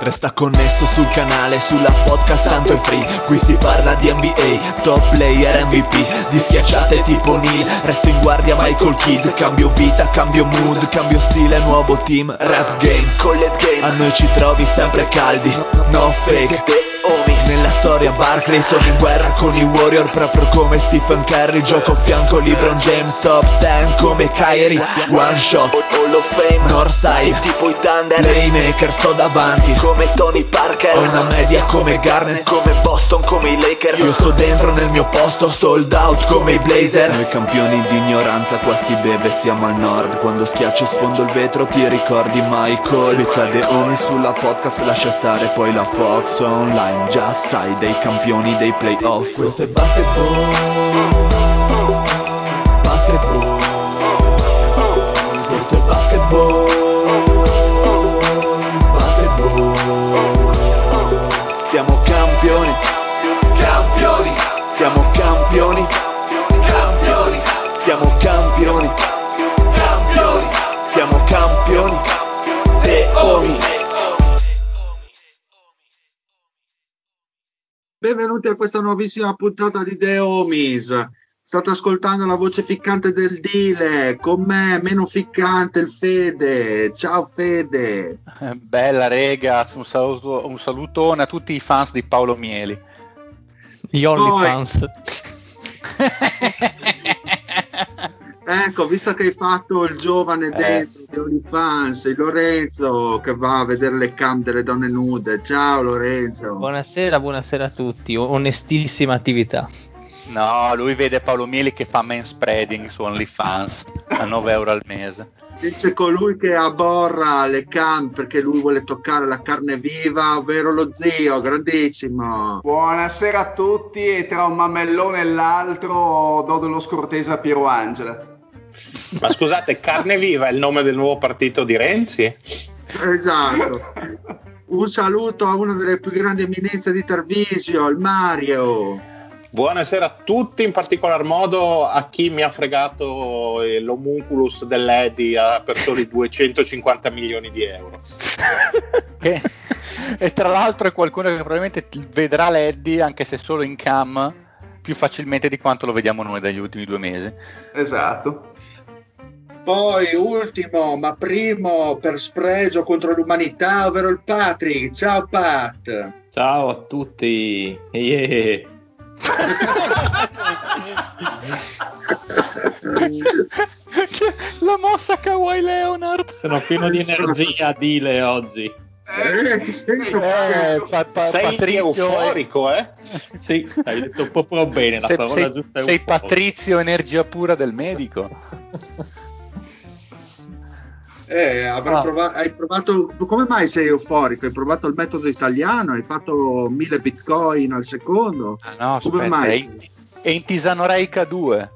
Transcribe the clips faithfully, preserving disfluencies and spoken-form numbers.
Resta connesso sul canale, sulla podcast tanto è free. Qui si parla di N B A, top player M V P, di schiacciate tipo Neil. Resto in guardia Michael Kidd. Cambio vita, cambio mood, cambio stile, nuovo team. Rap game, collet game, a noi ci trovi sempre caldi. No fake, homies. Nella storia Barkley, sono in guerra con i Warrior, proprio come Stephen Curry. Gioco a fianco LeBron James, top dieci come Kyrie. One shot, Hall of Fame, Northside, tipo i Thunder. Playmaker, sto davanti come Tony Parker. Ho una media come Garnett, come Boston, come i Lakers. Io sto dentro nel mio posto, sold out come i Blazer. Noi campioni di ignoranza, qua si beve, siamo al nord. Quando schiacci sfondo il vetro ti ricordi Michael. Mi cade ogni sulla podcast, lascia stare poi la Fox online. Già sai, dei campioni dei playoff. Questo è basketball, basketball. Questo è basketball, basketball. Siamo campioni, campioni. Siamo campioni, campioni. Siamo campioni, campioni. Siamo campioni, The Homies. Benvenuti a questa nuovissima puntata di The Homies. State ascoltando la voce ficcante del Dile, con me meno ficcante il Fede. Ciao Fede. Bella rega, un, saluto, un salutone a tutti i fans di Paolo Mieli. Gli OnlyFans. Ecco, visto che hai fatto il giovane dentro eh. di OnlyFans, il Lorenzo che va a vedere le cam delle donne nude. Ciao Lorenzo. Buonasera, buonasera a tutti, onestissima attività. No, lui vede Paolo Mieli che fa manspreading su OnlyFans a nove euro al mese. Dice colui che aborra le cam perché lui vuole toccare la carne viva, ovvero lo zio, grandissimo. Buonasera a tutti, e tra un mammellone e l'altro do dello scortese a Piero Angela. Ma scusate, Carne Viva è il nome del nuovo partito di Renzi? Esatto. Un saluto a una delle più grandi eminenze di Tarvisio, il Mario. Buonasera a tutti, in particolar modo a chi mi ha fregato l'homunculus dell'Eddy per soli duecentocinquanta milioni di euro. Che, e tra l'altro è qualcuno che probabilmente vedrà l'Eddy, anche se solo in cam, più facilmente di quanto lo vediamo noi dagli ultimi due mesi. Esatto. Poi ultimo, ma primo per spregio contro l'umanità, ovvero il Patrick. Ciao Pat. Ciao a tutti. Yeah. La mossa Kawhi Leonard. Sono pieno di energia, Dile, oggi. Eh, ti sento eh, pa- pa- sei Patrizio euforico, eh? Sì, hai detto proprio bene la sei, parola sei, giusta. Sei Patrizio, energia pura del medico. Eh, avrà Ah. provato, hai provato, come mai sei euforico? Hai provato il metodo italiano? Hai fatto mille bitcoin al secondo? Ah, no, come aspetta, mai? è in, è in Tisanoreica due.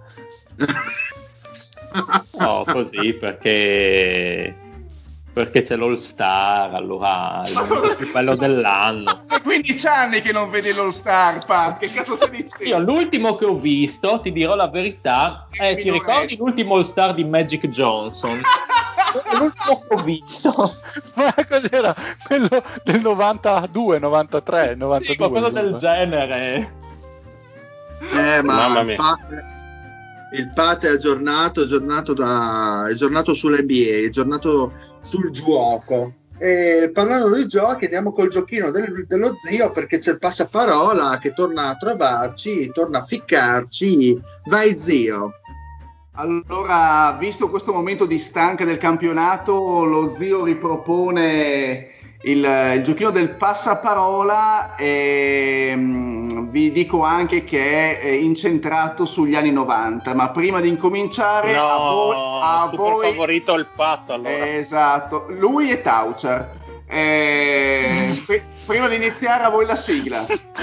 No, così perché perché c'è l'All Star, allora il momento più bello dell'anno. È quindici anni che non vedi l'All Star, Pat, che cazzo stai dicendo? Io l'ultimo che ho visto, ti dirò la verità, eh, ti ricordi l'ultimo All Star di Magic Johnson? L'ultimo che ho visto. Ma cos'era? Quello del novantadue, novantatré, novantadue. Sì, qualcosa insomma. del genere. Eh, ma Mamma il mia. Pat, il Pat è aggiornato, è aggiornato, da, è aggiornato sull'N B A, è aggiornato sul gioco. E parlando di giochi, andiamo col giochino del, dello zio, perché c'è il passaparola che torna a trovarci, torna a ficcarci. Vai zio. Allora, visto questo momento di stanca del campionato, lo zio ripropone il, il giochino del passaparola e mh, vi dico anche che è incentrato sugli anni novanta, ma prima di incominciare No, a voi, a super voi favorito il Pat, allora. esatto, lui è Taucher. Eh, pr- prima di iniziare a voi la sigla.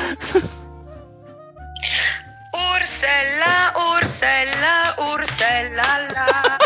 Ursella, Ursella, Ursella, la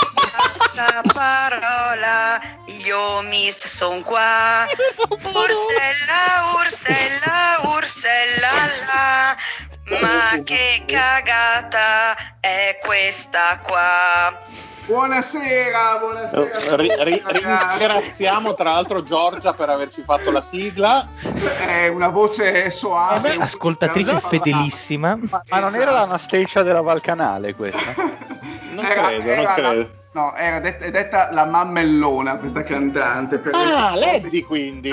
passaparola, gli homies son qua. Ursella, Ursella, Ursella, la, ma che cagata è questa qua? Buonasera, buonasera. Ri- ri- ringraziamo tra l'altro Giorgia per averci fatto la sigla. È una voce soave. Eh beh, ascoltatrice fedelissima. Ma, ma non era l'Anastasia della Valcanale questa? Non Era- credo, era non la- credo. No, era detta, è detta la mammellona questa cantante. Per Ah, Leddi quindi.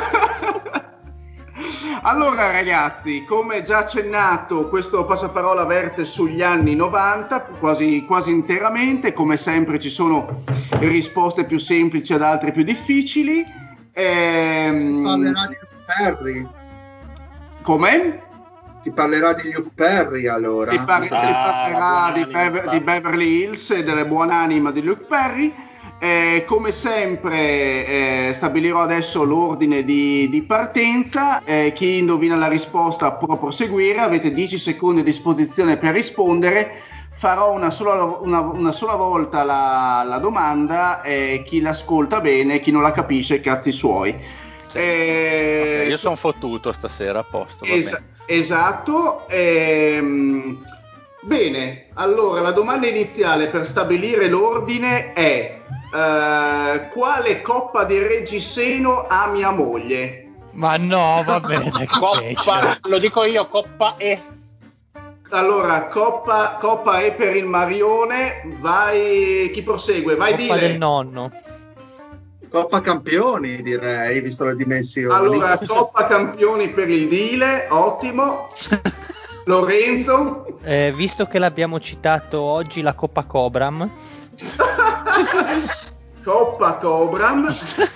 Allora ragazzi, come già accennato, questo passaparola verte sugli anni novanta, quasi, quasi interamente, come sempre ci sono risposte più semplici ad altre più difficili. Ehm, Si parlerà di Luke Perry. Come? Si parlerà di Luke Perry allora. Si, par- si Ah, parlerà la di, buonanima Bev- di di Beverly Hills e delle buonanime di Luke Perry. Eh, come sempre eh, stabilirò adesso l'ordine di, di partenza. Eh, chi indovina la risposta può proseguire, avete dieci secondi a disposizione per rispondere. Farò una sola, una, una sola volta la, la domanda e chi l'ascolta bene, chi non la capisce, cazzi suoi. Eh, Ok, io sono fottuto stasera, a posto. Va Es- bene. esatto. ehm, bene, allora la domanda iniziale per stabilire l'ordine è eh, quale coppa di Reggiseno ha mia moglie? Ma no, va bene, che Coppa, peggio. lo dico io, Coppa E. Allora, coppa, coppa è per il Marione, vai, chi prosegue? Vai, Coppa Dile. del nonno. Coppa Campioni direi, visto le dimensioni. Allora, Coppa Campioni per il Dile, ottimo. Lorenzo? Eh, visto che l'abbiamo citato oggi, la Coppa Cobram. Coppa Cobram.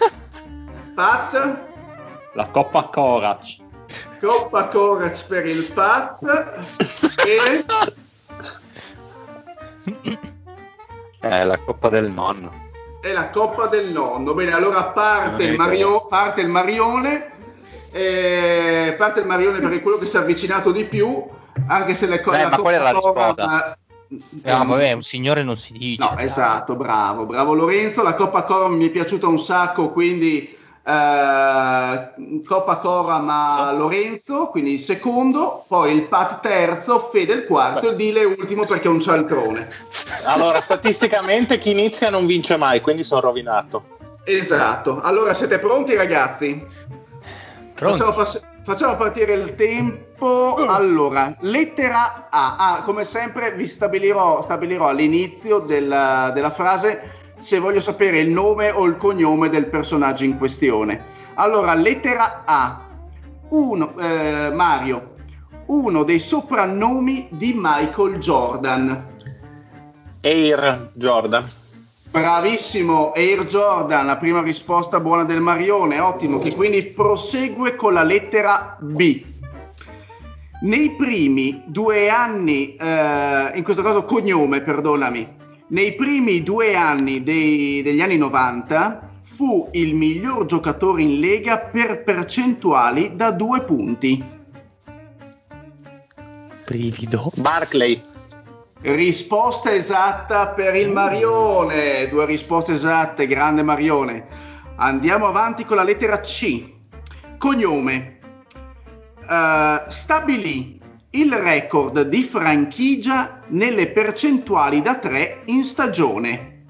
Pat? La Coppa Corac. Coppa Corac per il Pat. E È la coppa del nonno. è la Coppa del Nonno. Bene, allora parte il, Mario, parte il Marione. Eh, parte il Marione perché è quello che si è avvicinato di più, anche se le cose. Eh, ma qual è la risposta? Ma... Ah, vabbè, un signore non si dice. No, esatto, bravo, bravo Lorenzo. La Coppa Coram mi è piaciuta un sacco, quindi eh, Coppa Coram a Lorenzo, quindi il secondo, poi il Pat terzo, Fede il quarto, il Dile ultimo perché è un cialtrone. Allora, statisticamente chi inizia non vince mai, quindi sono rovinato. Esatto. Allora siete pronti ragazzi? Pronti? Facciamo, pass- facciamo partire il tempo. Allora, lettera A. Ah, come sempre vi stabilirò, stabilirò all'inizio della, della frase se voglio sapere il nome o il cognome del personaggio in questione. Allora, lettera A. Uno, eh, Mario, uno dei soprannomi di Michael Jordan. Air Jordan. Bravissimo, Air Jordan, la prima risposta buona del Marione, ottimo, che quindi prosegue con la lettera B. Nei primi due anni, eh, in questo caso cognome, perdonami, nei primi due anni dei, degli anni novanta fu il miglior giocatore in Lega per percentuali da due punti. Brivido. Barclay. Risposta esatta per il Marione, due risposte esatte, grande Marione. Andiamo avanti con la lettera C. Cognome. Uh, stabilì il record di franchigia nelle percentuali da tre in stagione.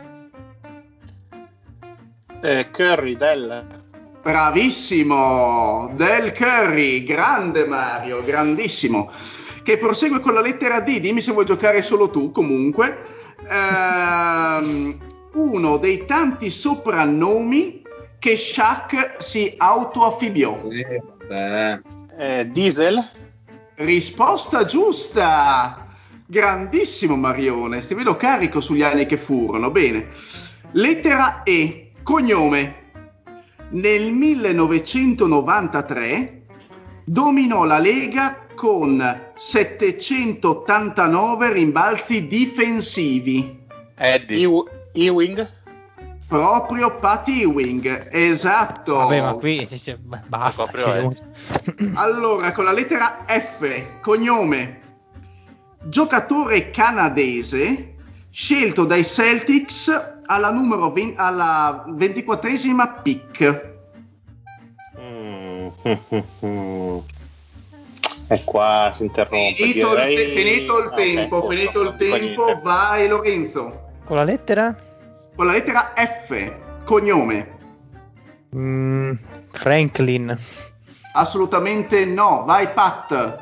Eh, Curry del. Bravissimo, Del Curry, grande Mario, grandissimo. Che prosegue con la lettera D, dimmi se vuoi giocare solo tu comunque. Ehm, uno dei tanti soprannomi che Shaq si autoaffibbiò. Eh, vabbè. Eh, Diesel. Risposta giusta, grandissimo Marione, ti vedo carico sugli anni che furono. Bene, lettera E, cognome. Nel millenovecentonovantatré dominò la Lega con settecentottantanove rimbalzi difensivi. Eddie. Ew- Ewing. Proprio Pat Ewing, esatto. Vabbè, ma qui cioè, basta. Proprio che- Allora, con la lettera F, cognome. Giocatore canadese scelto dai Celtics alla numero venti, alla ventiquattresima pick. Mm. E qua si interrompe. Finito il, direi... te- finito il Ah, tempo, ok, finito il non dico tempo, niente. vai Lorenzo. Con la lettera? Con la lettera F, cognome. Mm, Franklin. Assolutamente no. Vai Pat.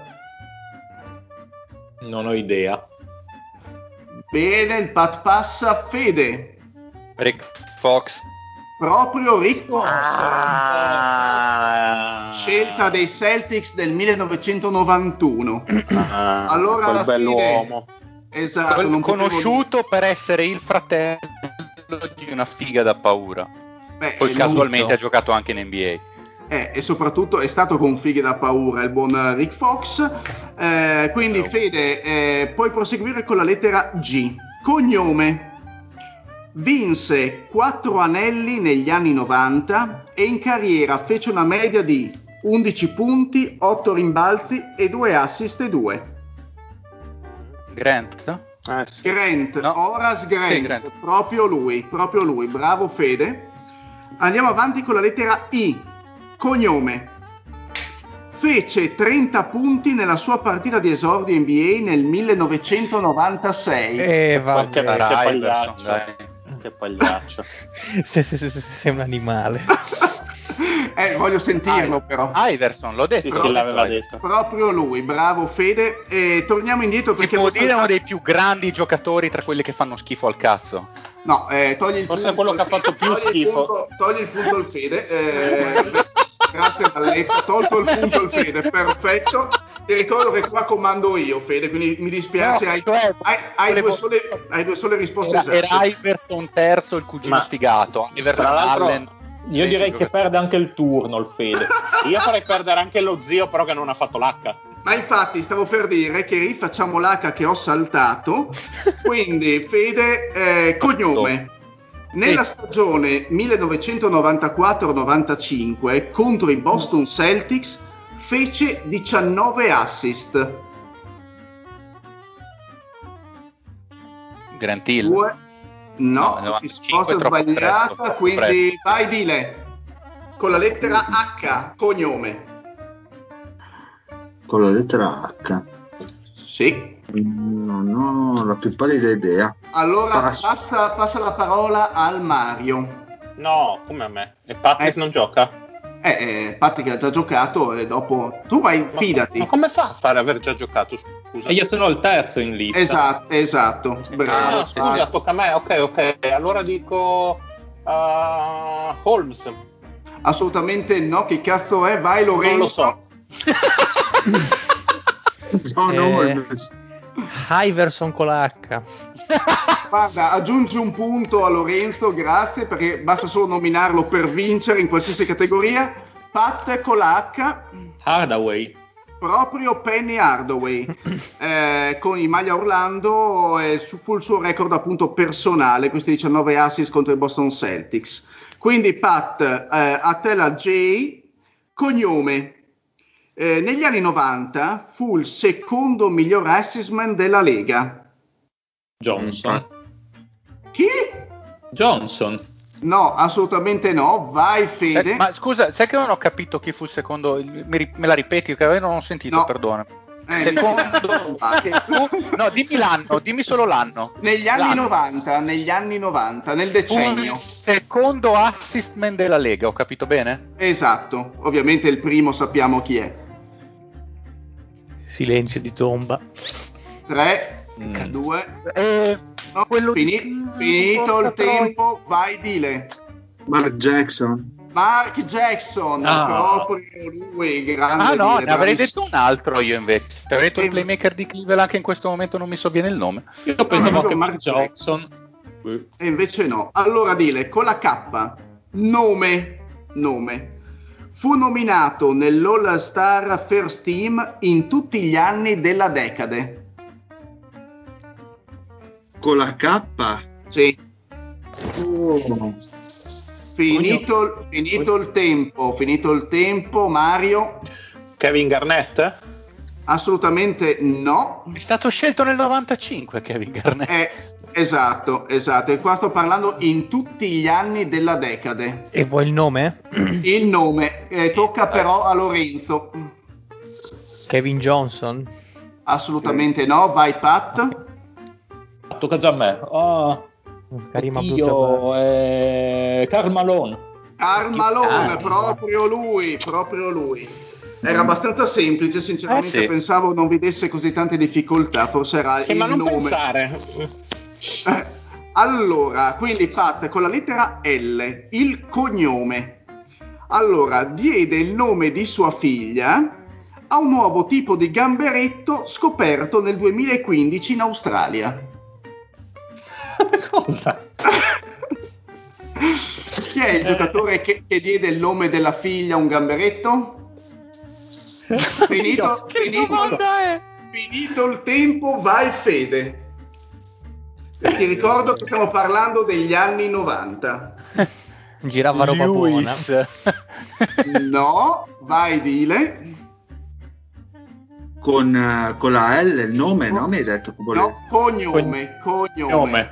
Non ho idea. Bene, il Pat passa. Fede. Rick Fox. Proprio Rick Fox. Ah, Scelta dei Celtics del millenovecentonovantuno. ah, Allora, quel bell'uomo. Esatto, Quel non potevo- conosciuto per essere il fratello di una figa da paura. Beh, Poi è casualmente molto- ha giocato anche in N B A. Eh, e soprattutto è stato con fighe da paura il buon Rick Fox. Eh, quindi Oh. Fede, eh, puoi proseguire con la lettera G. Cognome. Vinse quattro anelli negli anni novanta e in carriera fece una media di undici punti, otto rimbalzi e due assist e due. Grant? Eh, sì. Grant, No. Horace Grant, Sì, Grant. proprio lui, proprio lui, bravo Fede. Andiamo avanti con la lettera I, cognome. Fece trenta punti nella sua partita di esordio N B A nel millenovecentonovantasei. Eh, Poi che, vabbè. che Dai, pagliaccio. dai. Che pagliaccio. Se- se- se- se- sei un animale. eh, voglio sentirlo però. Iverson, l'ho detto. Sì, l'ho sì, l'aveva Iverson. detto. Proprio lui, bravo Fede. E torniamo indietro Si perché può ho dire uno saltato- dei più grandi giocatori tra quelli che fanno schifo al cazzo. No, eh, togli il Forse punto. è quello che ha fatto più togli il schifo. punto- togli il punto al Fede. Eh, grazie Valletta, tolto il punto al Fede, perfetto. Ti ricordo che qua comando io, Fede, quindi mi dispiace, No, hai, cioè, hai- hai volevo- due sole, hai due sole risposte Era, esatte. era Iverson terzo, il cugino Ma- sfigato. Iverson tra l'altro, Allen. Io direi che giocatori. perde anche il turno il Fede. Io farei perdere anche lo zio, però che non ha fatto l'H. Ma infatti stavo per dire che rifacciamo l'H che ho saltato, quindi Fede, eh, cognome. Nella Sì. stagione millenovecentonovantaquattro novantacinque contro i Boston Celtics fece diciannove assist. Grant Hill. Due. No, No, risposta novantacinque è troppo sbagliata, presto, quindi presto. vai Dile. Con la lettera H, cognome. Con la lettera H. Sì. Non ho la più pallida idea. Allora Passo. passa, passa la parola al Mario. No, come a me. E Patrick Eh. non gioca? Eh, eh, Patrick ha già giocato e dopo... Tu vai, Ma- fidati. Ma come fa a fare aver già giocato? Scusa. E io sono il terzo in lista. Esatto, esatto. Bravo. Ah, scusa, tocca a me. Ok, ok. Allora dico uh, Holmes. Assolutamente no, che cazzo è? Vai Lorenzo. Non lo so. John Eh. Holmes. Iverson con la H. Guarda, aggiungi un punto a Lorenzo, grazie, perché basta solo nominarlo per vincere in qualsiasi categoria. Pat con la H, Hardaway. proprio Penny Hardaway, eh, con i maglia Orlando, eh, su, fu il suo record appunto personale, questi diciannove assist contro i Boston Celtics. Quindi Pat, eh, a te la J, cognome. Eh, negli anni novanta fu il secondo miglior assistman della Lega. Johnson. Chi? Johnson. No, assolutamente no. Vai Fede. Eh, ma scusa, sai che non ho capito chi fu il secondo? il- mi ri- me la ripeti? Che non ho sentito, No. perdona. Eh, Secondo Ah. che fu- no, dimmi l'anno, dimmi solo l'anno. Negli anni L'anno. novanta, negli anni novanta, nel Fu il decennio. secondo assistman della Lega, ho capito bene? Esatto, ovviamente il primo sappiamo chi è. Silenzio di tomba. tre, Mm. due, Eh, no, quello di- fini- finito il porca troia. tempo, vai Dile. Mark Jackson. Mark Jackson, Ah. proprio lui, grande Ah no, Dile, ne avrei bravissimo. detto un altro io invece. Ti avrei detto il Eh, playmaker di Cleveland, che in questo momento non mi sovviene il nome. Io pensavo proprio che Mark Mark Johnson. E invece no. Allora Dile, con la K, nome, nome. Fu nominato nell'All Star First Team in tutti gli anni della decade. Con la K. Sì. Oh. Finito, finito il tempo, finito il tempo, Mario. Kevin Garnett? Assolutamente no. È stato scelto nel novantacinque Kevin Garnett. Eh, esatto, esatto. E qua sto parlando in tutti gli anni della decade. E vuoi il nome? Il nome eh, tocca però a Lorenzo. Kevin Johnson. Assolutamente no. Vai Pat. Tocca già a me. Oh. Karim Io, eh, Karl Malone. Karl Malone, Ah, proprio lui, proprio lui. Era abbastanza semplice, sinceramente Eh sì. pensavo non vi desse così tante difficoltà, forse era Sì, il ma non nome. pensare. Eh, allora, quindi Pat con la lettera L, il cognome. Allora, diede il nome di sua figlia a un nuovo tipo di gamberetto scoperto nel duemilaquindici in Australia. Cosa? Chi è il giocatore che, che diede il nome della figlia a un gamberetto? Finito, Che finito, domanda è? finito il tempo, vai Fede. Ti ricordo che stiamo parlando degli anni novanta. Girava roba Lewis. No, vai Dile. Con, eh, con la L il nome, no? Mi hai detto che volevi- No, cognome, cognome. Nome.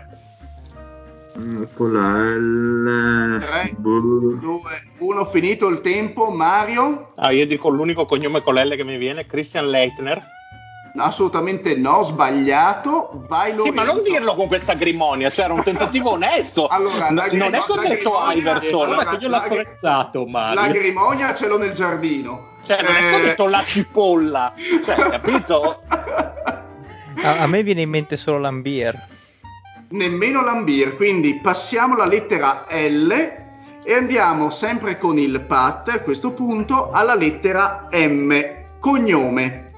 Mm, con la L. tre, Boh. due, uno, finito il tempo, Mario? Ah, io dico l'unico cognome con l'L che mi viene, Christian Leitner. Assolutamente no, sbagliato. Vai Sì, Lorenzo. ma non dirlo con questa grimonia, cioè era un tentativo onesto. Allora, la N- non è grimo- come la detto grimonia- Iverson. allora, Guarda che io la- l'ho apprezzato, La Mario. grimonia ce l'ho nel giardino. Cioè, non è che ho Eh, detto la cipolla. Cioè, capito? A, a me viene in mente solo l'Ambier. Nemmeno l'Ambir, quindi passiamo alla lettera L e andiamo sempre con il Pat a questo punto alla lettera M, cognome.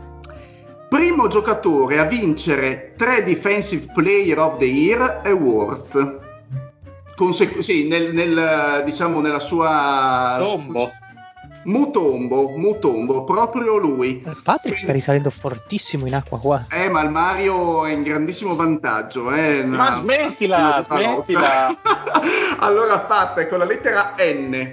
Primo giocatore a vincere tre Defensive Player of the Year Awards. Consecu- sì, nel, nel, diciamo nella sua... Tombo. Mutombo, Mutombo, proprio lui. Patrick sta risalendo fortissimo in acqua qua. Eh, ma il Mario è in grandissimo vantaggio. Eh, Ma una- smettila, una smettila. Allora, Pat, con la lettera N.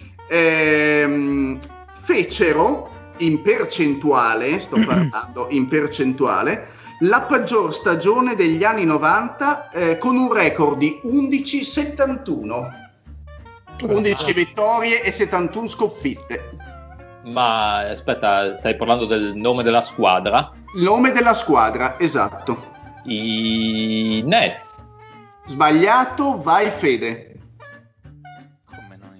Ehm, fecero, in percentuale, sto parlando in percentuale, la peggior stagione degli anni novanta eh, con un record di undici settantuno. undici vittorie e settantuno sconfitte. Ma aspetta, stai parlando del nome della squadra? Nome della squadra, esatto. I Nets. Sbagliato, vai Fede. Come no?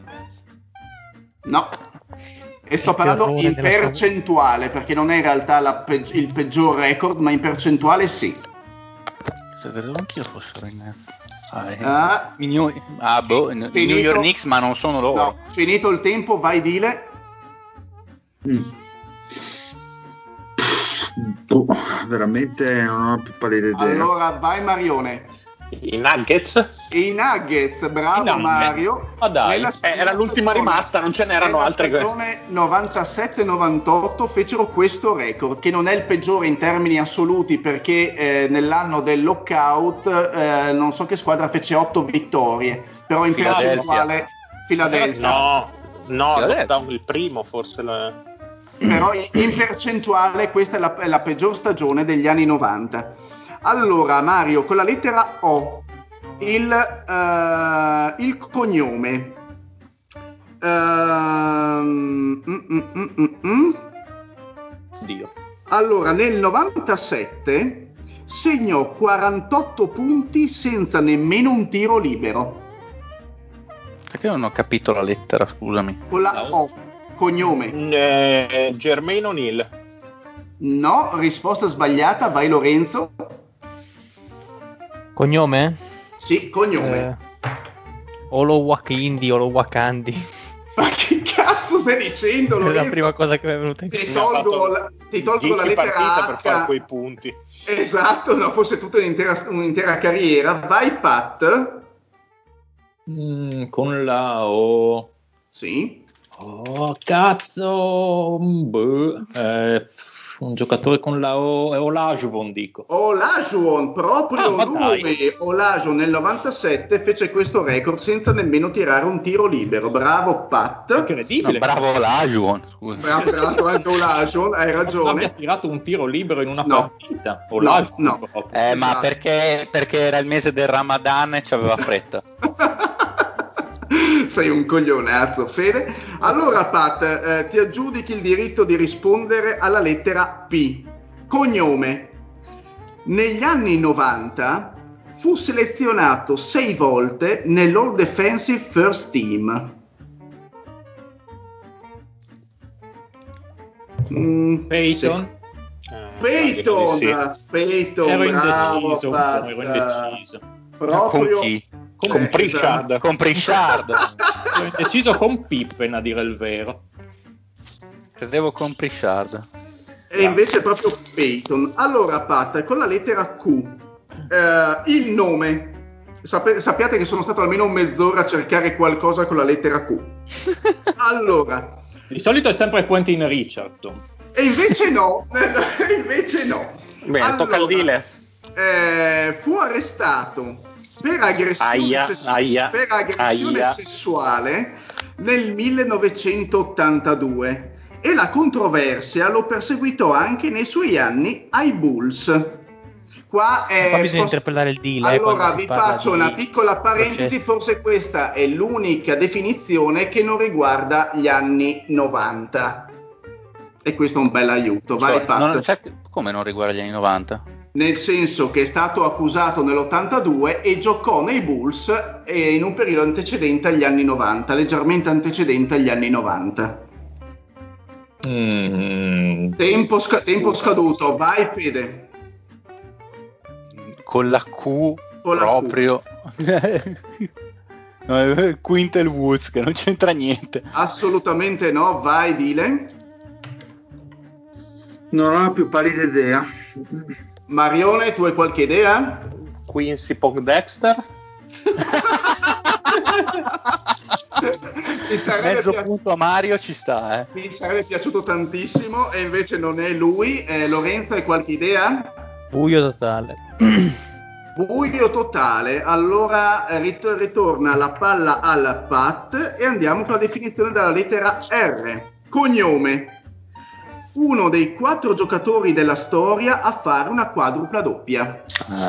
No. E sto Il parlando terrore in della sua- percentuale, perché non è in realtà la peggi- il peggior record, ma in percentuale sì. Credo anch'io fossero in ah, eh. Ah, I New... ah, boh, i New Finito. York Knicks, ma non sono loro. no, finito il tempo, vai Dile. Mm. Boh, veramente non ho più pallida idea. Allora, vai Marione. I Nuggets. I Nuggets, bravo I Nuggets. Mario. Ma dai. Nella- Eh, era l'ultima stagione- rimasta, non ce n'erano nella altre que- stagione novantasette novantotto fecero questo record, che non è il peggiore in termini assoluti, perché eh, nell'anno del lockout eh, non so che squadra fece otto vittorie, però in Philadelphia. percentuale Philadelphia. No, no, Philadelphia. lockdown il primo forse. La... Però in, in percentuale questa è la, è la peggior stagione degli anni novanta. Allora Mario, con la lettera O, il, eh, il cognome. Ehm, mm, mm, mm, mm, mm. Dio. Allora, nel novantasette segnò quarantotto punti senza nemmeno un tiro libero. Perché non ho capito la lettera, scusami. Con la O, cognome. Eh, Jermaine O'Neal. No, risposta sbagliata, vai Lorenzo. Cognome? Sì, cognome. Eh, Olowakindi, Olowakandi. Ma che cazzo stai dicendo, È Lorenzo? la prima cosa che mi è venuta in Ti mente. tolgo, la, ti tolgo la dieci lettera partite H. per fare quei punti. Esatto, no, forse tutta un'intera, un'intera carriera. Vai Pat. Mm, con la O. Sì. Oh, cazzo. Boh. Eh, un giocatore con la O. È Olajuwon, dico. Olajuwon, proprio Ah, ma lui. dai. Olajuwon nel novantasette fece questo record senza nemmeno tirare un tiro libero. Bravo Pat. No, Incredibile. bravo Lajuwon, scusa. Bravo, bravo anche Olajuwon, hai Non abbia ragione. tirato un tiro libero in una No. partita. Olajuwon No, no. proprio. Eh, ma Esatto. perché, perché era il mese del Ramadan e c'aveva fretta. Sei un coglionazzo, Fede. Allora, Pat, eh, ti aggiudichi il diritto di rispondere alla lettera P. Cognome. Negli anni novanta fu selezionato sei volte nell'All Defensive First Team. Mm, Peyton. Peyton, Sì. Peyton, Ero bravo, indeciso, un po', Pat. ero indeciso. Proprio Con chi? Eh, Con Pritchard. esatto. Con Pritchard. Ero indeciso con Pippen, a dire il vero. Credevo con Pritchard. E invece è proprio Peyton. Allora, Pat, con la lettera Q, eh, il nome. Sape- sappiate che sono stato almeno mezz'ora a cercare qualcosa con la lettera Q. Allora, Di solito è sempre Quentin Richardson. e invece no, invece no. Bene, Allora, tocca al dealer. eh, fu arrestato per aggressione, Aia, sessu- aia, per aggressione aia. sessuale nel millenovecentottantadue e la controversia lo perseguitò anche nei suoi anni ai Bulls. Qua è Qua bisogna posso- interpellare il deal, eh, Allora quando si vi parla faccio di una piccola parentesi, processi. forse questa è l'unica definizione che non riguarda gli anni novanta. E questo è un bel aiuto. Vai, Cioè, Pat. non- cioè, come non riguarda gli anni novanta? Nel senso che è stato accusato nell'ottantadue e giocò nei Bulls eh, in un periodo antecedente agli anni novanta, leggermente antecedente agli anni novanta. Mm. Tempo, sca- tempo scaduto, vai Fede. Con la Q Con la proprio. No, è Quintel Woods, che non c'entra niente. Assolutamente no, vai Dile. Non ho la più pallida idea. Marione, tu hai qualche idea? Quincy Pogdexter. Mi sarebbe, Mezzo pia- punto a Mario ci sta, eh. mi sarebbe piaciuto tantissimo e invece non è lui. Eh, Lorenzo, hai qualche idea? Buio totale. Buio totale. Allora eh, rit- ritorna la palla al Pat e andiamo con la definizione della lettera R. Cognome. Uno dei quattro giocatori della storia a fare una quadrupla doppia.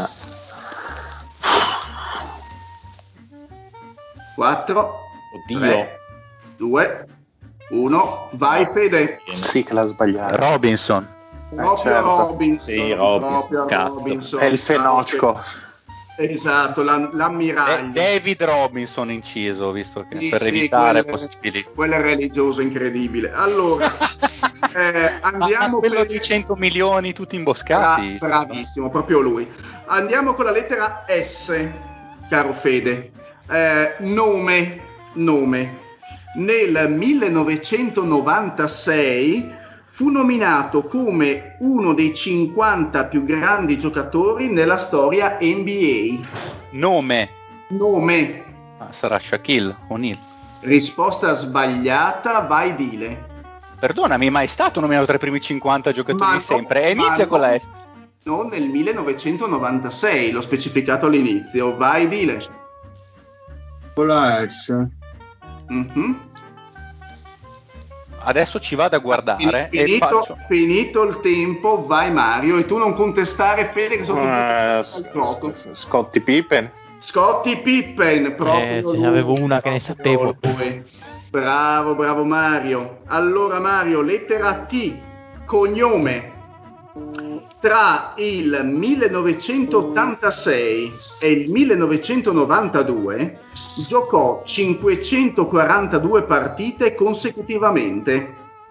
quattro, Oddio. tre, due, uno, vai Fede. Sì, che l'ha sbagliato. Robinson. Proprio certo. Robinson, Sì, Robinson, proprio cazzo. Robinson. È il Fenocco. Esatto, l'am- l'ammiraglio. Da- David Robinson inciso, visto che Sì, per sì, evitare quel- possibili. Quello è religioso incredibile. Allora, eh, andiamo Ah, quello per- di cento milioni tutti Bra- imboscati. bravissimo, proprio lui. Andiamo con la lettera S, caro Fede. Eh, nome, nome. Nel millenovecentonovantasei fu nominato come uno dei cinquanta più grandi giocatori nella storia N B A. Nome. Nome. Ah, sarà Shaquille O'Neal. Risposta sbagliata, vai Dile. Perdonami, ma è stato nominato tra i primi cinquanta giocatori Ma di no, sempre. E ma inizia no. con la S. Non nel millenovecentonovantasei, l'ho specificato all'inizio. Vai Dile. Con la S. Mhm. Adesso ci vado a guardare Fin- e finito, faccio. finito il tempo, vai Mario. E tu non contestare Fede che sono tutti Eh, al gioco. Scottie Pippen. Scottie Pippen, proprio Eh, ce lui, n'avevo una che ne proprio sapevo. lui. Bravo, bravo Mario. Allora Mario, lettera T, cognome. Tra il millenovecentottantasei e il millenovecentonovantadue giocò cinquecentoquarantadue partite consecutivamente.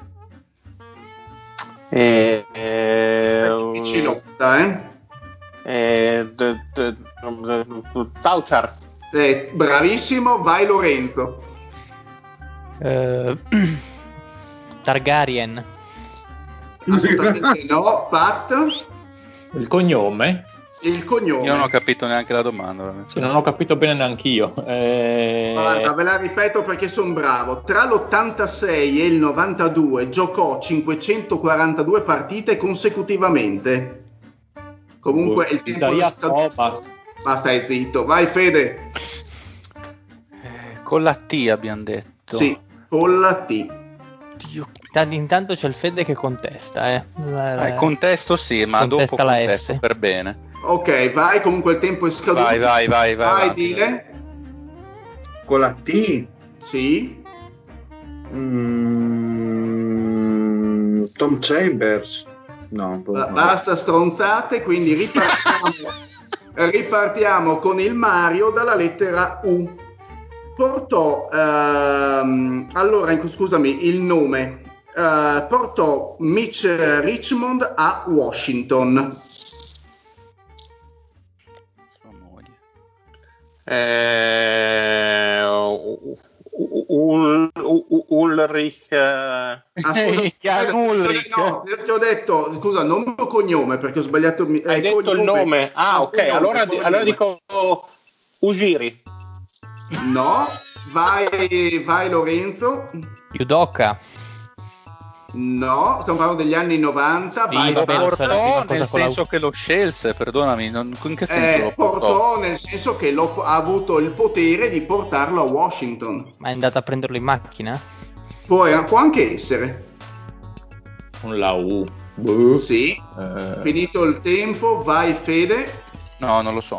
E, Questa è e, difficilotta, eh? e, d- d- Tauchar. Eh, bravissimo, vai Lorenzo. Eh, Targaryen. Assolutamente no, Pat. Il cognome? Il cognome. Io non ho capito neanche la domanda. veramente. Sì, non ho capito bene neanch'io. Eh, Guarda, ve la ripeto perché sono bravo. Tra l'ottantasei e il novantadue giocò cinquecentoquarantadue partite consecutivamente. Comunque il tempo Isaiah è scaduto. Thomas. Ma stai zitto, vai Fede. Eh, con la T abbiamo detto. Sì, con la T. Dio. Intanto, intanto c'è il Fede che contesta, eh. Ah, il contesto sì, ma Contesta dopo la contesto S. per bene. Ok, vai, comunque il tempo è scaduto. Vai, vai, vai, vai. Vai, avanti. Dile. Con la T. Sì. Mm, Tom Chambers. No, Ba- Basta stronzate, quindi ripartiamo. Ripartiamo con il Mario dalla lettera U. Portò, ehm, allora, scusami, il nome. Eh, portò Mitch Richmond a Washington. Sua moglie. Eh, U- U- Ul- U- Ulrich. eh, Ah, scusa, Jan eh, Ulrich. no, ti ho detto, scusa, nome o cognome, perché ho sbagliato. eh, Hai detto il cognome. nome? Ah, No, ok. cognome, allora, di- cognome. allora dico Ugiri. No, vai, vai Lorenzo. Yudoka. No, stiamo parlando degli anni novanta. Sì, vai vabbè, Pat. lo so, la prima Portò cosa nel con la- senso che lo scelse, perdonami, non, in che senso Eh, lo portò? portò nel senso che lo- ha avuto il potere di portarlo a Washington. Ma è andato a prenderlo in macchina? Poi può anche essere. Con la U. Sì. Eh, Finito il tempo, vai Fede. No, non lo so.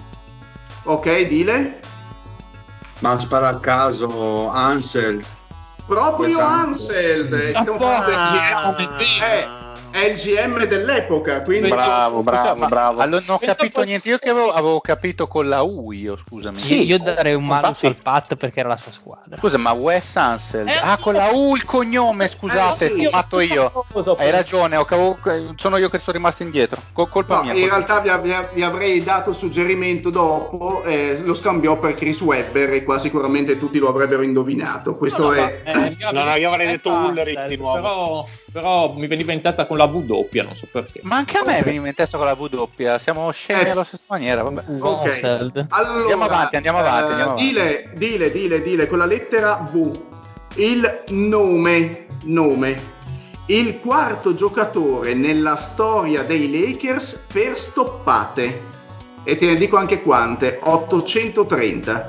Ok, dile. Ma spara a caso Ansel. Proprio Esatto. Anseld. eh, stiamo parlando del G M. Eh, è il G M dell'epoca, quindi Bravo, bravo, Ma- bravo. Allora, non ho Pensa capito poi- niente, io che avevo, avevo capito con la U io, scusami. Sì. Io, io darei un malus infatti. al Pat perché era la sua squadra. Scusa, ma Wes Anseld. Eh, Ah, con la U il cognome, scusate, Eh, sì. sono matto io. Cosa Hai ragione, ho cavo- sono io che sono rimasto indietro. Co- colpa no, mia. in colpa realtà vi, av- vi avrei dato il suggerimento dopo, eh, lo scambiò per Chris Webber e qua sicuramente tutti lo avrebbero indovinato. Questo no, no, è... ma, eh, mi era No, no, io avrei detto venuta in Ulrich testa, di nuovo. Però, però mi veniva in testa con la W doppia, non so perché. Ma anche a me Ok. veniva in testa con la W doppia, siamo scemi Eh. alla stessa maniera, vabbè. Ok, Anseld. allora, Andiamo avanti, andiamo avanti, eh, andiamo avanti. Dile, dile, dile, dile, con la lettera V, il nome, nome, il quarto giocatore nella storia dei Lakers per stoppate, e te ne dico anche quante, ottocentotrenta,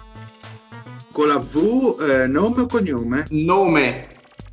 Con la V, eh, nome o cognome? nome,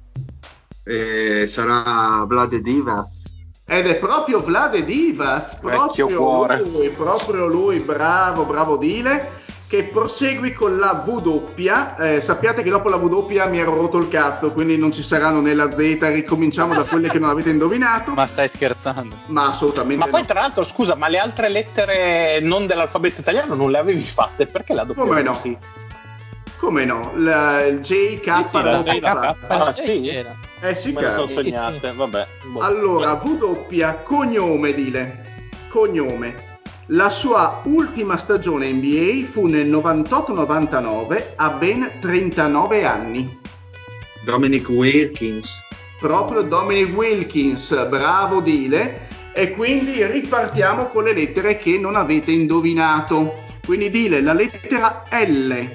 Eh, sarà Vlade Divac. ed è proprio Vlade Divac, Vecchio proprio cuore. lui, proprio lui, bravo, bravo Dile, che prosegui con la W. Eh, sappiate che dopo la W mi ero rotto il cazzo, quindi non ci saranno né la Z, ricominciamo da quelle che non avete indovinato, ma, Ma stai scherzando? assolutamente Ma poi no. tra l'altro, scusa, ma le altre lettere non dell'alfabeto italiano non le avevi fatte? Perché la doppia Come no? sì? Come no? La- il J, K, Sì, sì, la la J, la W. K. Ah, sì? Era. Eh sì, Me le sono caro. segnate, vabbè. Boh. Allora, W, cognome, Dile, cognome. La sua ultima stagione N B A fu nel novantotto novantanove a ben trentanove anni. Dominic Wilkins. Proprio Dominic Wilkins, bravo Dile. E quindi ripartiamo con le lettere che non avete indovinato. Quindi Dile, la lettera L,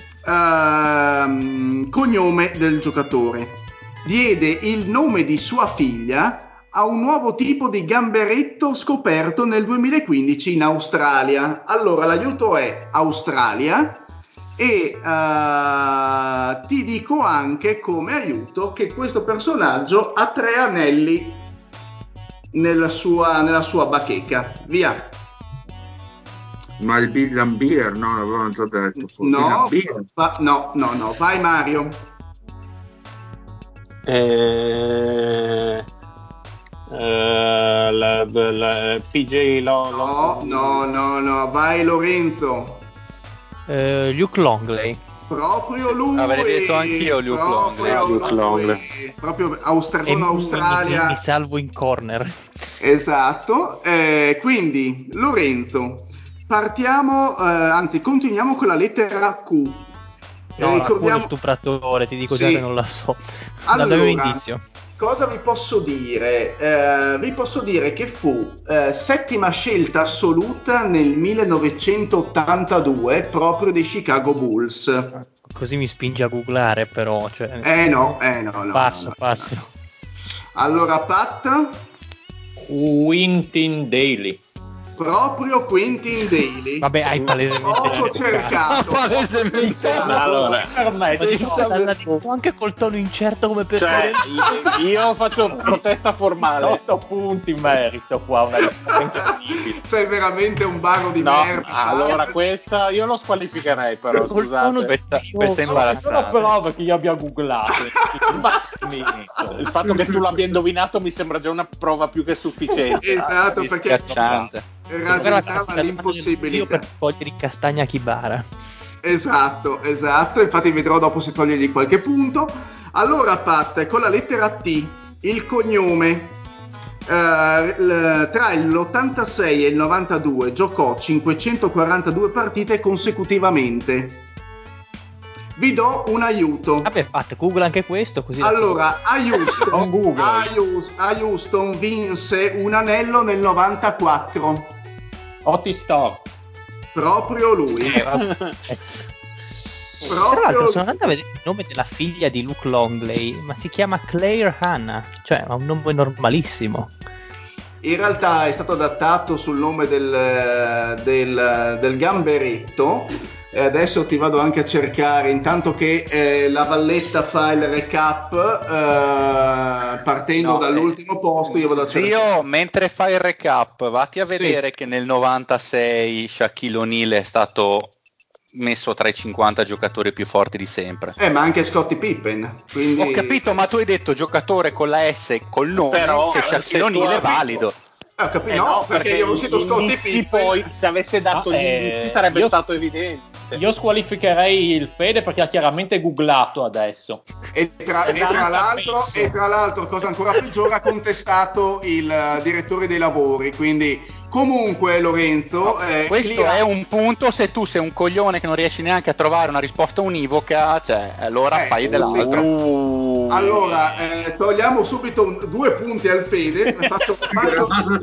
ehm, cognome del giocatore. Diede il nome di sua figlia a un nuovo tipo di gamberetto scoperto nel duemilaquindici in Australia. Allora, l'aiuto è Australia e eh, ti dico anche come aiuto che questo personaggio ha tre anelli nella sua, nella sua bacheca. Via. Ma il Bill Lambier, no, l'avevano già detto. Bill No, Lambier. va- no, no, no. Vai Mario. Eh, eh, la, la- P J Lo, No, Lo- no, no, no. Vai Lorenzo. Eh, Luke Longley. Proprio lui. Avrei detto anch'io Luke proprio Longley. Luke lui. Longley. Proprio Austra- E con mi, Australia. mi- mi salvo in corner. Esatto. Eh, quindi Lorenzo, partiamo, eh, anzi continuiamo con la lettera Q. No, Ricordiamo- Q è stupratore, ti dico già Sì. che non la so. Allora, Dammi un indizio. cosa vi posso dire? Eh, vi posso dire che fu eh, settima scelta assoluta nel millenovecentottantadue proprio dei Chicago Bulls. Così mi spinge a googlare, però. Cioè... Eh no, eh no, no. Passo, no, no, passo. no. Allora, Pat, Quintin Daly. proprio Quentin Daly. Vabbè, hai palesemente Poco cercato. Palesemente cercato. Allora, Per me, Ma dico, la- la dico anche col tono incerto come per cioè, dire- io faccio protesta formale. otto punti in merito qua, una risposta incredibile. Sei veramente un bago di No, merda. allora questa io lo squalificherei, però Col tono scusate. Questa, Io questa è so- imbarazzante. Solo prova che io abbia googlato. Il fatto che tu l'abbia indovinato mi sembra già una prova più che sufficiente. Esatto, perché Schiacciante. rasentava l'impossibilità per togliere castagna Kibara. Esatto, esatto, infatti vedrò dopo se togliergli qualche punto. Allora Pat, con la lettera T, il cognome. Uh, l- tra l'ottantasei e il novantadue giocò cinquecentoquarantadue partite consecutivamente. Vi do un aiuto. Vabbè, Pat, Google anche questo così. Allora, a Houston, Non Google. a Houston, a Houston vinse un anello nel novantaquattro. Otis Thorpe. Proprio lui. Eh, vabbè. Tra Proprio l'altro lui. sono andato a vedere il nome della figlia di Luke Longley, ma si chiama Claire Hannah, cioè ha un nome normalissimo. In realtà è stato adattato sul nome del, del, del gamberetto. E adesso ti vado anche a cercare, intanto che eh, la Valletta fa il recap, eh, partendo No, dall'ultimo eh, posto, io vado a cercare. Zio, mentre fai il recap, vatti a Sì. vedere che nel novantasei Shaquille O'Neal è stato messo tra i cinquanta giocatori più forti di sempre. Eh, ma anche Scottie Pippen. Quindi... Ho capito, ma tu hai detto giocatore con la S e col nome, Però, se se Shaquille tu O'Neal è avevi- valido. Eh, ho capito, Eh no, perché, io avevo scritto gli Scottie indizi Pippen. poi, se avesse dato Ah, gli eh, indizi sarebbe io- stato evidente. Io squalificherei il Fede perché ha chiaramente googlato adesso. E tra, e tra l'altro, e tra l'altro, cosa ancora peggiore, ha contestato il eh, direttore dei lavori. Quindi, comunque, Lorenzo, eh, Questo Clear- è un punto, se tu sei un coglione che non riesci neanche a trovare una risposta univoca, cioè allora Eh, fai dell'altro. uh, Allora, eh, togliamo subito un- due punti al Fede. Faccio, faccio...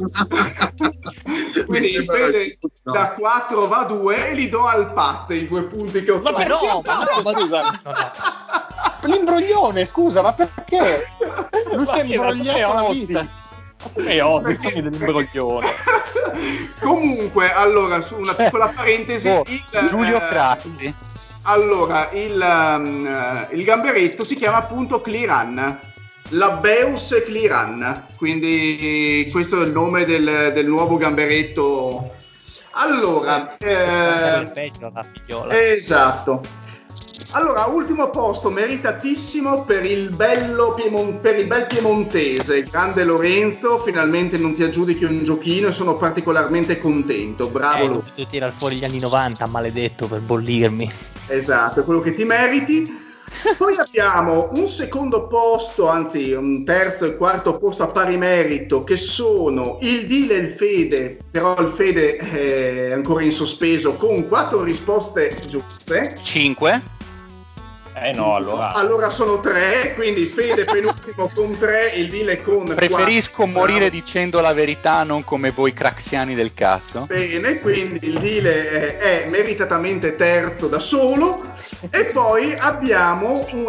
Quindi il Fede da quattro va a due e li do al Pat i due punti che ho Ma tolto. no, ma no, scusa. L'imbroglione, scusa, ma perché? Lui Ma si è che imbrogliato vabbè, la Ozzy. vita. E oggi Perché- dell'imbroglione. Comunque, allora, su una piccola parentesi, Oh, il, Giulio eh, Crazzi. allora, il, um, il gamberetto si chiama appunto Clearan, Labbeus Clearan, quindi questo è il nome del, del nuovo gamberetto. Allora, Eh, eh, peggio la figliola. esatto. Allora, ultimo posto meritatissimo per il bello Piemon- per il bel piemontese, grande Lorenzo, finalmente non ti aggiudichi un giochino e sono particolarmente contento, bravo Eh, Lorenzo. tu tirare fuori gli anni novanta, maledetto, per bollirmi. Esatto, è quello che ti meriti. Poi abbiamo un secondo posto, anzi un terzo e quarto posto a pari merito, che sono il Dile e il Fede, però il Fede è ancora in sospeso con quattro risposte giuste. cinque. Eh no, allora. Allora sono tre, quindi Fede penultimo con tre, il Dile con Preferisco quattro. morire Bravo. dicendo la verità, non come voi craxiani del cazzo. Bene, quindi il Dile è, è meritatamente terzo da solo. E poi abbiamo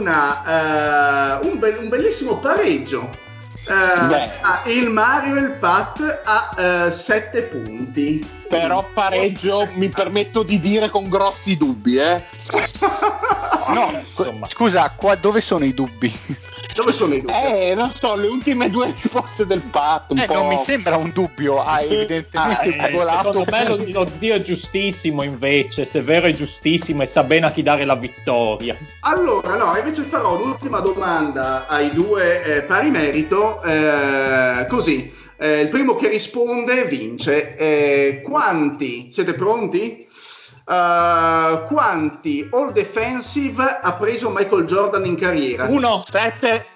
una, uh, un, be- un bellissimo pareggio. Uh, Beh. ah, il Mario e il Pat a uh, sette punti. Però pareggio mi permetto di dire con grossi dubbi, eh. No, insomma. scusa, qua dove sono i dubbi? Dove sono i dubbi? Eh, non so, le ultime due risposte del Pat un Eh, po'. non mi sembra un dubbio, hai evidentemente Eh, googolato. secondo me lo, lo zio è giustissimo invece, Severo è giustissimo e sa bene a chi dare la vittoria. Allora, no, invece farò un'ultima domanda ai due eh, pari merito, eh, così, eh, il primo che risponde vince. Eh, quanti, siete pronti? Uh, quanti all defensive ha preso Michael Jordan in carriera? Uno, Sette.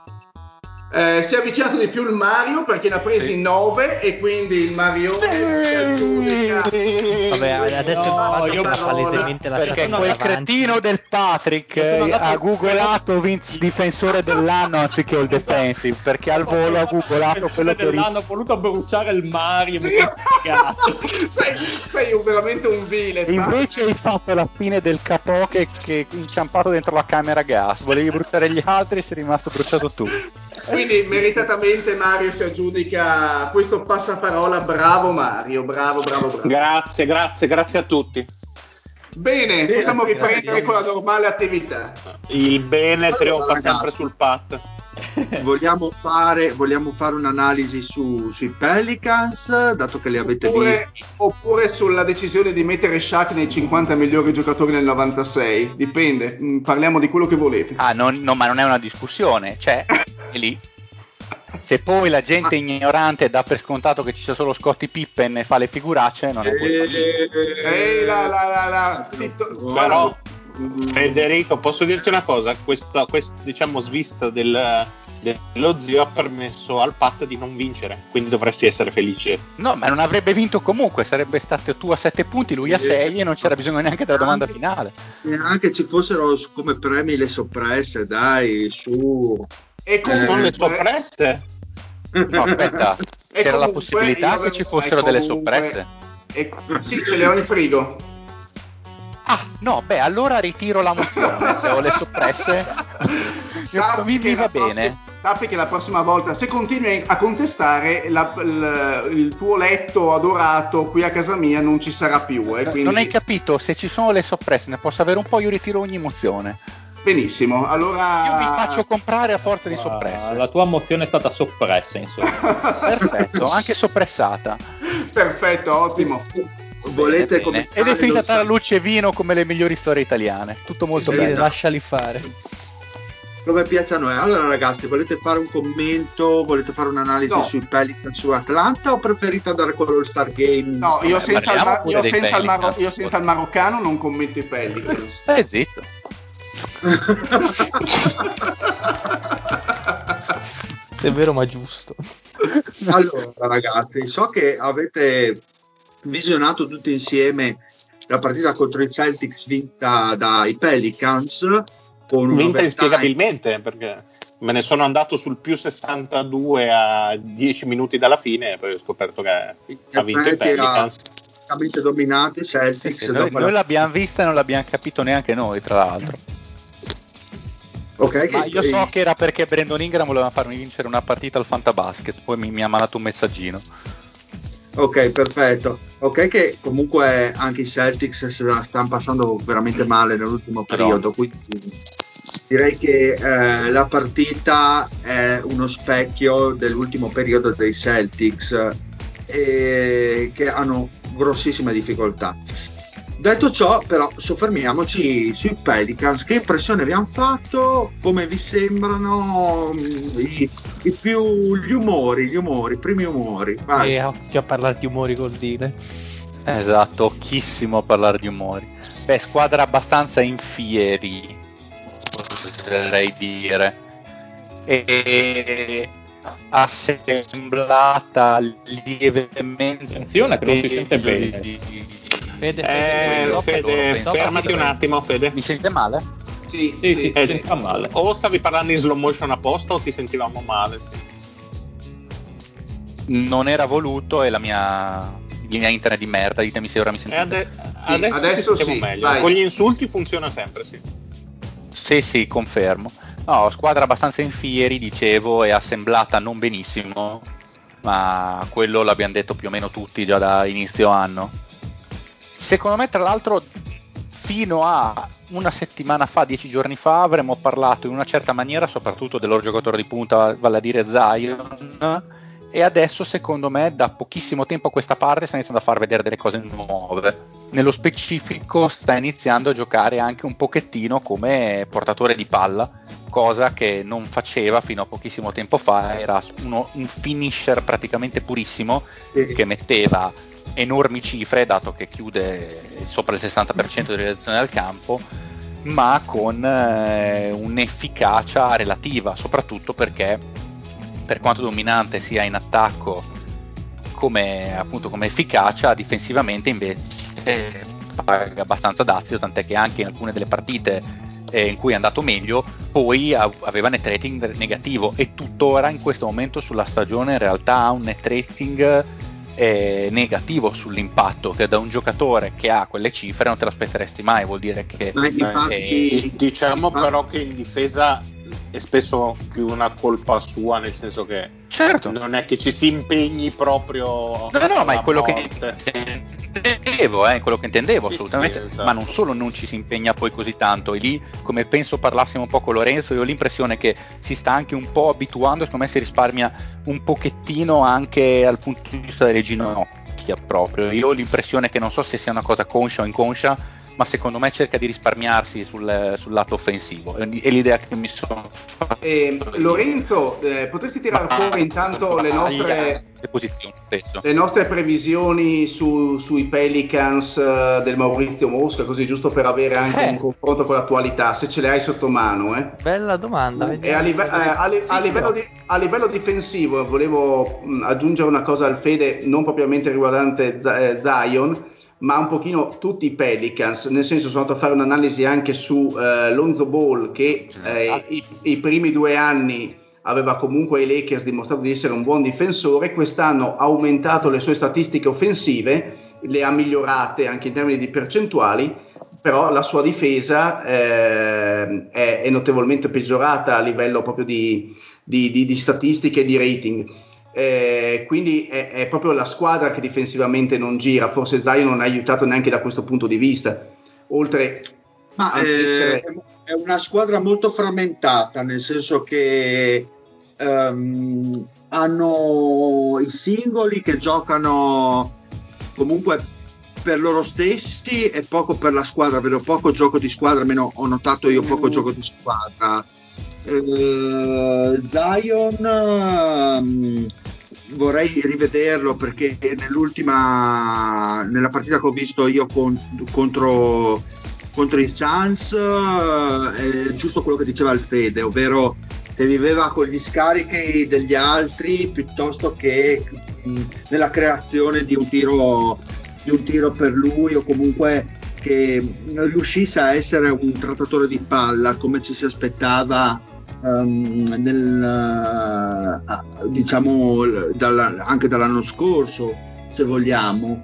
Eh, si è avvicinato di più il Mario perché ne ha presi Sì. nove e quindi il Mario si aggiudica. Vabbè, adesso No, il Patrick io ha parola. palesemente lasciato Perché sono quel davanti. cretino del Patrick Io sono eh, andato ha al- googolato Vince difensore dell'anno anziché il defensive, perché al volo ha googolato quello che dell'anno, ho voluto bruciare il Mario, mi sono cagato. sei, sei un- veramente un vile. E invece hai fatto la fine del capò che, che è inciampato dentro la camera gas. Volevi bruciare gli altri e sei rimasto bruciato tu. Quindi meritatamente Mario si aggiudica questo passaparola. Bravo Mario, bravo, bravo, bravo. Grazie, grazie, grazie a tutti. Bene, possiamo grazie. riprendere con la normale attività. Il bene Allora, trionfa ragazzi. sempre sul Pat. Vogliamo fare, vogliamo fare un'analisi su, sui Pelicans, dato che li avete Oppure, visti. oppure sulla decisione di mettere Shaq nei cinquanta migliori giocatori nel novantasei. Dipende, mm, parliamo di quello che volete. Ah, non, no, ma non è una discussione, cioè, è lì. Se poi la gente ignorante dà per scontato che ci sia solo Scottie Pippen e fa le figuracce, non è colpa mia. Ehi, la, la, la, la. Tito- Però Federico, posso dirti una cosa, questa, questa diciamo svista del, dello zio ha permesso al Paz di non vincere, quindi dovresti essere felice. No, ma non avrebbe vinto comunque, sarebbe stato tu a sette punti, lui a sei e non c'era bisogno neanche della domanda finale. Neanche ci fossero come premi le soppresse, dai, su. E Ci sono comunque, le soppresse? No, aspetta, E c'era la comunque possibilità io che ci avevo- fossero e delle comunque- soppresse. E, sì, ce le ho in frigo. Ah, no, beh, allora ritiro la mozione, se ho le soppresse io, mi, che mi la va prossima- bene. Sappi che la prossima volta, se continui a contestare, la- il, il tuo letto adorato qui a casa mia non ci sarà più. Eh, quindi... Non hai capito, se ci sono le soppresse ne posso avere un po', io ritiro ogni mozione. Benissimo, allora... Io mi faccio comprare a forza di Ah, soppresse. la tua mozione è stata soppressa, insomma. Perfetto, anche soppressata. Perfetto, ottimo. Volete Bene, bene. commentare Ed è finita lo tra sta- luce e vino come le migliori storie italiane. Tutto molto Sì, bene. esatto. Lasciali fare. come piace a noi. Allora ragazzi, volete fare un commento, volete fare un'analisi No. sui Pelicans su Atlanta o preferite andare con lo Star Game? No, io Vabbè, senza, il, parliamo ma- pure io dei senza il maro- Pelicans. io senza il maroccano non commento i Pelicans. Stai zitto. Se è vero ma giusto. Allora ragazzi, so che avete visionato tutti insieme la partita contro i Celtics vinta dai Pelicans con un Vinta overtime. inspiegabilmente, perché me ne sono andato sul più sessantadue a dieci minuti dalla fine e poi ho scoperto che ha vinto i Pelicans. Ha vinto dominato i Sì, Celtics. sì, noi, dopo noi la- l'abbiamo vista e non l'abbiamo capito neanche noi, tra l'altro. Ok, Ma che- io so che era perché Brandon Ingram voleva farmi vincere una partita al Fantabasket, poi mi, mi ha mandato un messaggino. Ok, perfetto. Ok, che comunque anche i Celtics se la stanno passando veramente male nell'ultimo periodo, quindi direi che eh, la partita è uno specchio dell'ultimo periodo dei Celtics e che hanno grossissime difficoltà. Detto ciò, però, soffermiamoci sui Pelicans. Che impressione vi hanno fatto? Come vi sembrano mm, i, i più gli umori, gli umori, i primi umori? Vai. E occhio a parlare di umori col dire. Esatto, occhissimo a parlare di umori. Beh, squadra abbastanza in fieri, oserei dire. E assemblata lievemente. Attenzione che non si sente bene. Fede, Eh, quello, Fede, loro pensano fermati che- un attimo, Fede. Mi sente male? Sì, Sì, sì, Eh, si sente male. O stavi parlando in slow motion apposta o ti sentivamo male? Non era voluto e la mia linea internet di merda, ditemi se ora mi E sentite. ade- adesso, adesso ti sentiamo sì, meglio. vai. Con gli insulti funziona sempre, sì. Sì, sì, confermo. No, squadra abbastanza in fieri, dicevo, e assemblata non benissimo, ma quello l'abbiamo detto più o meno tutti già da inizio anno. Secondo me, tra l'altro, fino a una settimana fa, dieci giorni fa, avremmo parlato in una certa maniera, soprattutto del loro giocatore di punta, vale a dire Zion, e adesso, secondo me, da pochissimo tempo a questa parte sta iniziando a far vedere delle cose nuove. Nello specifico sta iniziando a giocare anche un pochettino come portatore di palla, cosa che non faceva fino a pochissimo tempo fa. Era uno, un finisher praticamente purissimo che metteva enormi cifre, dato che chiude sopra il sessanta per cento di realizzazione dal campo, ma con eh, un'efficacia relativa, soprattutto perché per quanto dominante sia in attacco come appunto come efficacia, difensivamente invece paga abbastanza dazio, tant'è che anche in alcune delle partite eh, in cui è andato meglio poi av- aveva net rating negativo, e tuttora in questo momento sulla stagione in realtà ha un net rating eh, negativo sull'impatto, che da un giocatore che ha quelle cifre non te lo aspetteresti mai. Vuol dire che Ma infatti- eh, Di- diciamo infatti- però che in difesa è spesso più una colpa sua, nel senso che certo, non è che ci si impegni proprio no, no, ma è alla quello che morte. intendevo, eh, quello che intendevo Sì, assolutamente, sì, esatto. ma non solo non ci si impegna poi così tanto, e lì, come penso parlassimo un po' con Lorenzo, io ho l'impressione che si sta anche un po' abituando, secondo me si risparmia un pochettino anche dal punto di vista delle ginocchia proprio. Io ho l'impressione che, non so se sia una cosa conscia o inconscia, ma secondo me cerca di risparmiarsi sul, sul lato offensivo, è, è l'idea che mi sono fatto. Eh, Lorenzo, eh, potresti tirare fuori intanto le nostre, le posizioni, le nostre previsioni su, sui Pelicans uh, del Maurizio Mosca, così giusto per avere anche eh. un confronto con l'attualità, se ce le hai sotto mano. Eh. Bella domanda. E a, live- eh, a, li- a, livello di- a livello difensivo volevo mh, aggiungere una cosa al Fede, non propriamente riguardante Z- eh, Zion, ma un pochino tutti i Pelicans, nel senso sono andato a fare un'analisi anche su eh, Lonzo Ball che eh, i, i primi due anni aveva comunque ai Lakers dimostrato di essere un buon difensore, quest'anno ha aumentato le sue statistiche offensive, le ha migliorate anche in termini di percentuali, però la sua difesa eh, è, è notevolmente peggiorata a livello proprio di, di, di, di statistiche e di rating. Eh, quindi è, è proprio la squadra che difensivamente non gira, forse Zion non ha aiutato neanche da questo punto di vista, oltre ma a eh, essere... è una squadra molto frammentata, nel senso che um, hanno i singoli che giocano comunque per loro stessi e poco per la squadra, vedo poco gioco di squadra, almeno ho notato io poco gioco di squadra. Uh, Zion um, vorrei rivederlo perché nell'ultima nella partita che ho visto io con, contro contro i Suns è giusto quello che diceva il Fede, ovvero che viveva con gli scarichi degli altri piuttosto che mh, nella creazione di un tiro di un tiro per lui, o comunque che riuscisse a essere un trattatore di palla come ci si aspettava um, nel, uh, diciamo dalla, anche dall'anno scorso, se vogliamo.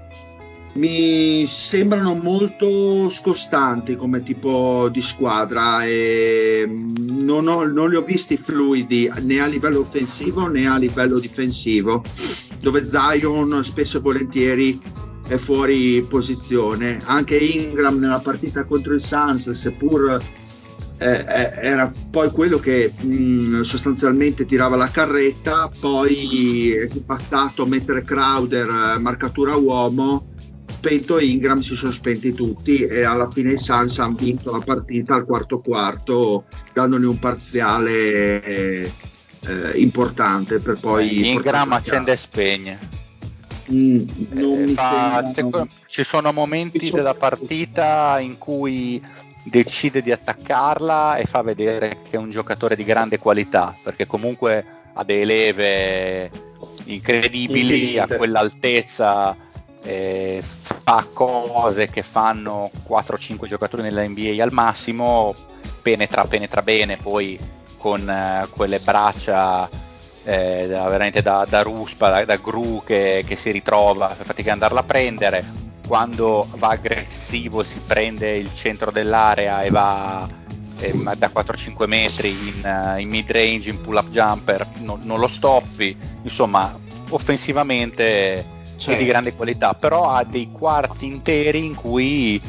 Mi sembrano molto scostanti come tipo di squadra e non, ho, non li ho visti fluidi né a livello offensivo né a livello difensivo, dove Zion spesso e volentieri è fuori posizione. Anche Ingram nella partita contro il Suns, seppur eh, era poi quello che mh, sostanzialmente tirava la carretta, poi è passato a mettere Crowder marcatura uomo, spento Ingram, si sono spenti tutti e alla fine i Suns hanno vinto la partita al quarto quarto dandogli un parziale eh, importante per poi eh, Ingram accende e spegne. Mm, non eh, mi fa, sembrano... ci sono momenti della partita in cui decide di attaccarla e fa vedere che è un giocatore di grande qualità, perché comunque ha delle leve incredibili. Infinite. A quell'altezza eh, fa cose che fanno quattro cinque giocatori nella N B A al massimo, penetra penetra bene, poi con eh, quelle braccia eh, da, veramente da, da ruspa, da, da gru che, che si ritrova per fatica andarla a prendere. Quando va aggressivo si prende il centro dell'area e va eh, da quattro cinque metri in, uh, in mid range, in pull up jumper, no, non lo stoppi. Insomma, offensivamente c'è. È di grande qualità, però ha dei quarti interi in cui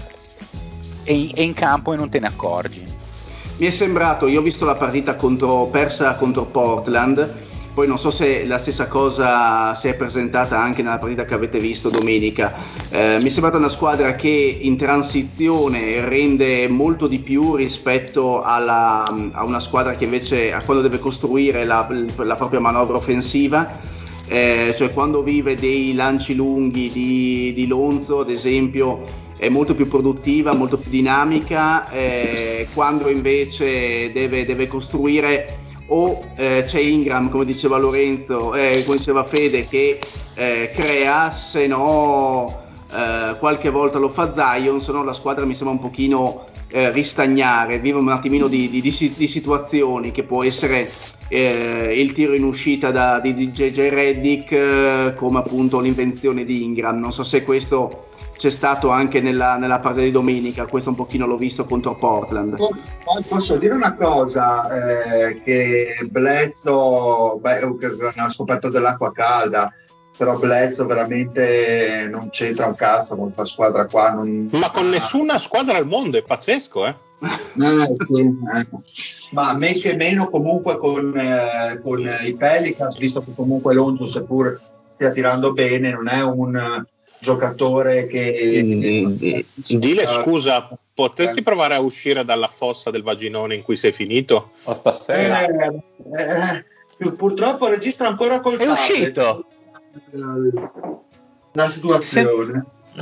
è, è in campo e non te ne accorgi. Mi è sembrato, io ho visto la partita contro, persa contro Portland, poi non so se la stessa cosa si è presentata anche nella partita che avete visto domenica. Eh, mi è sembrata una squadra che in transizione rende molto di più rispetto alla, a una squadra che invece a quando deve costruire la, la propria manovra offensiva. Eh, cioè quando vive dei lanci lunghi di, di Lonzo, ad esempio, è molto più produttiva, molto più dinamica. Eh, quando invece deve, deve costruire, o eh, c'è Ingram, come diceva Lorenzo, eh, come diceva Fede, che eh, crea, se no eh, qualche volta lo fa Zion, se no la squadra mi sembra un pochino eh, ristagnare, vive un attimino di, di, di, di situazioni, che può essere eh, il tiro in uscita da, di, di J J Redick, eh, come appunto l'invenzione di Ingram. Non so se questo c'è stato anche nella, nella partita di domenica, questo un pochino l'ho visto contro Portland. Posso dire una cosa, eh, che Bledsoe, beh, è una scoperta dell'acqua calda, però Bledsoe veramente non c'entra un cazzo con questa squadra qua. Non... Ma con nessuna squadra al mondo, è pazzesco, eh? eh, sì, eh. Ma men che meno comunque con, eh, con i Pelicans, visto che comunque Lonzo, seppur stia tirando bene, non è un... giocatore che... Mm, Dile, scusa, potresti provare a uscire dalla fossa del vaginone in cui sei finito? O stasera. Eh, eh, purtroppo registro ancora col È tablet. uscito. La situazione.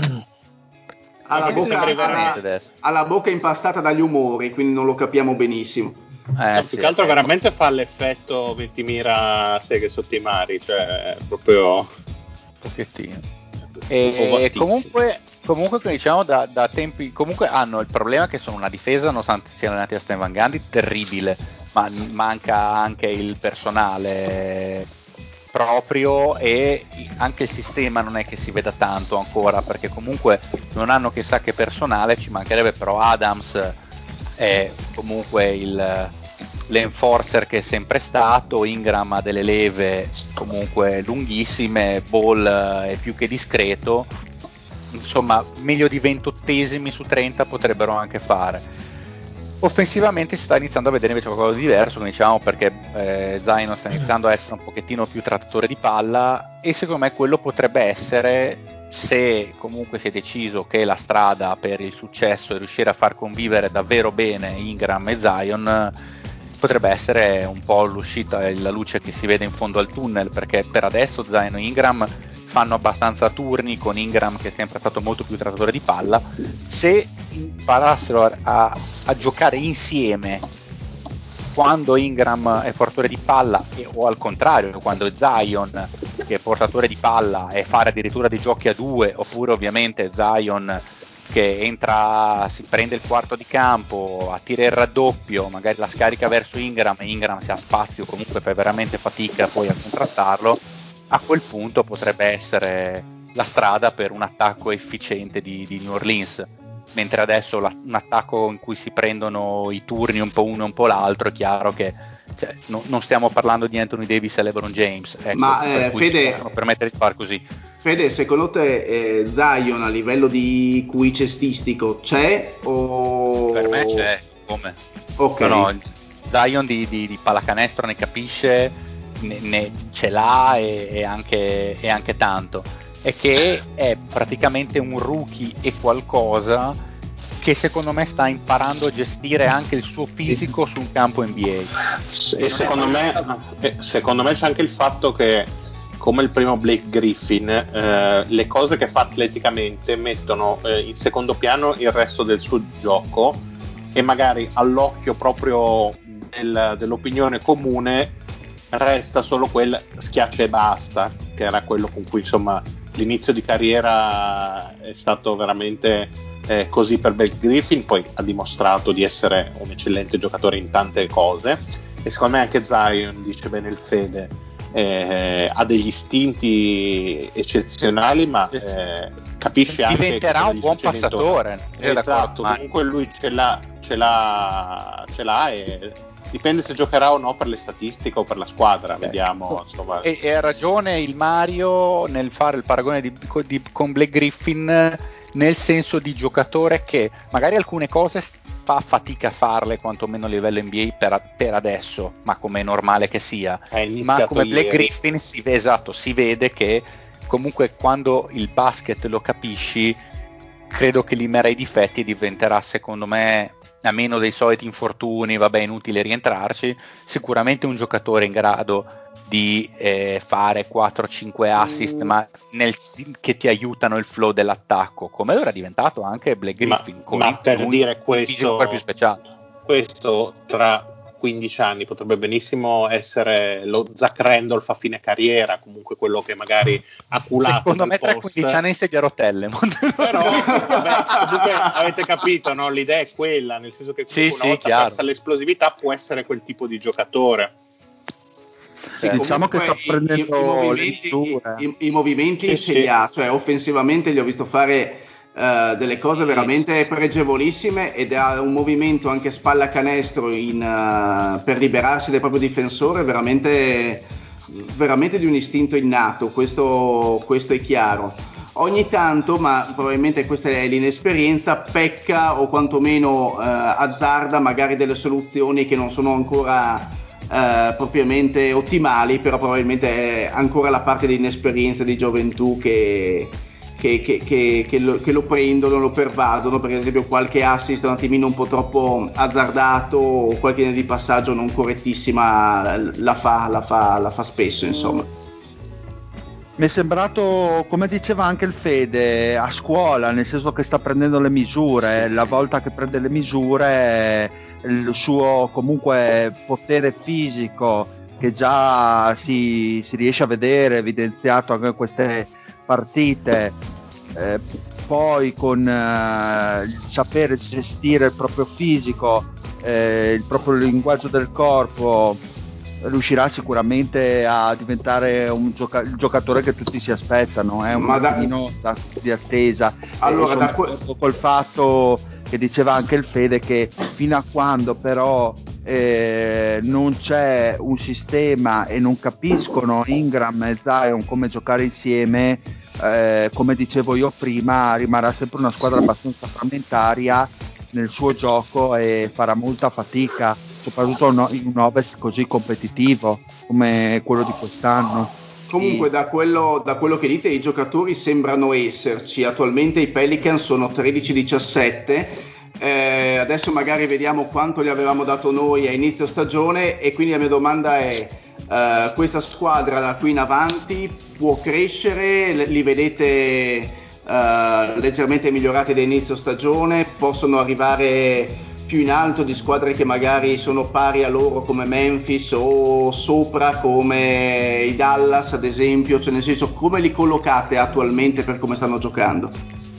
Ha la, Che bocca, sembri ha, veramente adesso. ha la bocca impastata dagli umori, quindi non lo capiamo benissimo. Eh, No, sì, più che altro ecco. veramente fa l'effetto ventimila seghe sotto i mari, cioè è proprio Un pochettino. E ovatissimo. comunque, comunque diciamo da, da tempi, comunque hanno il problema che sono una difesa, nonostante siano allenati a Stan Van Gundy, terribile, ma manca anche il personale proprio e anche il sistema non è che si veda tanto ancora, perché comunque non hanno chissà che personale, ci mancherebbe, però Adams è comunque il l'enforcer che è sempre stato, Ingram ha delle leve comunque lunghissime, Ball è più che discreto, insomma meglio di ventottesimi su trenta potrebbero anche fare. Offensivamente si sta iniziando a vedere invece qualcosa di diverso, come diciamo, perché eh, Zion sta iniziando a essere un pochettino più trattatore di palla e secondo me quello potrebbe essere, se comunque si è deciso che la strada per il successo è riuscire a far convivere davvero bene Ingram e Zion, potrebbe essere un po' l'uscita e la luce che si vede in fondo al tunnel, perché per adesso Zion e Ingram fanno abbastanza turni, con Ingram che è sempre stato molto più trattatore di palla. Se imparassero a, a, a giocare insieme quando Ingram è portatore di palla e, o al contrario quando è Zion che è portatore di palla, e fare addirittura dei giochi a due, oppure ovviamente Zion che entra, si prende il quarto di campo, attira il raddoppio, magari la scarica verso Ingram e Ingram se ha spazio comunque fa veramente fatica poi a contrastarlo, a quel punto potrebbe essere la strada per un attacco efficiente di, di New Orleans, mentre adesso la, un attacco in cui si prendono i turni un po' uno e un po' l'altro, è chiaro che cioè, no, non stiamo parlando di Anthony Davis e LeBron James, ecco, Ma, per eh, cui Fede, si possono permettere di fare così. Fede, secondo te eh, Zion a livello di Q I cestistico c'è o... Per me c'è, come? Ok. No, no, Zion di, di, di pallacanestro ne capisce, ne, ne, ce l'ha e, e, anche, e anche tanto. È che è praticamente un rookie e qualcosa che secondo me sta imparando a gestire anche il suo fisico su un campo N B A. E secondo me, secondo me c'è anche il fatto che, come il primo Blake Griffin, eh, le cose che fa atleticamente mettono eh, in secondo piano il resto del suo gioco, e magari all'occhio proprio del, dell'opinione comune resta solo quel schiaccia e basta, che era quello con cui insomma l'inizio di carriera è stato veramente eh, così per Blake Griffin. Poi ha dimostrato di essere un eccellente giocatore in tante cose, e secondo me anche Zion, dice bene il Fede, eh, ha degli istinti eccezionali, ma eh, capisce anche diventerà cosa un gli buon succede passatore. intorno. Esatto, comunque lui ce l'ha, ce l'ha, ce l'ha e dipende se giocherà o no per le statistiche o per la squadra, vediamo, insomma. E, e ha ragione il Mario nel fare il paragone di, di, con Blake Griffin, nel senso di giocatore che magari alcune cose fa fatica a farle, quantomeno a livello N B A per, per adesso, ma come è normale che sia, ma come Blake ieri. Griffin si, esatto, si vede che comunque quando il basket lo capisci, credo che limerà i difetti e diventerà, secondo me, a meno dei soliti infortuni, vabbè, inutile rientrarci, sicuramente un giocatore in grado di eh, fare quattro cinque assist, mm. ma nel, che ti aiutano il flow dell'attacco, come lo era diventato anche Blake Griffin, ma, con ma il, per un, dire questo, più speciale. Questo tra quindici anni potrebbe benissimo essere lo Zach Randolph a fine carriera, comunque quello che magari ha culato secondo me post. tra quindici anni sedia a rotelle. Però vabbè, comunque avete capito, no? L'idea è quella, nel senso che sì, una sì, volta chiaro. persa l'esplosività può essere quel tipo di giocatore. Sì, diciamo che sta prendendo i, i movimenti, i, i, i movimenti sì, ce sì. li ha, cioè offensivamente gli ho visto fare uh, delle cose veramente pregevolissime, ed ha un movimento anche spalla canestro in, uh, per liberarsi del proprio difensore veramente, veramente di un istinto innato, questo, questo è chiaro. Ogni tanto, ma probabilmente questa è l'inesperienza, pecca o quantomeno uh, azzarda magari delle soluzioni che non sono ancora Uh, propriamente ottimali, però probabilmente è ancora la parte di inesperienza, di gioventù che, che, che, che, che, lo, che lo prendono, lo pervadono, per esempio qualche assist un attimino un po' troppo azzardato o qualche linea di passaggio non correttissima la fa, la fa, la fa spesso, insomma. Mi è sembrato, come diceva anche il Fede, a scuola, nel senso che sta prendendo le misure, la volta che prende le misure il suo comunque potere fisico che già si, si riesce a vedere evidenziato anche in queste partite, eh, poi con eh, il sapere gestire il proprio fisico, eh, il proprio linguaggio del corpo, riuscirà sicuramente a diventare un gioca- il giocatore che tutti si aspettano, è eh? un Ma da... attimino da, di attesa. Allora, e da que- col fatto che diceva anche il Fede che fino a quando però eh, non c'è un sistema e non capiscono Ingram e Zion come giocare insieme, eh, come dicevo io prima, rimarrà sempre una squadra abbastanza frammentaria nel suo gioco e farà molta fatica, soprattutto in un Ovest così competitivo come quello di quest'anno. Comunque da quello, da quello che dite i giocatori sembrano esserci, attualmente i Pelicans sono tredici diciassette, eh, adesso magari vediamo quanto gli avevamo dato noi a inizio stagione e quindi la mia domanda è eh, questa squadra da qui in avanti può crescere, li vedete Uh, leggermente migliorati da inizio stagione, possono arrivare più in alto di squadre che magari sono pari a loro come Memphis o sopra come i Dallas ad esempio, cioè nel senso come li collocate attualmente per come stanno giocando?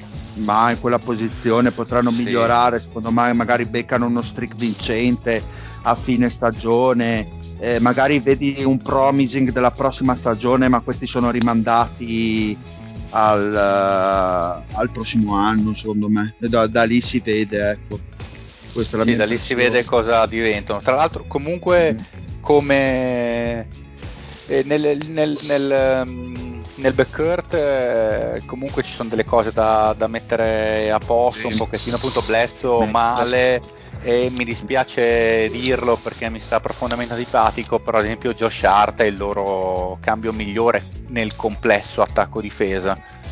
Ma in quella posizione potranno sì. migliorare, secondo me magari beccano uno streak vincente a fine stagione, eh, magari vedi un promising della prossima stagione ma questi sono rimandati Al, uh, al prossimo anno, secondo me, e da, da lì si vede, ecco. Questa è la sì, mia da lì si vede cosa diventano. Tra l'altro, comunque, mm. come eh, nel, nel, nel, um, nel backcourt, eh, comunque ci sono delle cose da, da mettere a posto, sì. un pochettino, appunto, Bledsoe male. E mi dispiace dirlo perché mi sta profondamente antipatico, però ad esempio Josh Hart è il loro cambio migliore nel complesso attacco-difesa.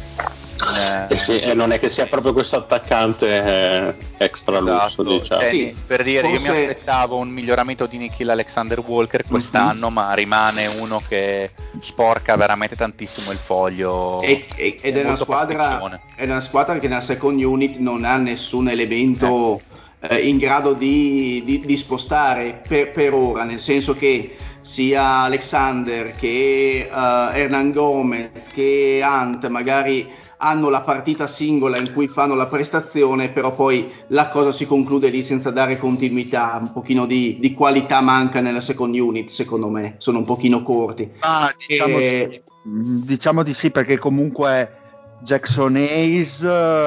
Eh, eh sì, e non è che sia proprio questo attaccante eh, extra lusso, esatto. diciamo. Eh, sì, per dire, forse... io mi aspettavo un miglioramento di Nickeil Alexander-Walker quest'anno, mm-hmm. ma rimane uno che sporca veramente tantissimo il foglio. E, e, ed è una, squadra, è una squadra che nella second unit non ha nessun elemento eh. in grado di, di, di spostare per, per ora, nel senso che sia Alexander che uh, Hernan Gomez che Ant magari hanno la partita singola in cui fanno la prestazione, però poi la cosa si conclude lì senza dare continuità, un pochino di, di qualità manca nella second unit, secondo me, sono un pochino corti. Ah, diciamo, e... sì. diciamo di sì, perché comunque Jackson Hayes,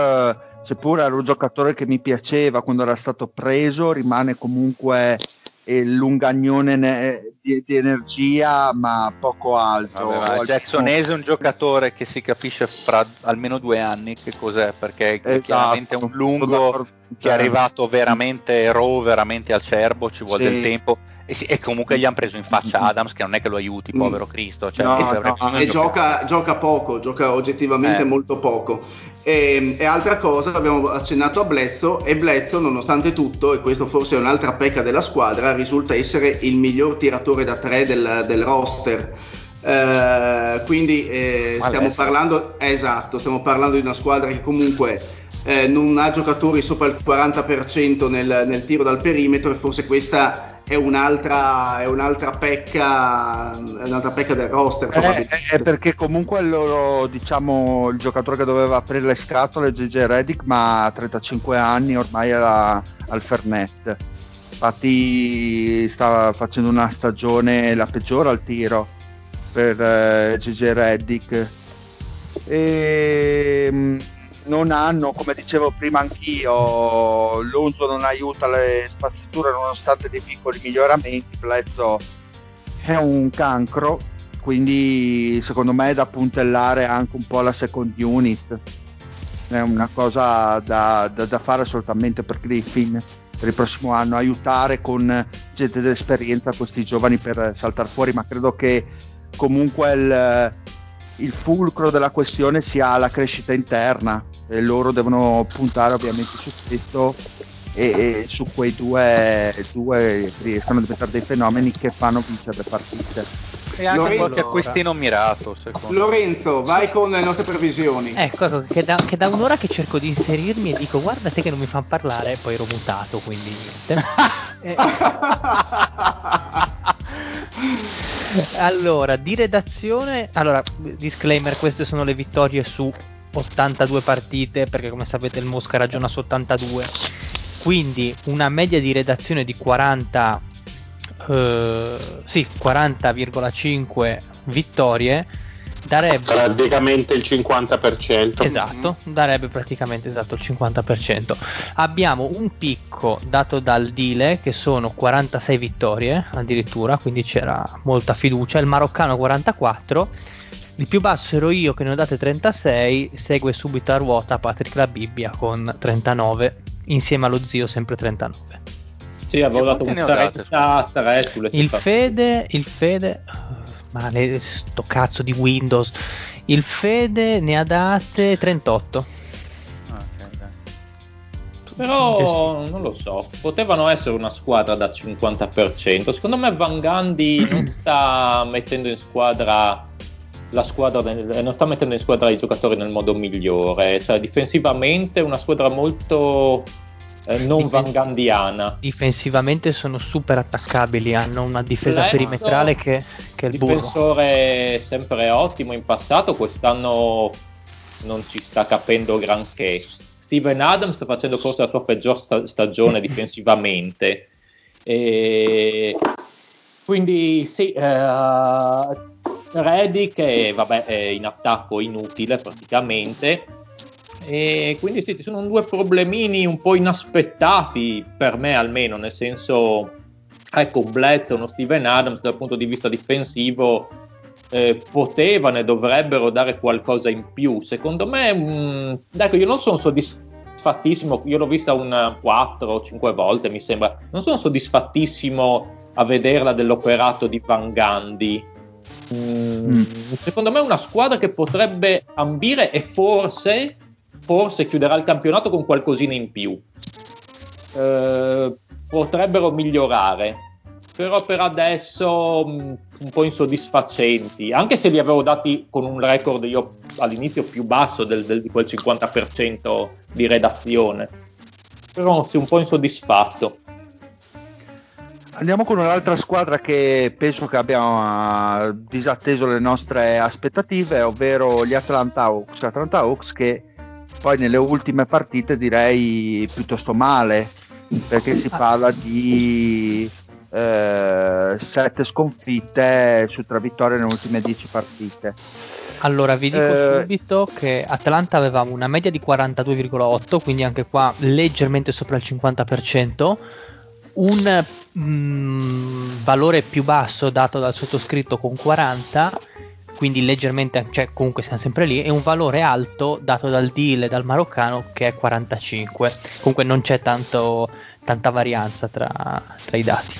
seppur era un giocatore che mi piaceva quando era stato preso, rimane comunque il lungagnone ne- di, di energia ma poco alto. Vabbè, Jackson Hayes è un giocatore che si capisce fra almeno due anni che cos'è, perché è esatto, chiaramente un lungo che è arrivato veramente raw, veramente al cerbo, ci vuole sì. del tempo e, sì, e comunque gli hanno preso in faccia Adams che non è che lo aiuti, mm. povero Cristo, cioè, no, no, e gioca, gioca poco, gioca oggettivamente eh. molto poco. E, e altra cosa, abbiamo accennato a Bledsoe, e Bledsoe nonostante tutto, e questo forse è un'altra pecca della squadra, risulta essere il miglior tiratore da tre del, del roster. Uh, quindi eh, stiamo parlando eh, esatto, stiamo parlando di una squadra che comunque eh, non ha giocatori sopra il quaranta per cento nel, nel tiro dal perimetro, e forse questa è un'altra, è un'altra pecca è un'altra pecca del roster. È, è perché comunque il loro, diciamo, il giocatore che doveva aprire le scatole, J J Redick, ma a trentacinque anni ormai era al Fernet, infatti sta facendo una stagione la peggiore al tiro per eh, J J Redick, e mh, non hanno, come dicevo prima anch'io, Lonzo non aiuta le spazzature nonostante dei piccoli miglioramenti. Bledsoe è un cancro, quindi secondo me è da puntellare anche un po' la second unit, è una cosa da, da, da fare assolutamente per Griffin per il prossimo anno, aiutare con gente d'esperienza questi giovani per saltare fuori, ma credo che comunque il, il fulcro della questione sia la crescita interna, e loro devono puntare ovviamente su questo e, e su quei due, due riescono a diventare dei fenomeni che fanno vincere le partite. E anche Lorenzo, qualche acquistino mirato, secondo Lorenzo, vai con le nostre previsioni. Ecco, che da, che da un'ora che cerco di inserirmi e dico guarda te che non mi fanno parlare, poi ero mutato, quindi niente. Eh, allora, di redazione, allora, disclaimer, queste sono le vittorie su ottantadue partite, perché come sapete il Mosca ragiona su ottantadue, quindi una media di redazione di quaranta, eh, sì, quaranta virgola cinque vittorie darebbe praticamente il cinquanta per cento. Esatto, darebbe praticamente esatto il cinquanta per cento. Abbiamo un picco dato dal Dile che sono quarantasei vittorie addirittura, quindi c'era molta fiducia. Il maroccano quarantaquattro, il più basso ero io che ne ho date trentasei, segue subito a ruota Patrick La Bibbia con trentanove, insieme allo zio sempre trentanove. Sì, avevo dato un trentatré sulle Il Fede, il Fede, ma le, sto cazzo di Windows, il Fede ne ha date trentotto. Però non lo so, potevano essere una squadra da cinquanta per cento. Secondo me Van Gundy non sta mettendo in squadra la squadra nel, non sta mettendo in squadra i giocatori nel modo migliore, cioè difensivamente una squadra molto eh, non Difen- Van Gundiana. Difensivamente sono super attaccabili, hanno una difesa Bledsoe, perimetrale che, che è il burro. Difensore sempre ottimo in passato, quest'anno non ci sta capendo granché. Steven Adams sta facendo forse la sua peggior sta- stagione difensivamente, e quindi sì, eh, Redick che vabbè è in attacco inutile praticamente, e quindi sì, ci sono due problemini un po' inaspettati per me almeno, nel senso, ecco, un Bledsoe, uno Steven Adams dal punto di vista difensivo eh, potevano e dovrebbero dare qualcosa in più. Secondo me, mh, ecco, io non sono soddisfattissimo, io l'ho vista un quattro o cinque volte mi sembra, non sono soddisfattissimo a vederla dell'operato di Van Gundy. Mm, mm. Secondo me è una squadra che potrebbe ambire e forse forse chiuderà il campionato con qualcosina in più, eh, potrebbero migliorare, però per adesso mh, un po' insoddisfacenti, anche se li avevo dati con un record io all'inizio più basso del, del, di quel cinquanta per cento di redazione, però sì, un po' insoddisfatto. Andiamo con un'altra squadra che penso che abbia disatteso le nostre aspettative, ovvero gli Atlanta Hawks. Atlanta Hawks che poi nelle ultime partite direi piuttosto male, perché si parla di eh, sette sconfitte su tre vittorie nelle ultime dieci partite. Allora vi dico eh, subito che Atlanta avevamo una media di quarantadue virgola otto, quindi anche qua leggermente sopra il cinquanta per cento, un mh, valore più basso dato dal sottoscritto con quaranta, quindi leggermente, cioè comunque siamo sempre lì, e un valore alto dato dal deal e dal maroccano che è quarantacinque. Comunque non c'è tanto, tanta varianza tra, tra i dati.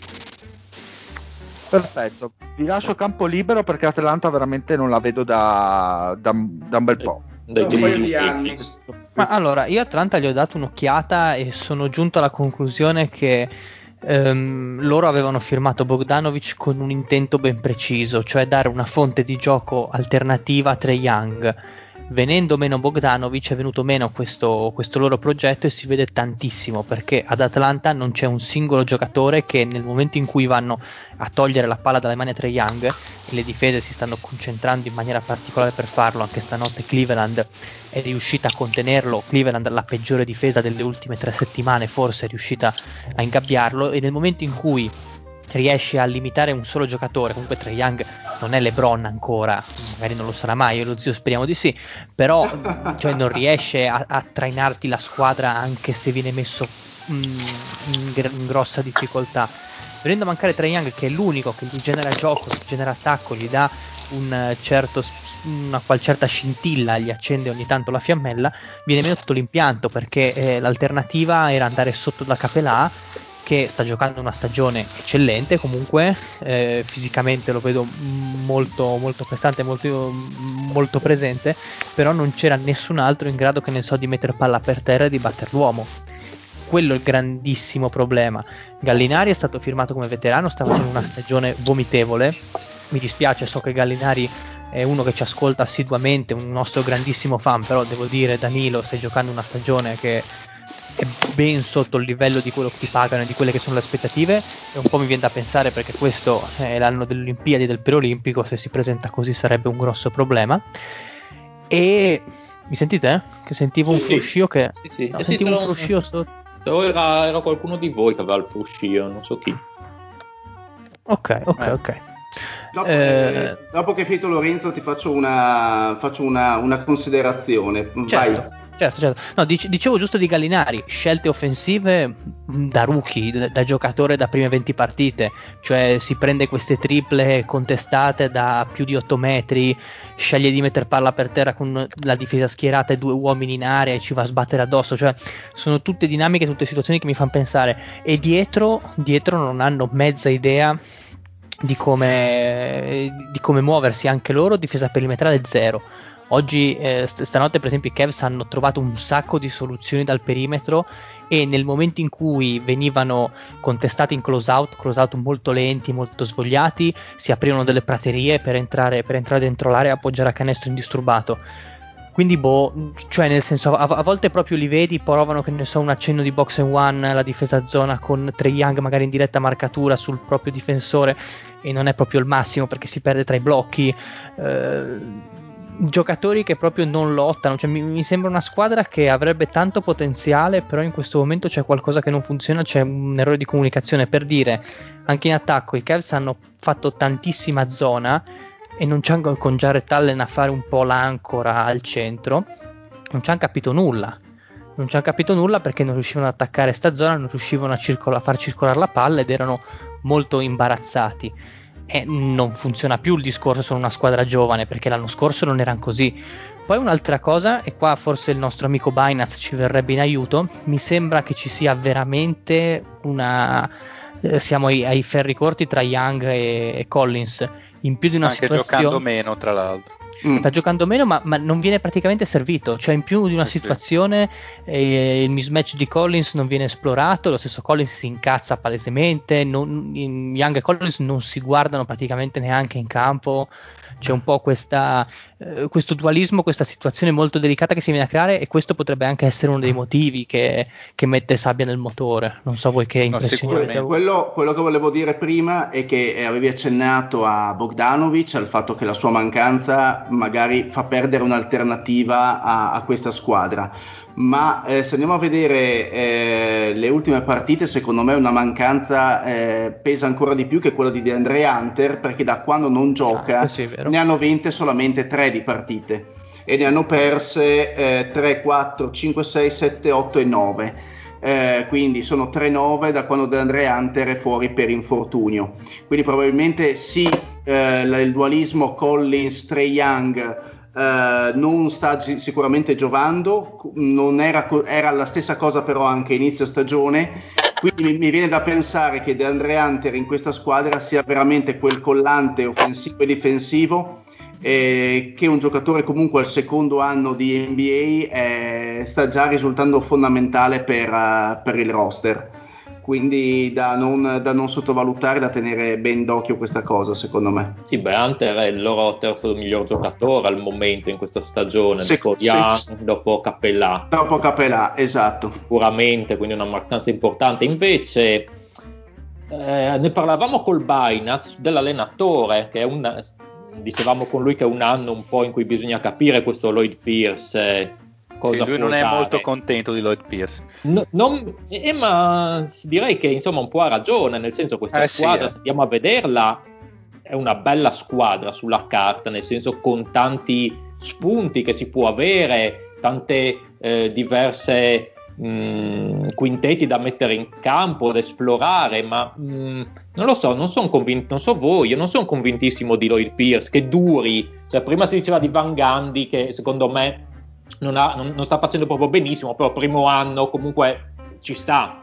Perfetto, vi lascio campo libero perché Atlanta veramente non la vedo da, da, da un bel po'. Da un paio di anni. Ma allora, io a Atlanta gli ho dato un'occhiata e sono giunto alla conclusione che Um, loro avevano firmato Bogdanovic con un intento ben preciso, cioè dare una fonte di gioco alternativa a Trae Young. Venendo meno Bogdanovic è venuto meno questo, questo loro progetto, e si vede tantissimo perché ad Atlanta non c'è un singolo giocatore che nel momento in cui vanno a togliere la palla dalle mani a Trae Young, e le difese si stanno concentrando in maniera particolare per farlo, anche stanotte Cleveland è riuscita a contenerlo. Cleveland, la peggiore difesa delle ultime tre settimane, forse è riuscita a ingabbiarlo, e nel momento in cui riesci a limitare un solo giocatore, comunque Trae Young non è LeBron ancora, magari non lo sarà mai, io e lo zio speriamo di sì, però cioè, non riesce a, a trainarti la squadra anche se viene messo mh, in, gr- in grossa difficoltà. Venendo a mancare Trae Young, che è l'unico che gli genera gioco, gli genera attacco, gli dà un certo, una qual certa scintilla, gli accende ogni tanto la fiammella, viene meno tutto l'impianto, perché eh, l'alternativa era andare sotto da Capelà, che sta giocando una stagione eccellente comunque, eh, fisicamente lo vedo molto, molto prestante, molto, molto presente, però non c'era nessun altro in grado, che ne so, di mettere palla per terra e di battere l'uomo. Quello è il grandissimo problema. Gallinari è stato firmato come veterano, sta facendo una stagione vomitevole, mi dispiace, so che Gallinari è uno che ci ascolta assiduamente, un nostro grandissimo fan, però devo dire, Danilo, stai giocando una stagione che è ben sotto il livello di quello che ti pagano e di quelle che sono le aspettative, e un po' mi viene da pensare, perché questo è l'anno delle Olimpiadi, del preolimpico, se si presenta così sarebbe un grosso problema. E mi sentite? Eh? Che sentivo un Sì, fruscio che sì, sì. no, Eh sì, sentivo un c'era un- fruscio sotto. Però era, era qualcuno di voi che aveva il fruscio, non so chi. Ok, ok, Eh. ok. Dopo, Eh, eh, dopo che è finito Lorenzo ti faccio una, faccio una, una considerazione. Certo, Vai. certo, certo. No, dic- dicevo giusto di Gallinari, scelte offensive mh, da rookie, da, da giocatore da prime venti partite, cioè si prende queste triple contestate da più di otto metri, sceglie di mettere palla per terra con la difesa schierata e due uomini in area e ci va a sbattere addosso, cioè sono tutte dinamiche, tutte situazioni che mi fanno pensare, e dietro, dietro non hanno mezza idea di come, di come muoversi anche loro, difesa perimetrale zero. Oggi, eh, st- stanotte per esempio i Cavs hanno trovato un sacco di soluzioni dal perimetro, e nel momento in cui venivano contestati in close out, close out molto lenti, molto svogliati, si aprivano delle praterie per entrare, per entrare dentro l'area e appoggiare a canestro indisturbato. Quindi boh, cioè nel senso, a, a volte proprio li vedi, provano, che ne so, un accenno di box and one, la difesa a zona con Trae Young magari in diretta marcatura sul proprio difensore, e non è proprio il massimo perché si perde tra i blocchi. Eh, giocatori che proprio non lottano, cioè mi, mi sembra una squadra che avrebbe tanto potenziale, però in questo momento c'è qualcosa che non funziona, c'è un errore di comunicazione. Per dire, anche in attacco i Cavs hanno fatto tantissima zona e non c'hanno con Jarrett Allen a fare un po' l'ancora al centro, non ci hanno capito nulla. Non ci hanno capito nulla perché non riuscivano ad attaccare sta zona, non riuscivano a, circol- a far circolare la palla ed erano molto imbarazzati. E non funziona più il discorso, sono una squadra giovane, perché l'anno scorso non erano così. Poi un'altra cosa, e qua forse il nostro amico Binance ci verrebbe in aiuto, mi sembra che ci sia veramente una... eh, siamo ai, ai ferri corti tra Young e, e Collins, in più di una Anche situazione... giocando meno, tra l'altro. Mm. Sta giocando meno, ma, ma non viene praticamente servito. Cioè, in più di una Sì, sì. situazione, eh, il mismatch di Collins non viene esplorato. Lo stesso Collins si incazza palesemente. Non, in Young e Collins non si guardano praticamente neanche in campo. C'è un po' questa, eh, questo dualismo, questa situazione molto delicata che si viene a creare, e questo potrebbe anche essere uno dei motivi che, che mette sabbia nel motore. Non so voi che impressioni avete sicuramente. avuto. Quello, quello che volevo dire prima è che eh, avevi accennato a Bogdanovic, al fatto che la sua mancanza magari fa perdere un'alternativa a, a questa squadra, ma eh, se andiamo a vedere eh, le ultime partite, secondo me una mancanza eh, pesa ancora di più che quella di DeAndre Hunter, perché da quando non gioca Ah, sì, è vero. ne hanno vinte solamente tre di partite e ne hanno perse eh, tre, quattro, cinque, sei, sette, otto e nove. Eh, quindi sono tre nove da quando DeAndre Hunter è fuori per infortunio, quindi probabilmente sì, eh, il dualismo Collins-Trae Young eh, non sta gi- sicuramente giovando, non era, co- era la stessa cosa però anche inizio stagione, quindi mi, mi viene da pensare che DeAndre Hunter in questa squadra sia veramente quel collante offensivo e difensivo, eh, che un giocatore comunque al secondo anno di N B A eh, sta già risultando fondamentale per, uh, per il roster, quindi da non, da non sottovalutare, da tenere ben d'occhio questa cosa, secondo me. Sì, beh, Hunter è il loro terzo miglior giocatore al momento in questa stagione, Sì, dopo sì. Young, dopo Capellà. Dopo Capelà, esatto. Sicuramente, quindi una mancanza importante. Invece eh, ne parlavamo col Binance dell'allenatore, che è un, dicevamo con lui che è un anno un po' in cui bisogna capire questo Lloyd Pierce, eh, cosa Sì, lui può non è dare. molto contento di Lloyd Pierce. No, non, eh, ma direi che insomma un po' ha ragione, nel senso questa Eh, sì, squadra, eh. se andiamo a vederla, è una bella squadra sulla carta, nel senso con tanti spunti che si può avere, tante eh, diverse mh, quintetti da mettere in campo, da esplorare, ma mh, non lo so, non sono convinto, non so voi, io non sono convintissimo di Lloyd Pierce, che duri, cioè prima si diceva di Van Gundy che secondo me non, ha, non, non sta facendo proprio benissimo, però primo anno comunque ci sta.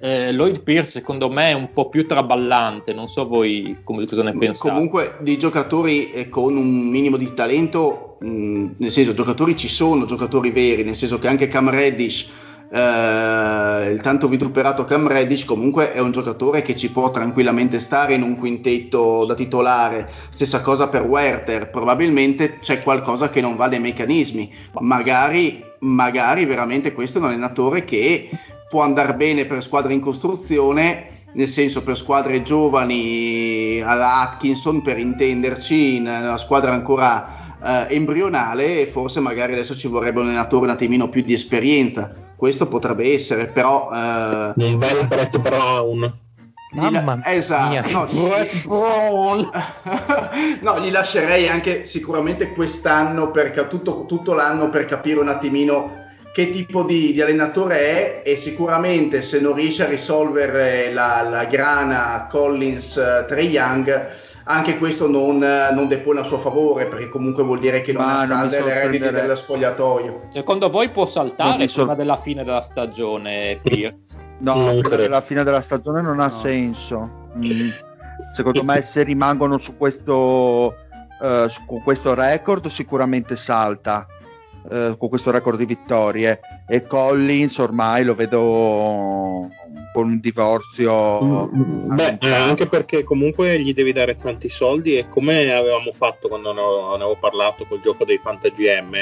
eh, Lloyd Pierce secondo me è un po' più traballante, non so voi come, cosa ne pensate. Comunque di giocatori eh, con un minimo di talento, mh, nel senso giocatori ci sono, giocatori veri, nel senso che anche Cam Reddish, eh, il tanto vituperato Cam Reddish comunque è un giocatore che ci può tranquillamente stare in un quintetto da titolare. Stessa cosa per Werther, probabilmente c'è qualcosa che non va nei meccanismi, magari, magari veramente questo è un allenatore che può andare bene per squadre in costruzione, nel senso per squadre giovani alla Atkinson, per intenderci, in una squadra ancora eh, embrionale, e forse magari adesso ci vorrebbe un allenatore un attimino più di esperienza. Questo potrebbe essere, però eh, un bel Brett Brown. Mamma la- esatto, no, Brett Brown. no, gli lascerei anche sicuramente quest'anno, per, tutto, tutto l'anno, per capire un attimino che tipo di, di allenatore è, e sicuramente se non riesce a risolvere la, la grana Collins uh, Trae Young, anche questo non, non depone a suo favore, perché comunque vuol dire che non Ma ha non mi salde le rediti sorprenderei. dello spogliatoio. Secondo voi può Non saltare mi sor- prima della fine della stagione, Pierce? No, Non prima credo. della fine della stagione non ha No. senso. Mm. Secondo me se rimangono su questo, eh, su- con questo record sicuramente salta, eh, con questo record di vittorie, e Collins ormai lo vedo con un divorzio. Mm, Beh, eh, anche perché comunque gli devi dare tanti soldi, e come avevamo fatto quando ne avevo, ne avevo parlato col gioco dei Fantasy M,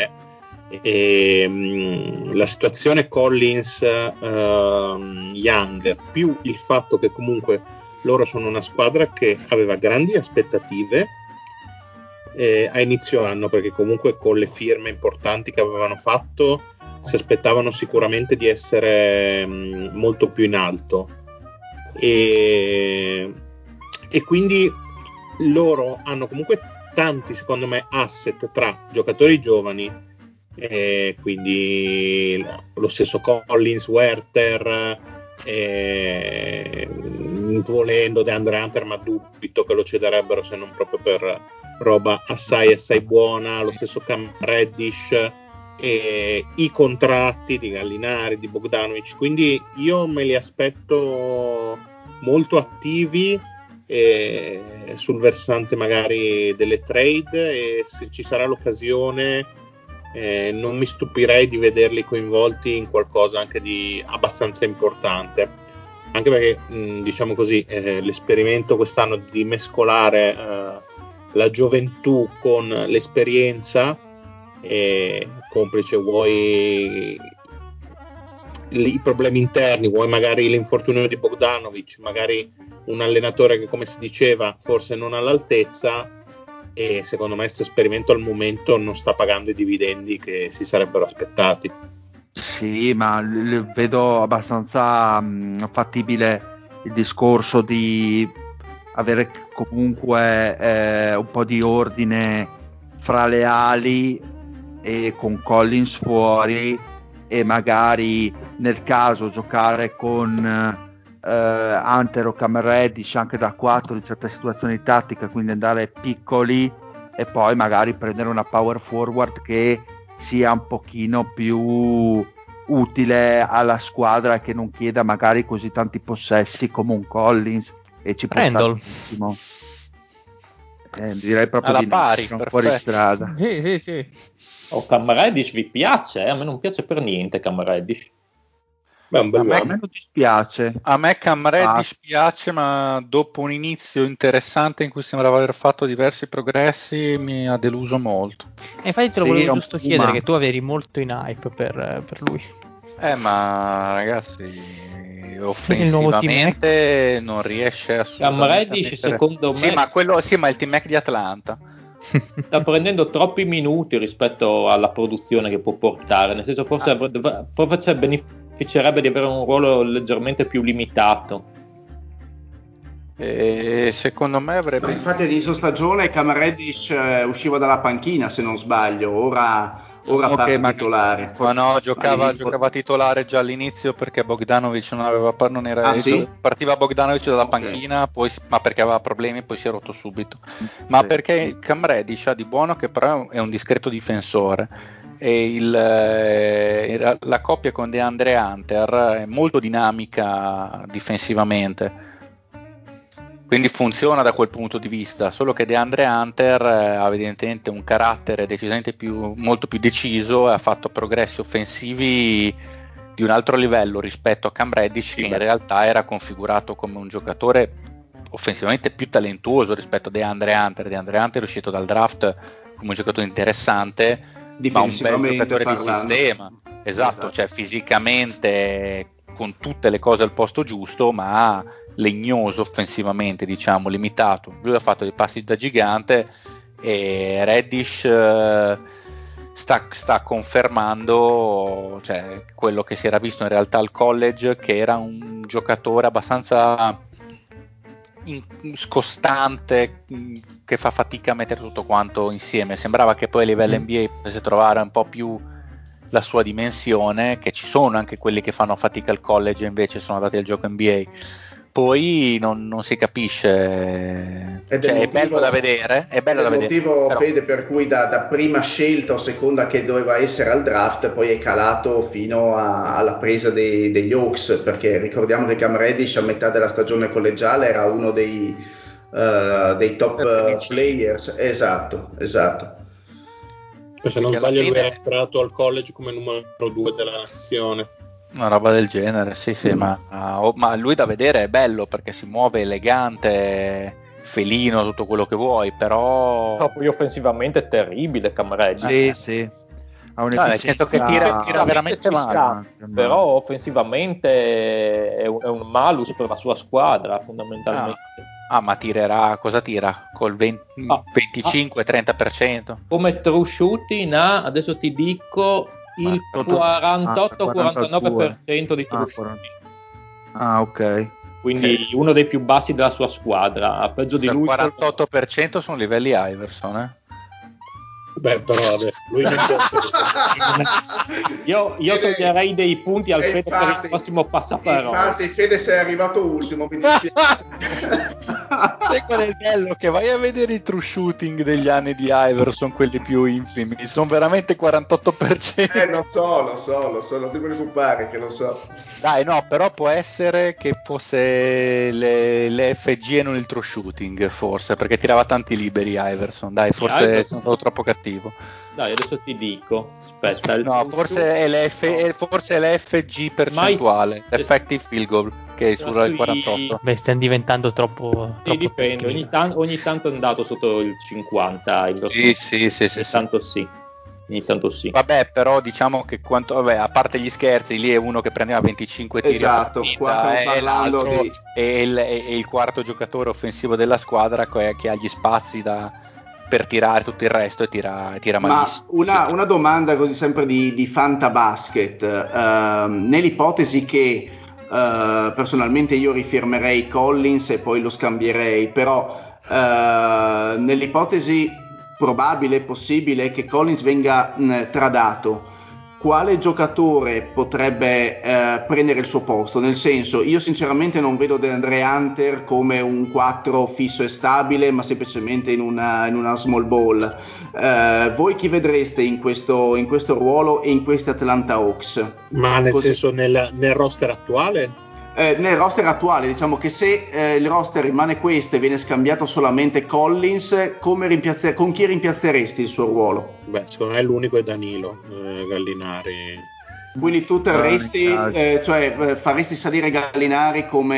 e, mm, la situazione Collins ehm, Young, più il fatto che comunque loro sono una squadra che aveva grandi aspettative eh, a inizio anno, perché comunque con le firme importanti che avevano fatto si aspettavano sicuramente di essere mh, molto più in alto, e, e quindi loro hanno comunque tanti, secondo me, asset tra giocatori giovani, eh, quindi lo stesso Collins, Werther, eh, volendo DeAndre Hunter, ma dubito che lo cederebbero se non proprio per roba assai assai buona, lo stesso Cam Reddish, e i contratti di Gallinari, di Bogdanovic, quindi io me li aspetto molto attivi eh, sul versante magari delle trade, e se ci sarà l'occasione eh, non mi stupirei di vederli coinvolti in qualcosa anche di abbastanza importante, anche perché mh, diciamo così eh, l'esperimento quest'anno di mescolare eh, la gioventù con l'esperienza, e complice vuoi i problemi interni, vuoi magari l'infortunio di Bogdanovic, magari un allenatore che, come si diceva, forse non all'altezza, e secondo me questo esperimento al momento non sta pagando i dividendi che si sarebbero aspettati. Sì, ma l- l- vedo abbastanza mh, fattibile il discorso di avere comunque eh, un po' di ordine fra le ali, e con Collins fuori, e magari nel caso giocare con eh, Hunter o Cam Reddish anche da quattro in certe situazioni tattiche, quindi andare piccoli, e poi magari prendere una power forward che sia un pochino più utile alla squadra e che non chieda magari così tanti possessi come un Collins, e ci può stare Randall. benissimo. Eh, direi proprio Alla di no, pari, sono perfetto. fuori strada. Sì, sì, sì. Oh, Cam Reddish vi piace? Eh? A me non piace per niente Cam Reddish. Beh, un bel A me- A me non dispiace. A me Cam Reddish Ah. piace, ma dopo un inizio interessante in cui sembrava aver fatto diversi progressi mi ha deluso molto. E infatti te lo Sì, volevo è un giusto Puma. chiedere, che tu avevi molto in hype per, per lui. Eh, ma ragazzi, Il nuovo offensivamente non riesce assolutamente Cam a Reddish, mettere... secondo Sì, me, ma quello sì, ma il Team Mac di Atlanta. sta prendendo troppi minuti rispetto alla produzione che può portare, nel senso forse, Ah. avrebbe- forse beneficerebbe di avere un ruolo leggermente più limitato. E secondo me Ma avrebbe... infatti all'inizio stagione Cam Reddish eh, usciva dalla panchina, se non sbaglio, ora, ora Ok, parte ma- titolare. Ma no, giocava, All'inizio- giocava titolare già all'inizio, perché Bogdanovic non aveva par- non era, Ah, sì? partiva Bogdanovic dalla Ok. panchina, poi, si- ma perché aveva problemi, poi si è rotto subito. Ma Sì. perché Cam Reddish ha di buono che però è un discreto difensore, e il, eh, la coppia con DeAndre Hunter è molto dinamica difensivamente, quindi funziona da quel punto di vista, solo che DeAndre Hunter ha evidentemente un carattere decisamente più, molto più deciso e ha fatto progressi offensivi di un altro livello rispetto a Cam Reddish, che in realtà era configurato come un giocatore offensivamente più talentuoso rispetto a DeAndre Hunter. DeAndre Hunter è uscito dal draft come un giocatore interessante, ma un bel giocatore parlando. Di sistema, esatto, esatto, cioè fisicamente con tutte le cose al posto giusto, ma legnoso offensivamente, diciamo, limitato. Lui ha fatto dei passi da gigante e Reddish eh, sta, sta confermando, cioè, quello che si era visto in realtà al college, che era un giocatore abbastanza in, scostante, che fa fatica a mettere tutto quanto insieme. Sembrava che poi a livello N B A potesse trovare un po' più la sua dimensione, che ci sono anche quelli che fanno fatica al college e invece sono andati al gioco N B A. Poi non, non si capisce, ed cioè, è, motivo, è bello da vedere, è bello ed da è vedere, motivo, però... Fede, per cui da, da prima scelta o seconda che doveva essere al draft poi è calato fino a, alla presa dei, degli Hawks, perché ricordiamo che Cam Reddish a metà della stagione collegiale era uno dei, uh, dei top uh, players, esatto, esatto. Se non sbaglio lui era entrato al college come numero due della nazione. Una roba del genere, sì, sì, mm. ma, ma lui da vedere è bello perché si muove elegante, felino, tutto quello che vuoi, però... No, poi offensivamente è terribile Cam Reddish. Sì, eh. sì. Ha no, nel senso che tira, tira veramente male. Sta, però offensivamente è un, è un malus per la sua squadra, fondamentalmente. Ah, ah ma tirerà, cosa tira? Col venti, ah, venticinque trenta per cento? Come true shooting ha, adesso ti dico... il quarantotto quarantanove per cento di true shooting. Ah, ok. Quindi sì. Uno dei più bassi della sua squadra. Peggio di il lui. quarantotto per cento sono livelli Iverson, eh? Beh, però vabbè, lui non può. io, io toglierei dei punti al Fede infatti, per il prossimo passaparola. Infatti, Fede sei arrivato ultimo. Mi dispiace. Sai qual è il bello? Che vai a vedere i true shooting degli anni di Iverson, quelli più infimi, sono veramente quarantotto per cento. Eh, lo so, lo so, lo so, non ti preoccupare che lo so. Dai, no, però può essere che fosse le, le F G e non il true shooting, forse, perché tirava tanti liberi Iverson. Dai, forse Iverson. Sono stato troppo cattivo. Dai, adesso ti dico. Aspetta, il no, forse è, l'F, no. forse è l'F G percentuale, l'effective field goal, che è sulla il quarantotto. Beh, stiamo diventando troppo... Sì, dipende, ogni, tan- ogni tanto è andato sotto il cinquanta. Il sì, sì, sì, sì, ogni sì. tanto sì. Ogni tanto sì. Vabbè, però diciamo che quanto, vabbè, a parte gli scherzi, lì è uno che prendeva venticinque tiri esatto, a partita, eh, l'altro di... è, il, è, è il quarto giocatore offensivo della squadra che, che ha gli spazi da, per tirare tutto il resto e tira, tira malissimo. Ma una, una domanda così sempre di, di fantabasket, uh, nell'ipotesi che uh, personalmente io rifirmerei Collins e poi lo scambierei, però uh, nell'ipotesi probabile, possibile che Collins venga mh, tradato, quale giocatore potrebbe eh, prendere il suo posto? Nel senso, io sinceramente non vedo DeAndre Hunter come un quattro fisso e stabile, ma semplicemente in una, in una small ball. Eh, voi chi vedreste in questo, in questo ruolo e in questi Atlanta Hawks? Ma nel Così. senso nel, nel roster attuale? Eh, nel roster attuale, diciamo che se eh, il roster rimane questo e viene scambiato solamente Collins, come rimpiazzer- con chi rimpiazzeresti il suo ruolo? Beh, secondo me l'unico è Danilo eh, Gallinari. Quindi tu terresti, eh, cioè eh, faresti salire Gallinari come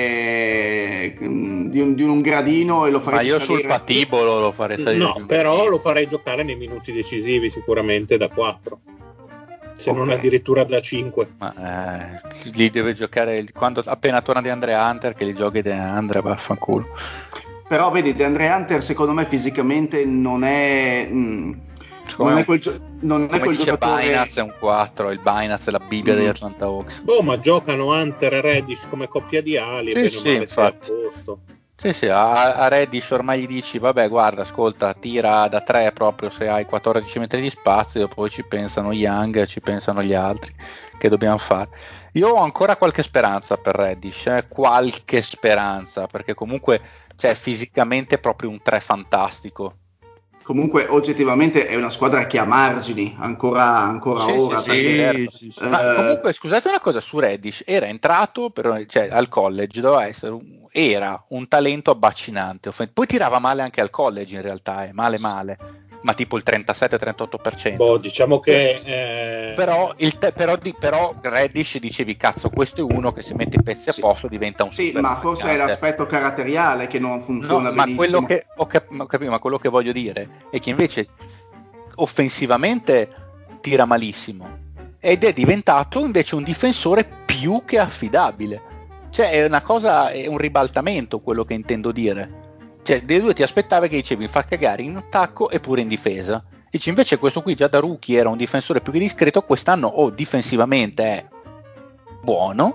eh, di, un, di un gradino e lo faresti Ma io salire... sul patibolo lo farei salire. No, però lo farei giocare nei minuti decisivi, sicuramente da quattro. Se okay. non addirittura da cinque. Ma eh, lì deve giocare quando, appena torna di DeAndre Hunter, che li giochi DeAndre, vaffanculo. Però vedi, DeAndre Hunter secondo me fisicamente non è mh, non è quel, gio- non è quel giocatore. Binance è un quattro, il Binance è la Bibbia mm. degli Atlanta Hawks. Boh, ma giocano Hunter e Reddish come coppia di ali, sì, bene sì, male sei a posto. Sì, sì, a, a Reddish ormai gli dici, vabbè, guarda, ascolta, tira da tre proprio se hai quattordici metri di spazio, poi ci pensano Young, ci pensano gli altri, che dobbiamo fare. Io ho ancora qualche speranza per Reddish, eh? qualche speranza, perché comunque, cioè, fisicamente è proprio un tre fantastico. comunque oggettivamente è una squadra che ha margini ancora, ancora Sì, ora. sì, perché, sì, eh, Ma comunque scusate una cosa su Reddish, era entrato per, cioè, al college, doveva essere un, era un talento abbacinante, offen- poi tirava male anche al college in realtà, eh, male male, ma tipo il trentasette trentotto per cento. Boh, diciamo che eh, Però, il te- però, di- però Reddish dicevi cazzo, questo è uno che se mette i pezzi a Sì. posto diventa un sì, super ma forse è attaccante. l'aspetto caratteriale che non No, funziona ma quello benissimo. che ho, cap- ho capito, ma quello che voglio dire è che invece offensivamente tira malissimo ed è diventato invece un difensore più che affidabile. Cioè è una cosa, è un ribaltamento quello che intendo dire. Cioè dei due ti aspettavi che dicevi fa cagare in attacco e pure in difesa. Dici invece questo qui già da rookie era un difensore più che discreto, quest'anno o oh, difensivamente è buono,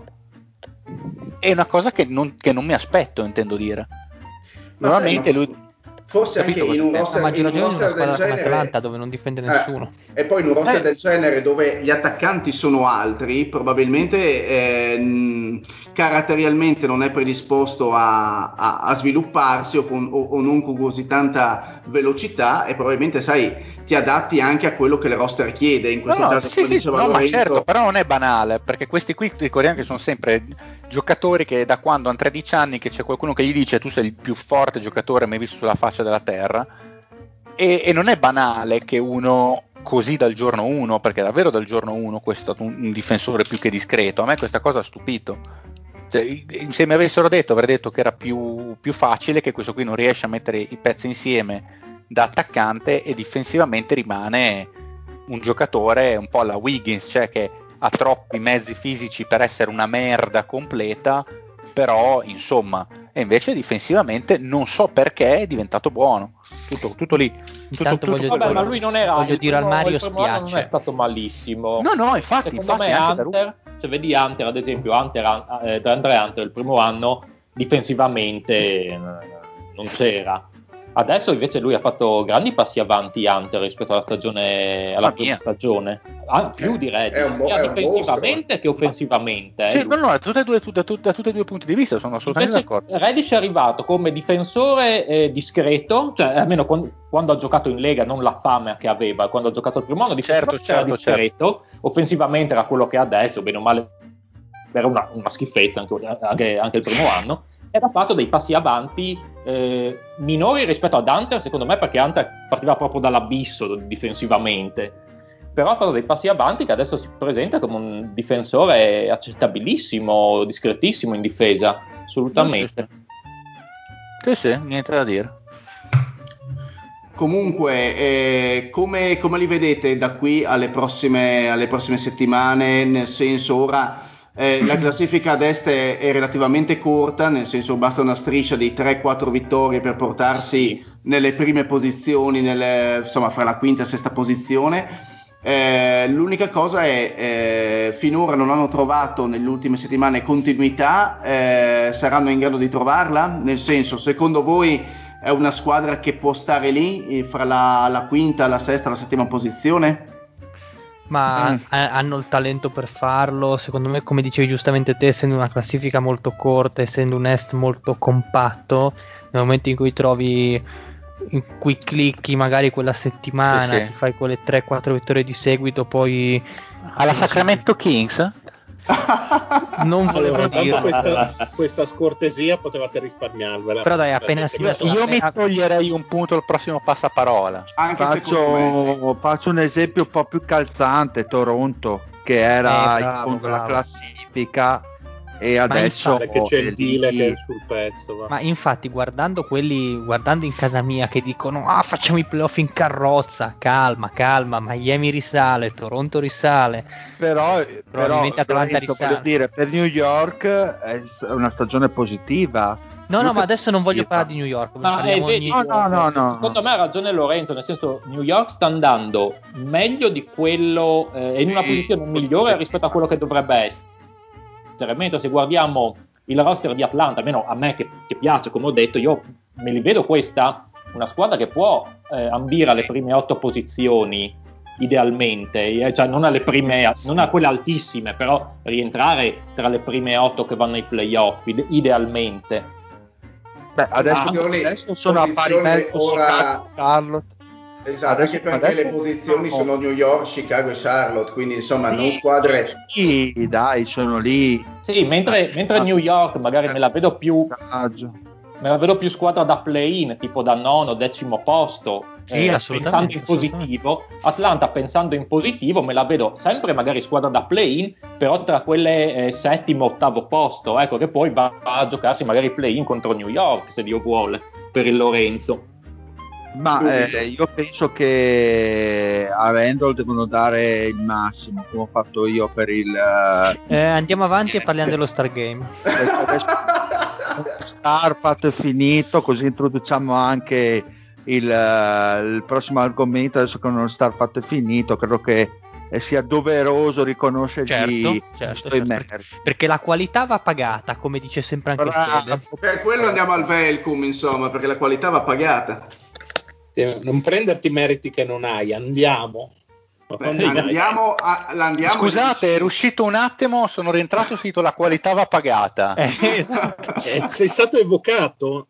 è una cosa che non, che non mi aspetto, intendo dire. Ma Normalmente sai, ma lui forse anche capito in cosa un intendo? roster, A maggior in un ragione in una roster del squadra come genere, Atalanta dove non difende eh, nessuno. e poi in un roster Eh. del genere dove gli attaccanti sono altri, probabilmente eh, mh, caratterialmente non è predisposto a, a- a svilupparsi o, con- o- o non con così tanta velocità, e probabilmente sai ti adatti anche a quello che il roster chiede. In No, questo no, caso, sì, come sì, diceva no, ma Lorenzo, certo, però non è banale, perché questi qui ricordiamo che sono sempre giocatori che da quando hanno tredici anni che c'è qualcuno che gli dice tu sei il più forte giocatore mai visto sulla faccia della terra, e, e non è banale che uno così dal giorno uno, perché davvero dal giorno uno questo è stato un, un difensore più che discreto, a me questa cosa ha stupito. Cioè, se mi avessero detto avrei detto che era più, più facile, che questo qui non riesce a mettere i pezzi insieme da attaccante e difensivamente rimane un giocatore un po' alla Wiggins, cioè che ha troppi mezzi fisici per essere una merda completa, però insomma, e invece difensivamente non so perché è diventato buono, tutto, tutto lì. Tutto, Intanto tutto, voglio, tutto Vabbè, ma voglio- lui non era voglio il dire al primo, Mario il primo anno non è spiace. stato malissimo. No, no, infatti, Secondo infatti me anche da Hunter, se vedi Hunter ad esempio, Hunter, eh, Andre Hunter il primo anno difensivamente eh, non c'era. Adesso invece lui ha fatto grandi passi avanti Hunter rispetto alla stagione, alla Mamma prima mia. stagione, ah, più Eh, direi, è un mo- sia è un difensivamente che offensivamente. eh, Sì, lui. no, no, da tutti e due, da, tutti- da tutti e due i punti di vista sono assolutamente Invece d'accordo. Reddish è arrivato come difensore eh, discreto, cioè almeno quando, quando ha giocato in Lega, non la fame che aveva, quando ha giocato il primo anno difensivamente Certo, era certo, discreto, offensivamente era quello che è adesso, bene o male era una, una schifezza anche, anche, anche il primo anno, ed ha fatto dei passi avanti eh, minori rispetto ad Hunter, secondo me, perché Hunter partiva proprio dall'abisso difensivamente, però ha fatto dei passi avanti che adesso si presenta come un difensore accettabilissimo, discretissimo in difesa, assolutamente. Sì, sì, niente da dire. comunque, eh, come, come li vedete da qui alle prossime, alle prossime settimane? Nel senso, ora eh, la classifica ad est è, è relativamente corta, nel senso basta una striscia di tre quattro vittorie per portarsi nelle prime posizioni, nelle, insomma fra la quinta e sesta posizione. Eh, l'unica cosa è eh, finora non hanno trovato nelle ultime settimane continuità, eh, saranno in grado di trovarla? Nel senso, secondo voi è una squadra che può stare lì fra la, la quinta, la sesta, la settima posizione? Ma Mm. ha- hanno il talento per farlo, secondo me, come dicevi giustamente te, essendo una classifica molto corta, essendo un est molto compatto, nel momento in cui trovi, in cui clicchi magari quella settimana, Sì, sì. ti fai quelle tre quattro vittorie di seguito, poi Alla Sacramento Kings? non volevo Allora, intanto dirlo, questa, questa scortesia potevate risparmiarvela. però dai, appena si- Io, io mi appena- toglierei un punto al prossimo passaparola. Anche secondo me sì. Faccio, faccio un esempio un po' più calzante, Toronto, che era Eh, bravo, in fondo alla bravo. classifica e adesso infatti- Perché c'è è il Dile lì. che è sul pezzo. Va. Ma infatti, guardando quelli, guardando in casa mia che dicono ah, facciamo i playoff in carrozza, calma, calma, Miami risale, Toronto risale, Però, però probabilmente Atlanta Lorenzo, voglio risale. dire, per New York è una stagione positiva. No, Più no, ma che adesso non voglio positiva. parlare di New York, Ma parliamo eh, vedi, di No, no, no, no, secondo no. me ha ragione Lorenzo, nel senso New York sta andando meglio di quello, eh, è in una Sì, posizione migliore rispetto a quello che dovrebbe essere. Mentre se guardiamo il roster di Atlanta, almeno a me che, che piace, come ho detto, io me li vedo questa una squadra che può eh, ambire alle prime otto posizioni idealmente, eh, cioè non alle prime, non a quelle altissime, però rientrare tra le prime otto che vanno ai playoff ide- idealmente. Beh, adesso, Posizioni- adesso sono a pari posizioni merito ora- Chicago, Charlotte. Esatto, anche perché le posizioni sono New York, Chicago e Charlotte, quindi insomma non squadre... Sì, dai, sono lì. Sì, mentre, mentre New York magari me la vedo più me la vedo più squadra da play-in, tipo da nono, decimo posto, sì, eh, pensando in positivo. Atlanta pensando in positivo me la vedo sempre magari squadra da play-in, però tra quelle eh, settimo, ottavo posto, ecco, che poi va, va a giocarsi magari play-in contro New York, se Dio vuole, per il Lorenzo. Ma eh, io penso che a Randall devono dare il massimo, come ho fatto io per il... Eh, andiamo avanti e parliamo dello Stargame. Star fatto e finito, così introduciamo anche il, uh, il prossimo argomento. Adesso che uno Star fatto e finito, credo che sia doveroso riconoscergli certo, certo, certo perché, perché la qualità va pagata, come dice sempre anche Bravo. il Fede. Per quello andiamo al Velcom, insomma, perché la qualità va pagata. Non prenderti meriti che non hai, andiamo. Beh, andiamo a, andiamo Scusate, è uscito un attimo, sono rientrato sul sito, la qualità va pagata. Eh, sei stato evocato.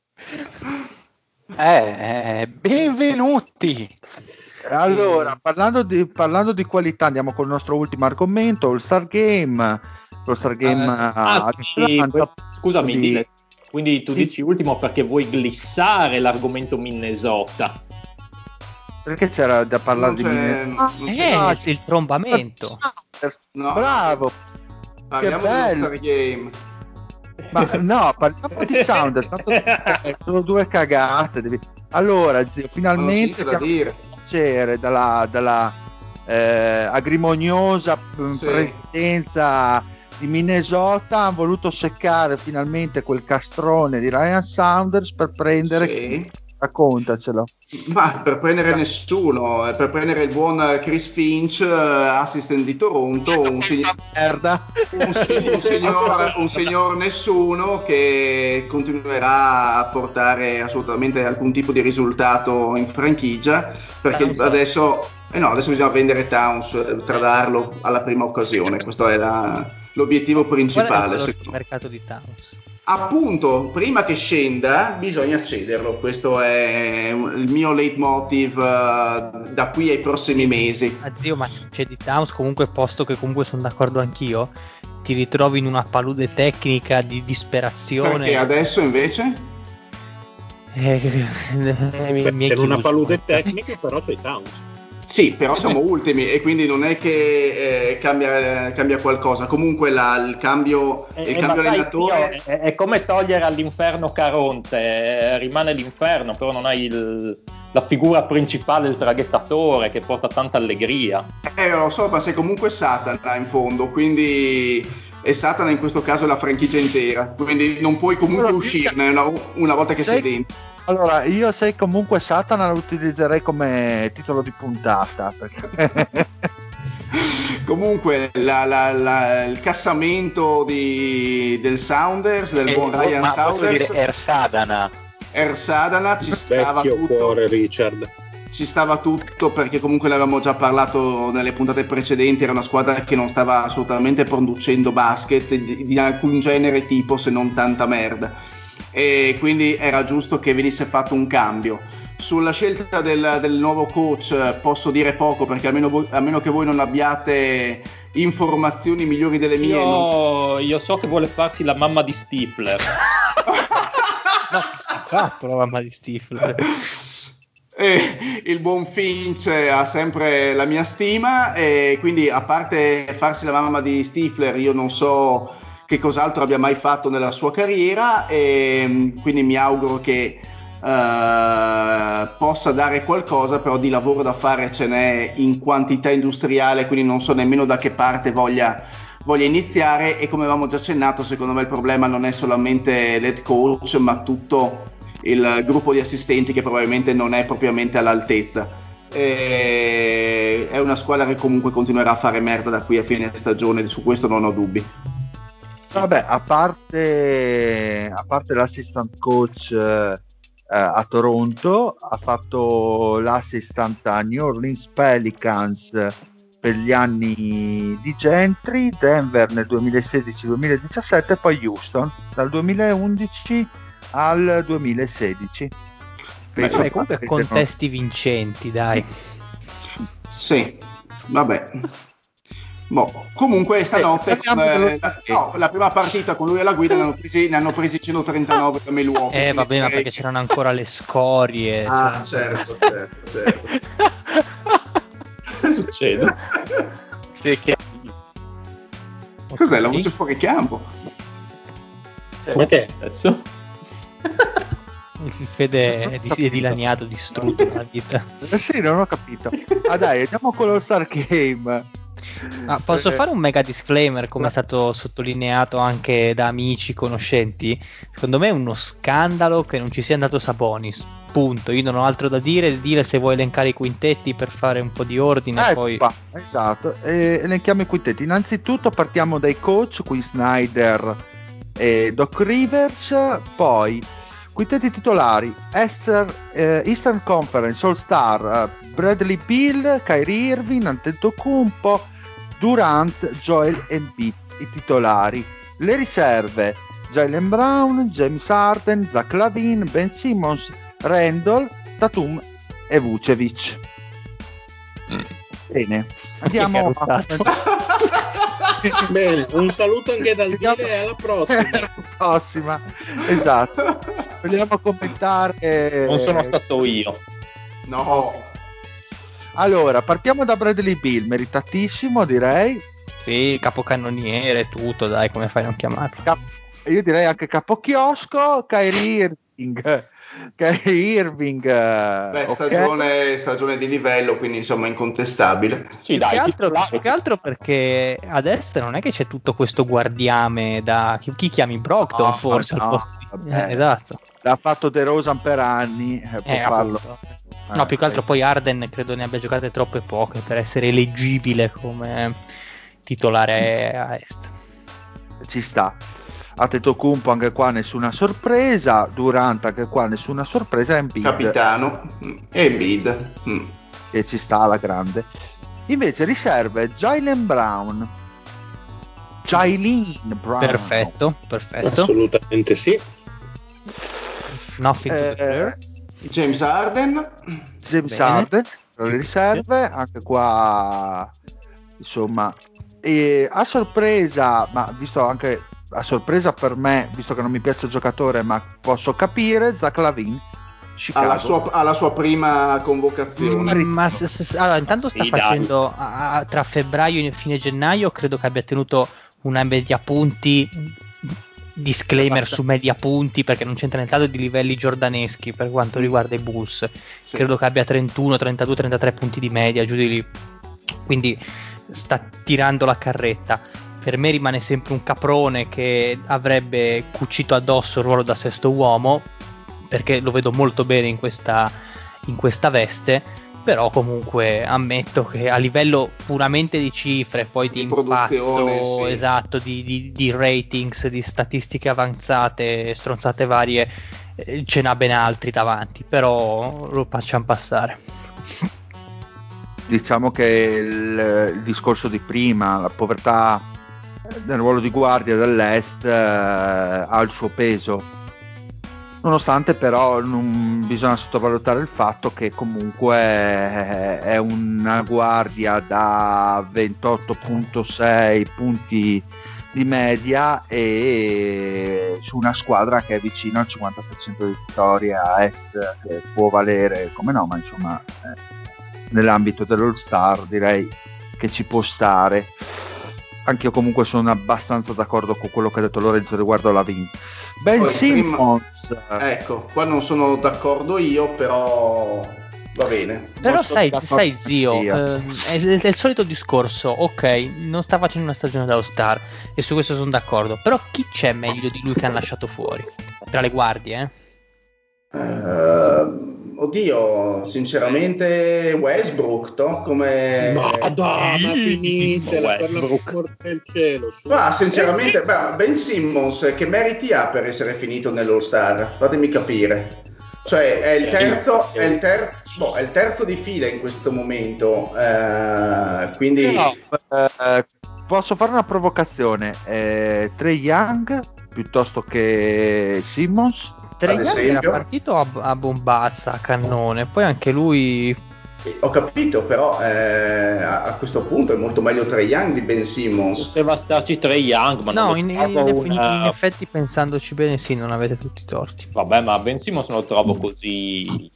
Eh, eh, benvenuti. Allora, parlando di, parlando di qualità, andiamo col nostro ultimo argomento, il Star Game. Lo Star Game uh, ah, quindi, scusami, quindi, Dile, quindi tu sì. dici ultimo perché vuoi glissare l'argomento Minnesota. Perché c'era da parlare di Minnesota? Eh, no, il trombamento. No. Bravo. Parliamo che bello. Star Game. Ma no, parliamo di Sounders, sono due cagate. Devi... Allora, zio, finalmente da dire. piacere dalla, dalla eh, agrimoniosa sì. presenza di Minnesota. Hanno voluto seccare finalmente quel castrone di Ryan Saunders per prendere sì. Raccontacelo. Ma per prendere nessuno, per prendere il buon Chris Finch, assistant di Toronto, un, sig- merda. un, sig- un, signor, un signor nessuno che continuerà a portare assolutamente alcun tipo di risultato in franchigia, perché Towns adesso, eh no, adesso bisogna vendere Towns, tradarlo alla prima occasione, questo è la, l'obiettivo principale. Qual è il mercato di Towns? Appunto, prima che scenda bisogna cederlo, questo è il mio leitmotiv uh, da qui ai prossimi mesi. Addio, ma se cedi Towns, comunque, posto che comunque sono d'accordo anch'io, ti ritrovi in una palude tecnica di disperazione. Perché adesso invece? Eh, Beh, mi per una palude tecnica però c'è Towns. Sì, però siamo ultimi e quindi non è che eh, cambia, cambia qualcosa. Comunque la, il cambio, eh, il cambio allenatore è, è come togliere all'inferno Caronte, eh, rimane l'inferno, però non hai il, la figura principale, il traghettatore che porta tanta allegria. Eh, lo so, ma sei comunque Satana in fondo, quindi è Satana in questo caso la franchigia intera, quindi non puoi comunque allora, uscirne una, una volta che sei, sei dentro. Allora, io se comunque Satana lo utilizzerei come titolo di puntata. Perché... comunque, la, la, la, il cassamento di, del Sounders, del eh, buon Ryan ma Saunders. Dire Er Sadana. Er Sadana ci stava Vecchio tutto. Cuore, Richard. Ci stava tutto perché comunque ne avevamo già parlato nelle puntate precedenti, era una squadra che non stava assolutamente producendo basket di, di alcun genere tipo, se non tanta merda. E quindi era giusto che venisse fatto un cambio. Sulla scelta del, del nuovo coach posso dire poco perché almeno, voi, almeno che voi non abbiate informazioni migliori delle mie. Io, non so. io so che vuole farsi la mamma di Stifler. Ma che si è fatto la mamma di Stifler? E il buon Finch ha sempre la mia stima e quindi a parte farsi la mamma di Stifler io non so che cos'altro abbia mai fatto nella sua carriera e quindi mi auguro che uh, possa dare qualcosa, però di lavoro da fare ce n'è in quantità industriale, quindi non so nemmeno da che parte voglia, voglia iniziare e come avevamo già accennato secondo me il problema non è solamente l'head coach ma tutto il gruppo di assistenti che probabilmente non è propriamente all'altezza. E è una squadra che comunque continuerà a fare merda da qui a fine stagione, su questo non ho dubbi. Vabbè, a parte, a parte l'assistant coach eh, a Toronto, ha fatto l'assistant a New Orleans Pelicans per gli anni di Gentry, Denver nel duemilasedici duemiladiciassette e poi Houston dal duemilaundici al duemilasedici. penso Beh, comunque contesti vincenti, dai. Sì, vabbè. Boh, comunque stanotte Eh, con, eh, la, no, la prima partita con lui alla guida ne hanno presi, ne hanno presi centotrentanove da Milwaukee. Eh vabbè, ma perché c'erano ancora le scorie. Ah, cioè... certo, certo, certo. Che succede? Sì, che... Cos'è la voce fuori campo? Ma che? Adesso? Il Fede è, di, è dilaniato, distrutto dalla vita. Eh sì, non ho capito. Ah dai, andiamo con lo Star Game. Ah, posso Eh, fare un mega disclaimer, come è stato sottolineato anche da amici, conoscenti? Secondo me è uno scandalo che non ci sia andato Sabonis. Punto. Io non ho altro da dire. Dire se vuoi elencare i quintetti per fare un po' di ordine. Ecco Poi qua, esatto. Eh, elenchiamo i quintetti. Innanzitutto partiamo dai coach, qui Snyder e Doc Rivers. Poi quintetti titolari: Esther, eh, Eastern Conference All-Star, eh, Bradley Beal, Kyrie Irving, Antetokounmpo, Durant, Joel Embiid, i titolari. Le riserve: Jaylen Brown, James Harden, Zach LaVine, Ben Simmons, Randall, Tatum e Vucevic. Bene, andiamo a Bene, un saluto anche dal Andiamo- Dire e alla prossima. alla prossima, esatto. Vogliamo commentare. Non sono stato io. No, Allora, partiamo da Bradley Beal, meritatissimo, direi. sì, capocannoniere, tutto, dai, come fai a non chiamarlo? Cap- io direi anche capochiosco, Kyrie Irving. Kyrie Irving, eh, beh, ok. stagione, stagione di livello, quindi insomma incontestabile. Sì, Più dai, che altro, titolare. più che altro perché ad est non è che c'è tutto questo guardiame da chi, chi chiami Brogdon, No, forse al no, posto di... vabbè. Eh, esatto. L'ha fatto De Rosan per anni, eh, può Eh, farlo. appunto. Eh, No, più che altro questo. poi Arden credo ne abbia giocate troppe poche per essere eleggibile come titolare a est. Ci sta. Antetokounmpo anche qua nessuna sorpresa, Durant anche qua nessuna sorpresa, Embiid Capitano mm, e Embiid. Mm. che ci sta alla grande. Invece riserve Jaylen Brown. Jaylen Brown. Perfetto, perfetto. Assolutamente sì. Nothing to Eh, declare. James Harden. James Bene. Harden, le riserve, anche qua insomma, e a sorpresa, ma visto anche a sorpresa per me, visto che non mi piace il giocatore, ma posso capire, Zach LaVine, Chicago. Alla sua, alla sua prima convocazione. Mm, ma se- se- allora, intanto Sì, sta dai. facendo a- a- tra febbraio e fine gennaio, credo che abbia tenuto una media punti. Disclaimer su media punti perché non c'entra nel caso di livelli giordaneschi per quanto Mm. riguarda i Bulls. Sì. Credo che abbia trentuno, trentadue, trentatré punti di media, giù di lì. Quindi sta tirando la carretta. Per me rimane sempre un caprone che avrebbe cucito addosso il ruolo da sesto uomo, perché lo vedo molto bene in questa, in questa veste. Però comunque ammetto che a livello puramente di cifre, poi di, Di produzione, impatto, sì. esatto, di, di, di ratings, di statistiche avanzate, stronzate varie, eh, ce n'ha ben altri davanti, però lo facciamo passare. Diciamo che il, il discorso di prima, la povertà nel ruolo di guardia dell'Est eh, ha il suo peso. Nonostante però non bisogna sottovalutare il fatto che comunque è una guardia da ventotto virgola sei punti di media e su una squadra che è vicino al cinquanta per cento di vittorie a est, che può valere come no, ma insomma eh, nell'ambito dell'All Star direi che ci può stare. Anche io comunque sono abbastanza d'accordo con quello che ha detto Lorenzo riguardo la Vin. Ben Poi Simmons, Ecco, qua non sono d'accordo io, però va bene. Però non sono sai, d'accordo sai zio, io. ehm, è, è- è il solito discorso, ok, non sta facendo una stagione da All-Star e su questo sono d'accordo, però chi c'è meglio di lui che hanno lasciato fuori? Tra le guardie, eh? Eh, oddio, sinceramente Westbrook, no? Come... Madonna, finitela per Westbrook. l'amor del cielo. Su. Ma sinceramente, beh, Ben Simmons che meriti ha per essere finito nell'All Star? Fatemi capire. Cioè è il terzo, è il terzo, boh, è il terzo di fila in questo momento, eh, quindi No, eh, posso fare una provocazione, eh, Trae Young piuttosto che Simmons? Trae ad Young era esempio. partito a, a bombazza, a cannone, poi anche lui... Ho capito, però eh, a, a questo punto è molto meglio Trae Young di Ben Simmons. Poteva starci Trae Young, ma No, non in, lo in, trovo in- una... in effetti pensandoci bene sì, non avete tutti i torti. Vabbè, ma Ben Simmons non lo trovo così,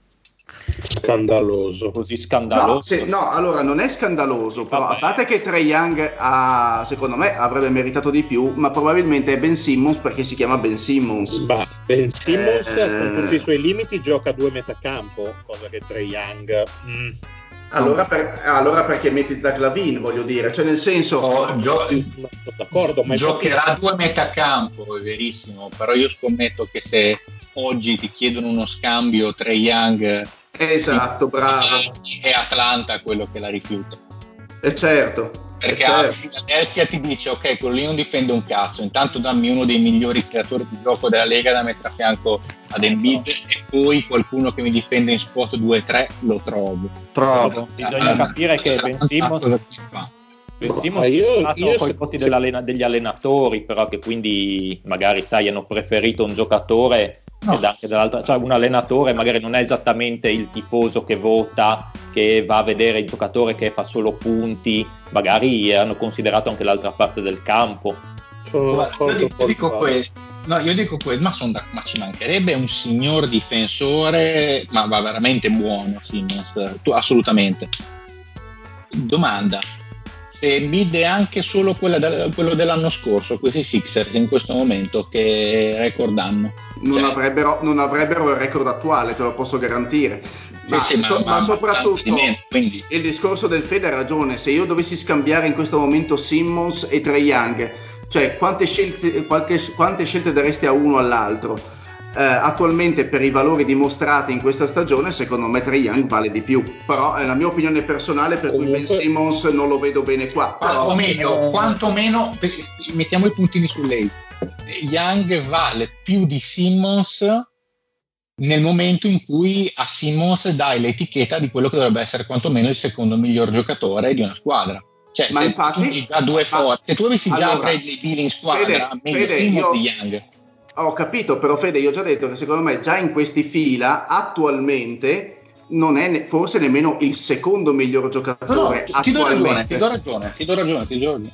Scandaloso. così No, scandaloso. se- no, allora non è scandaloso, però Vabbè. a parte che Trae Young ha, secondo me avrebbe meritato di più, ma probabilmente è Ben Simmons perché si chiama Ben Simmons. Ma Ben Simmons Eh, con tutti i suoi limiti gioca a due metacampo, cosa che Trae Young mm. Allora, per- allora perché metti Zach LaVine, voglio dire, cioè nel senso... Oh, gio- No, sono d'accordo, ma giocherà infatti- due metacampo, è verissimo, però io scommetto che se oggi ti chiedono uno scambio Trae Young Esatto, bravo. è Atlanta quello che la rifiuta. E certo, è Perché certo. Philadelphia ti dice ok, quello lì non difende un cazzo, intanto dammi uno dei migliori creatori di gioco della Lega da mettere a fianco ad Embiid e poi qualcuno che mi difende in spot due tre lo trovo. Trovo. Bisogna capire che Ben Simmons... Cosa ci fa? Ben Ma Simmons io- è stato io coi se- voti se- dell'allena- degli allenatori, però che quindi magari sai hanno preferito un giocatore No. ed anche dall'altra, cioè un allenatore magari non è esattamente il tifoso che vota, che va a vedere il giocatore che fa solo punti, magari hanno considerato anche l'altra parte del campo. sono Guarda, d'accordo io dico, col io dico fatto. questo, no, io dico questo, ma, son da- ma ci mancherebbe un signor difensore, ma va veramente buono, Simmons, tu, assolutamente. Domanda, se Embiid è anche solo quella del- quello dell'anno scorso, questi Sixers in questo momento che record hanno? Non, Cioè, avrebbero, non avrebbero il record attuale, te lo posso garantire. sì, Ma, sì, ma, so- ma ma abbastanza soprattutto di meno, quindi il discorso del Fede ha ragione. Se io dovessi scambiare in questo momento Simmons e Trae Young, cioè quante scelte, qualche- quante scelte daresti a uno o all'altro? Eh, attualmente per i valori dimostrati in questa stagione secondo me Trae Young vale di più, però è la mia opinione personale, per cui Ben Comunque- Simmons non lo vedo bene qua, però, o meglio, eh, quantomeno per- mettiamo i puntini su lei. Young vale più di Simmons nel momento in cui a Simmons dai l'etichetta di quello che dovrebbe essere quantomeno il secondo miglior giocatore di una squadra. Cioè, Ma se infatti- tu hai già due ma- forze, se tu avessi già allora, Bradley Beal in squadra, Fede, meglio Fede, Simmons io- di Young. Ho capito, però Fede, io ho già detto che secondo me già in questi fila attualmente non è ne- forse nemmeno il secondo miglior No, giocatore no, ti do ragione, attualmente. ti do ragione, ti do ragione, ti do ragione.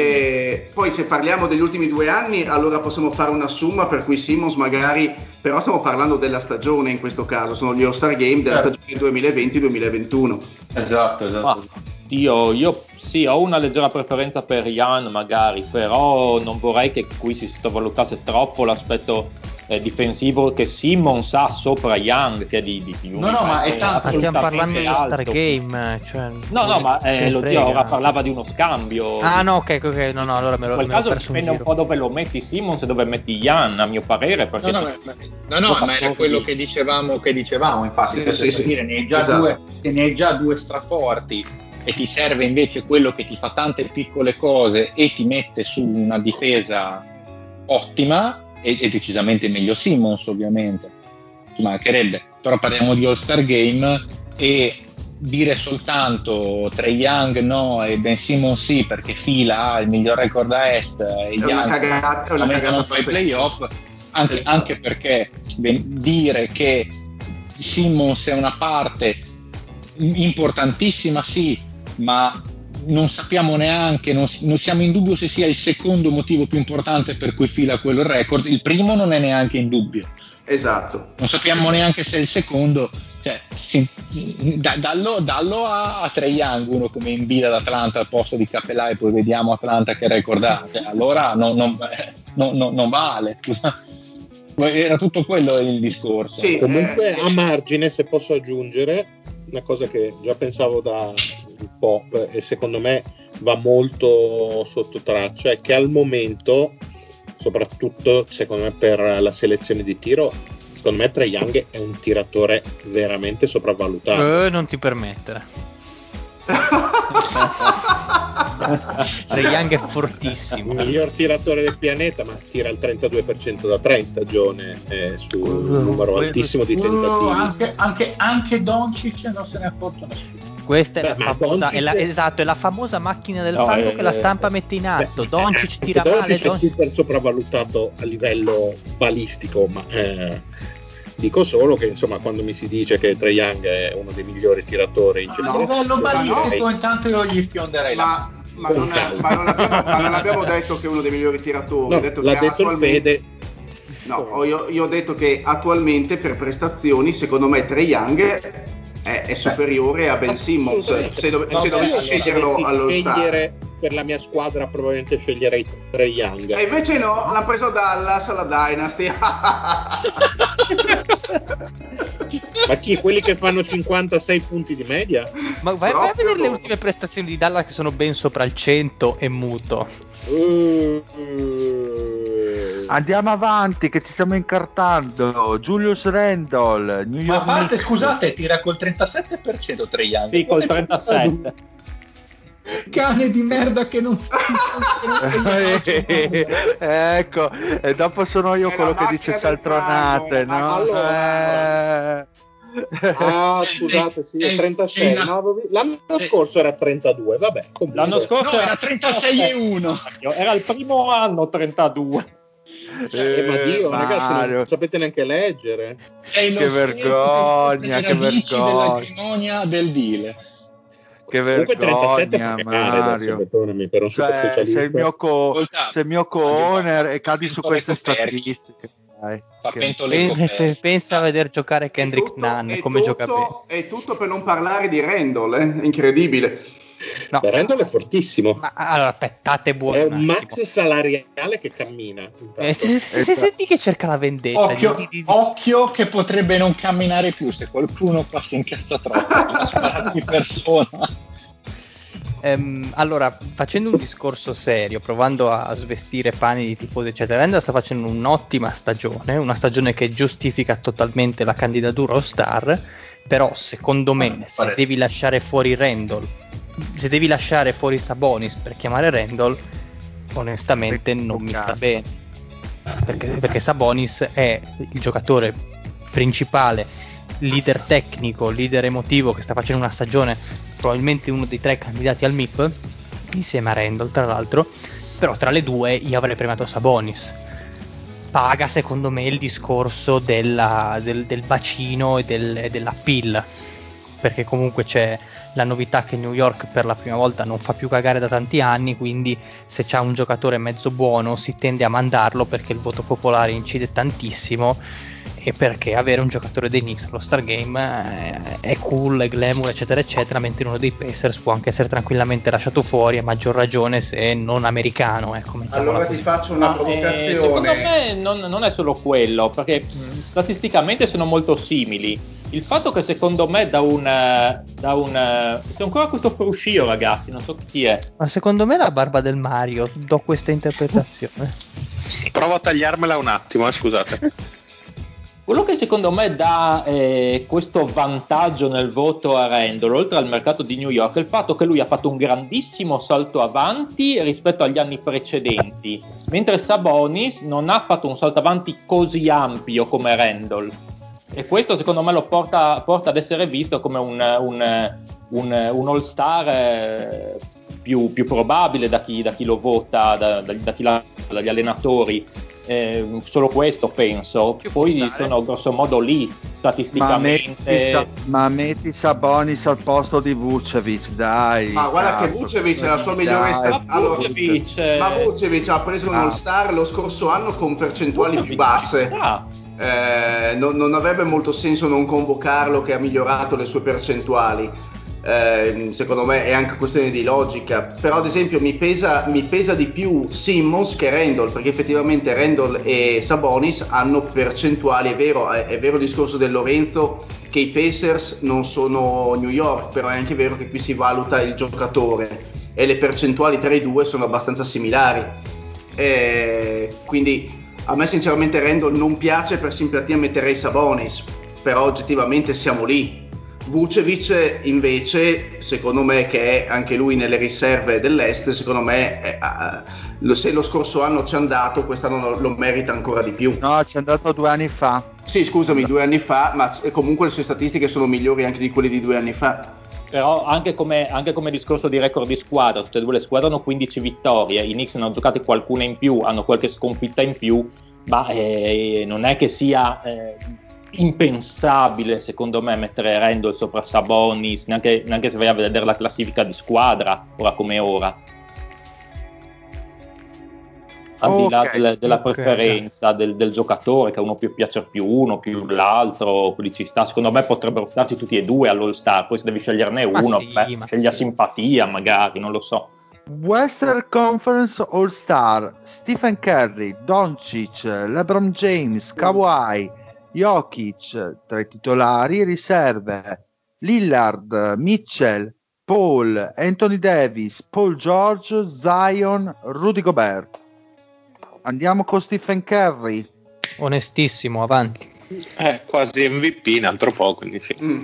E poi se parliamo degli ultimi due anni, allora possiamo fare una somma per cui Simmons magari, però stiamo parlando della stagione in questo caso, sono gli All-Star Game della Certo. stagione duemilaventi duemilaventuno. Esatto, Ma io, io sì, ho una leggera preferenza per Jan magari, però non vorrei che qui si sottovalutasse troppo l'aspetto eh, difensivo che Simmons ha sopra Young, che è di, di, di un No, no, ma è livello tanto- Ma stiamo assolutamente parlando di All-Star alto. Game, cioè, No, no, ma se eh, ne lo zio frega. ora parlava di uno scambio. Ah no, ok, ok, no, no, allora me lo, In quel me l'ho caso perso un dipende un giro. po' dove lo metti Simmons e dove metti Jan, a mio parere, perché No, no, se- ma, no, no, ma era quello che dicevamo, che dicevamo, infatti, Sì, cioè, sì, per sì. dire, ne hai già Esatto. due, se ne hai già due straforti e ti serve invece quello che ti fa tante piccole cose e ti mette su una difesa ottima, e, e decisamente meglio Simmons, ovviamente, ci mancherebbe, però parliamo di All-Star Game e dire soltanto Trae Young no e Ben Simmons sì perché fila ha il miglior record a est e È una Young cagata, è una non cagata fa i pazzesca. playoff, anche, Esatto. anche perché ben- dire che Simmons è una parte importantissima sì, ma non sappiamo neanche, non, non siamo in dubbio se sia il secondo motivo più importante per cui fila quello record, il primo non è neanche in dubbio, Esatto. non sappiamo neanche se è il secondo, cioè, sì, da- dallo, dallo a, a Trae Young, uno come Embiid ad Atlanta al posto di Capelà e poi vediamo Atlanta che record ha, cioè, allora no, non, no, no, non vale, scusa. Era tutto quello il discorso. Sì, Comunque eh, a margine, se posso aggiungere una cosa che già pensavo da un po' e secondo me va molto sotto traccia, è che al momento, soprattutto secondo me per la selezione di tiro, secondo me Trae Young è un tiratore veramente sopravvalutato. Eh, non ti permettere. Trae Young è fortissimo. Il miglior tiratore del pianeta, ma tira il trentadue per cento da tre in stagione, eh, su un numero altissimo di Uh, tentativi. anche, anche, anche Doncic non se ne è accorto nessuno. Questa è, Beh, la ma famosa, Doncic- è la, esatto, è la famosa macchina del No, fango eh, che la stampa mette in atto. Beh, Doncic eh, tira Doncic male, è Doncic... super sopravvalutato a livello balistico, ma eh, Dico solo che insomma quando mi si dice che Trae Young è uno dei migliori tiratori in A generale, livello balistico no. intanto io gli fionderei la Ma, ma, non, ma, non abbiamo, ma non abbiamo detto che è uno dei migliori tiratori. No, ho detto l'ha che detto il attualmente... Fede. No, io, io ho detto che attualmente per prestazioni secondo me Trae Young è, è superiore a Ben Simmons se, dove, No, se dovessi allora, sceglierlo dovessi all'All-Star. scegliere per la mia squadra probabilmente sceglierei Trae Young. E invece no, l'ha preso Dallas alla Dynasty. Ma chi? Quelli che fanno cinquantasei punti di media? Ma vai, vai a Proprio vedere le no. ultime prestazioni di Dallas che sono ben sopra il cento e muto. Uh, uh. Andiamo avanti che ci stiamo incartando. Julius Randle, New Ma a York parte, Knicks. scusate, tira col trentasette per cento Trae Young. Sì, col trentasette. Cane di merda che non sa Ecco, e dopo sono io È quello la che dice macchina del cialtronate, fango, no? allora. Eh. Ah, scusate, sì, è trentasei. Sei- No, avevo- l'anno scorso era trentadue, vabbè. Comunque. L'anno scorso No, era trentasei e uno. Era il primo anno trentadue. Eh, ma Dio, Mario. ragazzi, non sapete neanche leggere. Sei lo Che scettro vergogna, delle che radici vergogna. dell'acrimonia del deal. Che Comunque trentasette vergogna, fa cagare adesso, Mario. perdonami, per un super Cioè, specialista. sei il mio co, Ascolta, sei il mio co-owner e cadi su Pentole queste coperchi. statistiche. Dai, Fa che- pentole Pe- coperche. pe- pensa a vedere giocare È Kendrick tutto, Nunn, è come gioca bene. tutto, è tutto per non parlare di Randall, eh? Incredibile. No, Beh, Randall è fortissimo. ma allora aspettate buono È un un attimo. max salariale che cammina. intanto. Eh, se, se- se senti che cerca la vendetta Occhio, di- di- di- occhio che potrebbe non camminare più se qualcuno qua si incazza troppo. Una sparata di persona. Ehm, allora, facendo un discorso serio, provando a svestire panni di tifoso eccetera, Randall sta facendo un'ottima stagione, una stagione che giustifica totalmente la candidatura All Star, però secondo me Ah, se pare- devi lasciare fuori Randall, se devi lasciare fuori Sabonis per chiamare Randall, onestamente non mi sta bene, perché, perché Sabonis è il giocatore principale, leader tecnico, leader emotivo, che sta facendo una stagione probabilmente uno dei tre candidati al M I P insieme a Randall tra l'altro, però tra le due io avrei premiato Sabonis. Paga secondo me il discorso della, del, del bacino e del, dell'appeal, perché comunque c'è la novità che New York per la prima volta non fa più cagare da tanti anni, quindi se c'ha un giocatore mezzo buono si tende a mandarlo perché il voto popolare incide tantissimo e perché avere un giocatore dei Knicks allo Star Game è, è cool, è glamour eccetera eccetera, mentre uno dei Pacers può anche essere tranquillamente lasciato fuori, a maggior ragione se non americano, ecco, mettiamola Allora così. ti faccio una Ma, eh, provocazione. secondo me non, non è solo quello, perché mh, statisticamente sono molto simili. Il fatto che secondo me da un da un c'è ancora questo fruscio, ragazzi, non so chi è. Ma secondo me la barba del Mario, do questa interpretazione. Provo a tagliarmela un attimo, eh, scusate. Quello che secondo me dà eh, questo vantaggio nel voto a Randall, oltre al mercato di New York, è il fatto che lui ha fatto un grandissimo salto avanti rispetto agli anni precedenti, mentre Sabonis non ha fatto un salto avanti così ampio come Randall. E questo secondo me lo porta, porta ad essere visto come un, un, un, un all-star eh, più, più probabile da chi, da chi lo vota, da, da, da chi la, dagli allenatori. Eh, solo questo penso. Più Poi può stare. sono grosso modo lì Ma metti, statisticamente. Sa- ma metti Sabonis al posto di Vucevic, dai. Ma guarda che cazzo, Vucevic è la sua dai, migliore dai, sta- allora, Vucevic, eh, Ma Vucevic ha preso un Ah. All-Star lo scorso anno con percentuali Vucevic più basse. ci sta. Eh, non, non avrebbe molto senso non convocarlo, che ha migliorato le sue percentuali. Eh, secondo me è anche questione di logica, però ad esempio mi pesa, mi pesa di più Simmons che Randall, perché effettivamente Randall e Sabonis hanno percentuali, è vero, è, è vero il discorso del Lorenzo che i Pacers non sono New York, però è anche vero che qui si valuta il giocatore e le percentuali tra i due sono abbastanza similari. Eh, quindi a me sinceramente Randall non piace, per simpatia metterei Sabonis, però oggettivamente siamo lì. Vucevic invece, secondo me, che è anche lui nelle riserve dell'Est, secondo me è, uh, se lo scorso anno ci è andato, quest'anno lo, lo merita ancora di più. No, ci è andato due anni fa. Sì, scusami, due anni fa, ma comunque le sue statistiche sono migliori anche di quelle di due anni fa. Però anche come, anche come discorso di record di squadra, tutte e due le squadre hanno quindici vittorie, i Knicks ne hanno giocate qualcuna in più, hanno qualche sconfitta in più, ma eh, non è che sia eh, impensabile secondo me mettere Randall sopra Sabonis, neanche, neanche se vai a vedere la classifica di squadra ora come ora, al okay, di là del, della okay, preferenza del, del giocatore, che uno più piace più uno più l'altro, quelli ci sta. Secondo me potrebbero starci tutti e due all'All Star, poi se devi sceglierne Ma uno, sì, beh, ma scegli a sì. simpatia magari, non lo so. Western Conference All Star: Stephen Curry, Doncic, LeBron James, Kawhi, Jokic tra i titolari, riserve Lillard, Mitchell, Paul, Anthony Davis, Paul George, Zion, Rudy Gobert. Andiamo con Stephen Curry. Onestissimo, avanti. È quasi M V P, un altro po', quindi sì. Mm.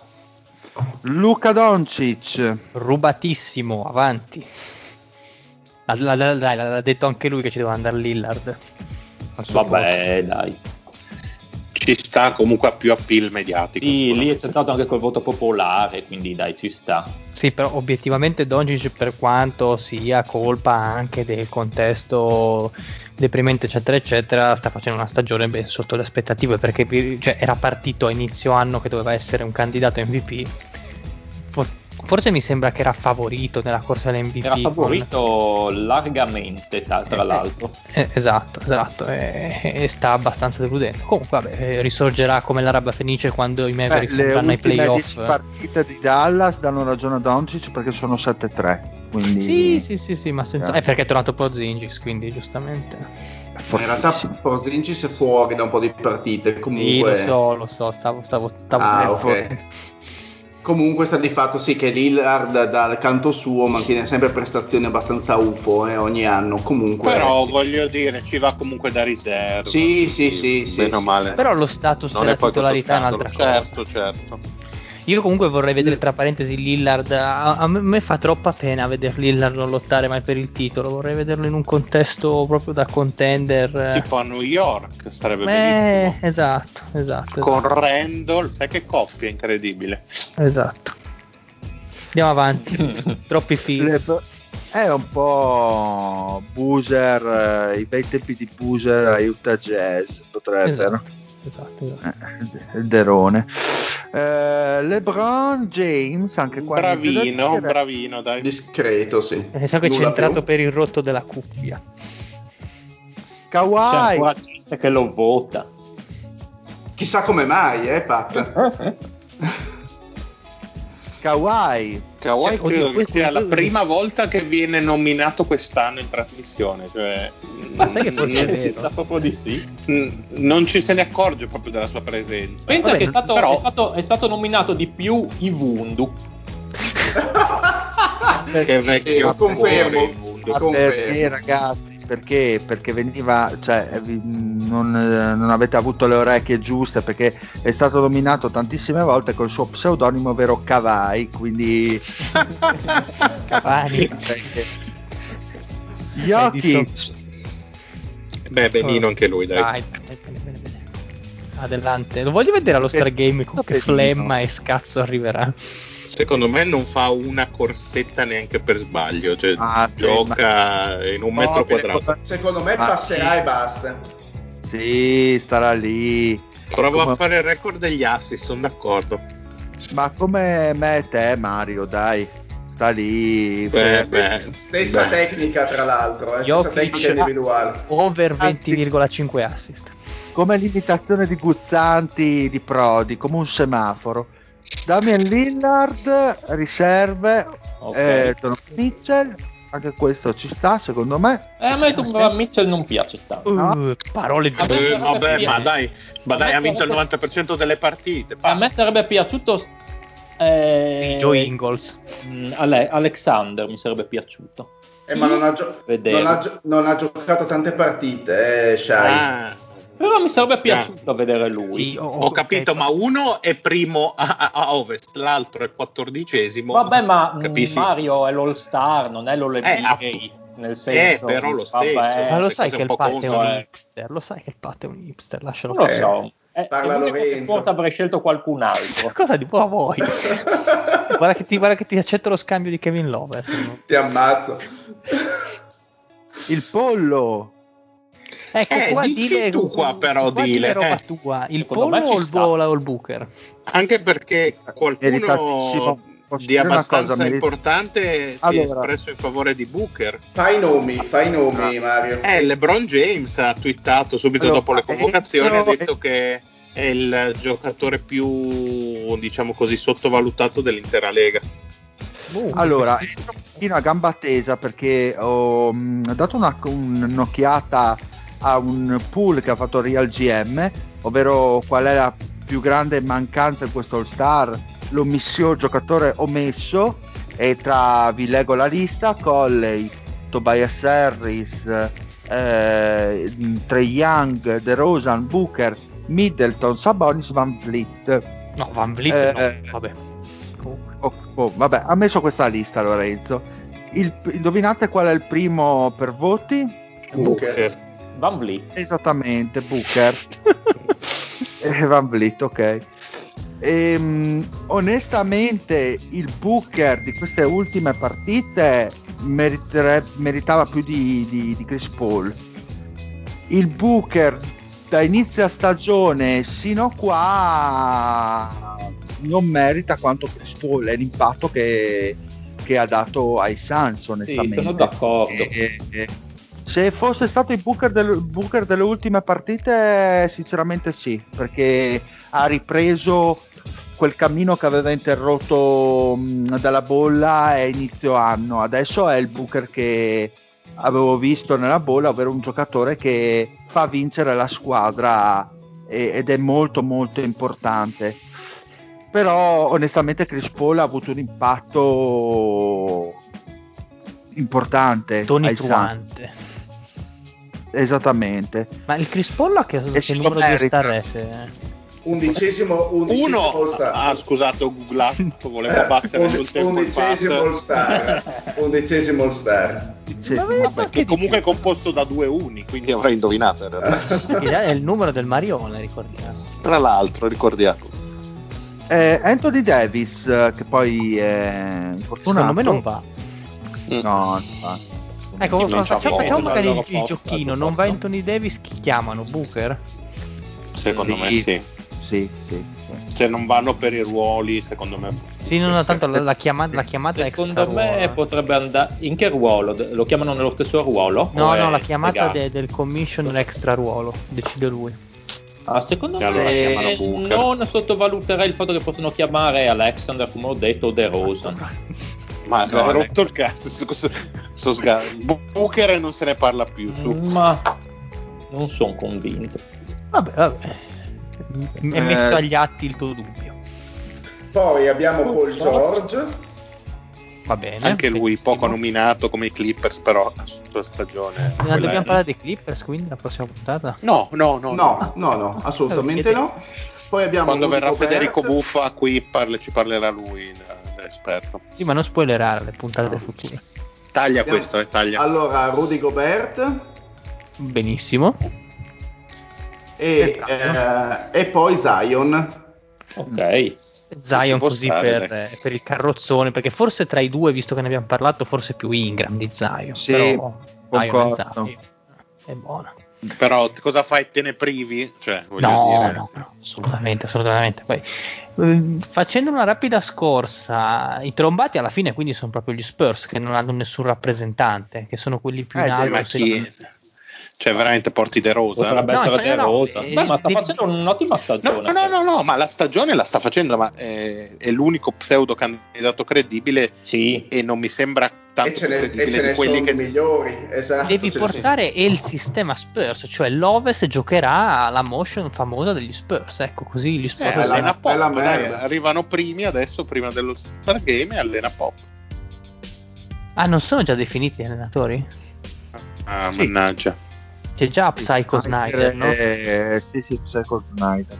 Luka Doncic. Rubatissimo, avanti. La- la- la- Dai, l'ha detto anche lui che ci doveva andare Lillard. Al suo Vabbè, dai. Ci sta comunque a più appeal mediatico. Sì, lì è centrato anche col voto popolare, quindi dai, ci sta. posto. Sì, però obiettivamente Doncic, per quanto sia colpa anche del contesto deprimente eccetera eccetera, sta facendo una stagione ben sotto le aspettative, perché cioè, era partito a inizio anno che doveva essere un candidato M V P. For- Forse mi sembra che era favorito nella corsa all'M V P. Era favorito con... largamente, tra, tra eh, l'altro. Eh, esatto, esatto, e, e sta abbastanza deludendo. Comunque, vabbè, risorgerà come l'Araba Fenice quando i Mavericks Beh, le andranno ai ultime playoff. dieci partite di Dallas danno ragione a Doncic perché sono sette tre. Quindi... Sì, sì, sì, sì, ma senza... Eh. Eh, perché è tornato Porzingis, quindi giustamente. In realtà Porzingis è fuori da un po' di partite, comunque. Sì, lo so, lo so, stavo, stavo, stavo Ah, ok. fuori. Comunque sta di fatto sì che Lillard dal canto suo mantiene sempre prestazioni abbastanza UFO eh, ogni anno. Comunque Però sì. voglio dire, ci va comunque da riserva. Sì, sì, sì, sì, Meno sì. male. Però lo status non della è poi questo titolarità è scandalo. un'altra Certo, cosa. certo. Io comunque vorrei vedere, tra parentesi, Lillard. A, a me fa troppa pena vedere Lillard non lottare mai per il titolo. Vorrei vederlo in un contesto proprio da contender. Tipo a New York sarebbe Eh, benissimo. esatto, esatto. Con esatto. Randall, sai che coppia incredibile. Esatto. Andiamo avanti. Troppi feels. Le- È un po' Boozer, eh, i bei tempi di Boozer a Utah Jazz potrebbero. Esatto, esatto. Eh, il Derone. Eh, LeBron James, anche qua niente da Bravino, dire. bravino, dai. Discreto, sì. E so che è Nulla centrato più. per il rotto della cuffia. C'è Kawhi. ancora gente che lo vota. Chissà come mai, eh, Pat. Kawhi. Kawhi Eh, credo oddio, che sia poi- la prima volta che viene nominato quest'anno in trasmissione, cioè, Ma sai che forse è non, vero? Ci sta proprio di sì. non ci se ne accorge proprio della sua presenza. Pensa Vabbè, che è stato, però- è, stato, è stato nominato di più Ivundu. Che vecchio Eh, confermo. cuore, il mondo. Ma Confermo. perché ragazzi? Perché? Perché veniva, cioè eh, vi- non, eh, non avete avuto le orecchie giuste, perché è stato nominato tantissime volte col suo pseudonimo vero Kawhi, quindi Cavani. Jokic. Beh, benino anche lui, dai. Dai, bene, bene, bene, bene. Adelante. Lo voglio vedere allo Stargame con che Benino. flemma e scazzo arriverà. Secondo me non fa una corsetta neanche per sbaglio, cioè Ah, sì, gioca in un metro Mobile, quadrato. Secondo me Ma passerà sì. e basta. Sì, starà lì. Prova Come- a fare il record degli assist, sono d'accordo. Ma come me e te, Mario, dai, sta lì. Beh, Fe- beh, Stessa beh. tecnica, tra l'altro, eh, stessa Jokic tecnica individuale. over venti virgola cinque assist. Come l'imitazione di Guzzanti di Prodi, come un semaforo. Damian Lillard, riserve, Ok. eh, Donovan Mitchell, anche questo ci sta secondo me. Eh, a me Donovan Mitchell non piace tanto. Uh, parole di A me Eh, sarebbe vabbè, pi- ma dai, ma a dai, me ha vinto il sarebbe- novanta per cento delle partite. A me sarebbe piaciuto eh, Joe Ingles. mh, Ale- Alexander mi sarebbe piaciuto. Eh, ma non ha, gio- Vedere. non, ha gio- non ha giocato tante partite, eh, Shai. Ah, Però mi sarebbe piaciuto vedere lui. Sì, ho, ho capito, ok, ma uno è primo a, a- a Ovest, l'altro è quattordicesimo. Vabbè, ma mh, Capisci? Mario è l'All Star, non è l'All N B A. Eh, appunto. Nel senso, Eh, però lo vabbè, stesso. Ma lo le sai cose che un il po' Pat è contano. un eh. hipster, lo sai che il Pat è un hipster, lascialo non lo perdere. so. È, è Parla l'unico che Lorenzo. forse avrei scelto qualcun altro. Cosa di buona vuoi? guarda, che ti, guarda che ti accetto lo scambio di Kevin Love. eh, se no. Ti ammazzo. Il pollo. Ecco, Eh, qua dici dile, tu qua però, qua dile, roba eh. tua. Il Secondo me pollo ci o il, sta. bo- o il Booker? Anche perché Meritatissimo. qualcuno Posso di dire una abbastanza cosa, merita- importante si Allora. è espresso in favore di Booker. Fai i nomi, fai i nomi, Mario. Eh, LeBron James ha twittato subito Allora, dopo le convocazioni, io- ha detto che è il giocatore più, diciamo così, sottovalutato dell'intera Lega. Uh, Allora, entro un pochino a gamba tesa perché ho mh, dato una, un- un'occhiata a un pool che ha fatto Real G M, ovvero qual è la più grande mancanza in questo All-Star, l'omissione giocatore omesso, e tra vi leggo la lista: Colley, Tobias Harris, eh, Trae Young, DeRozan, Booker, Middleton, Sabonis, Van Vliet. no, Van Vliet Eh, no, vabbè. Comunque. Oh, oh, vabbè, ha messo questa lista Lorenzo. Il, indovinate qual è il primo per voti? Booker. Van Vliet. Esattamente, Booker. E Van Vliet, ok. Ehm, onestamente il Booker di queste ultime partite meriterebbe- meritava più di, di, di Chris Paul. Il Booker da inizio stagione sino a qua non merita quanto Chris Paul e l'impatto che, che ha dato ai Suns, onestamente. Sì, sono d'accordo. E- e- se fosse stato il Booker, del, Booker delle ultime partite, sinceramente sì, perché ha ripreso quel cammino che aveva interrotto mh, dalla bolla a inizio anno. Adesso è il Booker che avevo visto nella bolla, ovvero un giocatore che fa vincere la squadra e- ed è molto molto importante. Però onestamente Chris Paul ha avuto un impatto importante ai Suns. Tonitruante. Esattamente. Ma il Chris Paul ha che, E che se lo numero di merita. All-Star è? Se- Undicesimo, undicesimo Uno All-Star. ha scusato, googlato, voleva battere Undi- sul tempo il undicesimo pass. All-Star. Undicesimo All-Star. Dice- Vabbè, che comunque è composto da due uni, quindi avrei indovinato in realtà. È il numero del Marione, ricordiamo. Tra l'altro, ricordiamo. eh, Anthony Davis, eh, che poi è infortunato. Secondo me non va. No, non va. Ecco, Non facciamo, c'ha facciamo posto magari al il, loro il posto, giochino. al suo Non va posto. Anthony Davis, chi chiamano? Booker? Secondo Sì. me sì. Sì, sì, sì. Se non vanno per i ruoli, secondo me. Sì, non tanto la, la chiamata, la chiamata è Secondo extra me ruolo. potrebbe andare. In che ruolo? Lo chiamano nello stesso ruolo? No, O è no, la chiamata legato? de- del commission extra ruolo, decide lui. Ah, secondo E allora chiamano me Booker. non sottovaluterei il fatto che possono chiamare Alexander, come ho detto, o DeRozan. Ma No, ha lei- rotto il cazzo. sto- sto- sto sga- Booker e non se ne parla più. Su. Ma non sono convinto. Vabbè, vabbè. M- È Eh. messo agli atti il tuo dubbio. Poi abbiamo Paul George. Va bene. Anche lui benissimo. poco nominato come i Clippers, però la sua stagione. Non quella dobbiamo è- parlare dei Clippers, quindi la prossima puntata? No, no, no. No, no, no, assolutamente no. Poi abbiamo Quando Rudy verrà Gobert. Federico Buffa qui parla- ci parlerà lui, l- l'esperto. Sì, ma non spoilerare le puntate future. Taglia Abbiamo- questo, eh, taglia. Allora, Rudy Gobert Benissimo. e, eh, e poi Zion. Ok. Zion Ci può così stare, per, dai. eh, per il carrozzone, perché forse tra i due, visto che ne abbiamo parlato, forse più Ingram di Zion. Sì, però Zion è concordo. Zion. È buono. Però t- cosa fai? Te ne privi? Cioè, voglio No, dire. no, no, assolutamente, assolutamente. Poi, ehm, facendo una rapida scorsa, i trombati alla fine quindi sono proprio gli Spurs che non hanno nessun rappresentante, che sono quelli più Eh, in sì, alto. Ma se- chi? Cioè, veramente porti De Rosa? Potrebbe No, essere infatti no, DeRozan. eh, Beh, ma sta devi- facendo un'ottima No, stagione. no, no, no, ma la stagione la sta facendo, ma è, è l'unico pseudo candidato credibile Sì. e non mi sembra tanto E ce ne, credibile e ce di ne quelli sono che... migliori, esatto. Devi ce ne portare il sistema Spurs, cioè l'Ovest giocherà la motion famosa degli Spurs, ecco così gli Eh, Spurs. bella- allena Pop, bella dai, merda. arrivano primi adesso, prima dello Star Game, e allena Pop. Ah, non sono già definiti gli allenatori? Ah, Sì. mannaggia. C'è già Psycho Snyder, no? Eh, sì, sì, Psycho Snyder.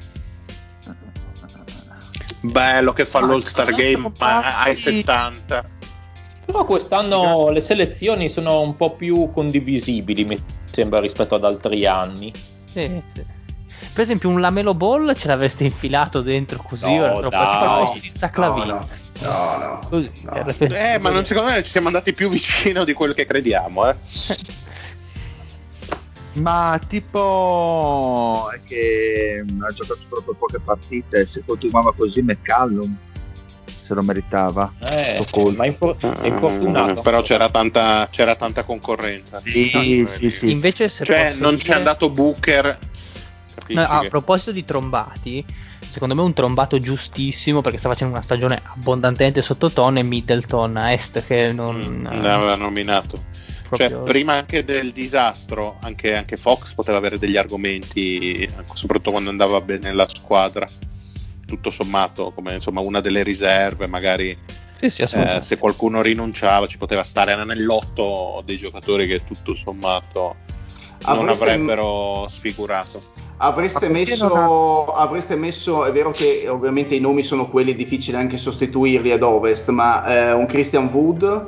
Bello che fa Ma l'All Star sono Game compatti- ma ai settanta. Però quest'anno le selezioni sono un po' più condivisibili, mi sembra, rispetto ad altri anni. Sì, sì. Per esempio un Lamelo Ball ce l'avreste infilato dentro così, No, era troppo dai. facile, poi si inizia a No, clavino. no, no, no. Così, No. era per- Eh, ma non, secondo me ci siamo andati più vicino di quello che crediamo, eh. Ma tipo è che ha giocato troppo poche partite, se continuava così McCallum se lo meritava. Eh, ma infor- è infortunato. Uh, però c'era tanta, c'era tanta concorrenza. Sì, no, sì, sì. Invece se cioè posso non dire... c'è andato Booker. No, a che... proposito di trombati, secondo me un trombato giustissimo, perché sta facendo una stagione abbondantemente sottotono, è Middleton a Est, che non mm, l'aveva nominato. proprio... Cioè, prima anche del disastro, anche, anche Fox poteva avere degli argomenti, soprattutto quando andava bene la squadra. Tutto sommato, come insomma una delle riserve, magari sì, sì, eh, se qualcuno rinunciava ci poteva stare nell'otto dei giocatori che tutto sommato non Avreste... avrebbero sfigurato. Avreste messo, ha... avreste messo, è vero che ovviamente i nomi sono quelli, difficili anche sostituirli ad Ovest, ma eh, un Christian Wood?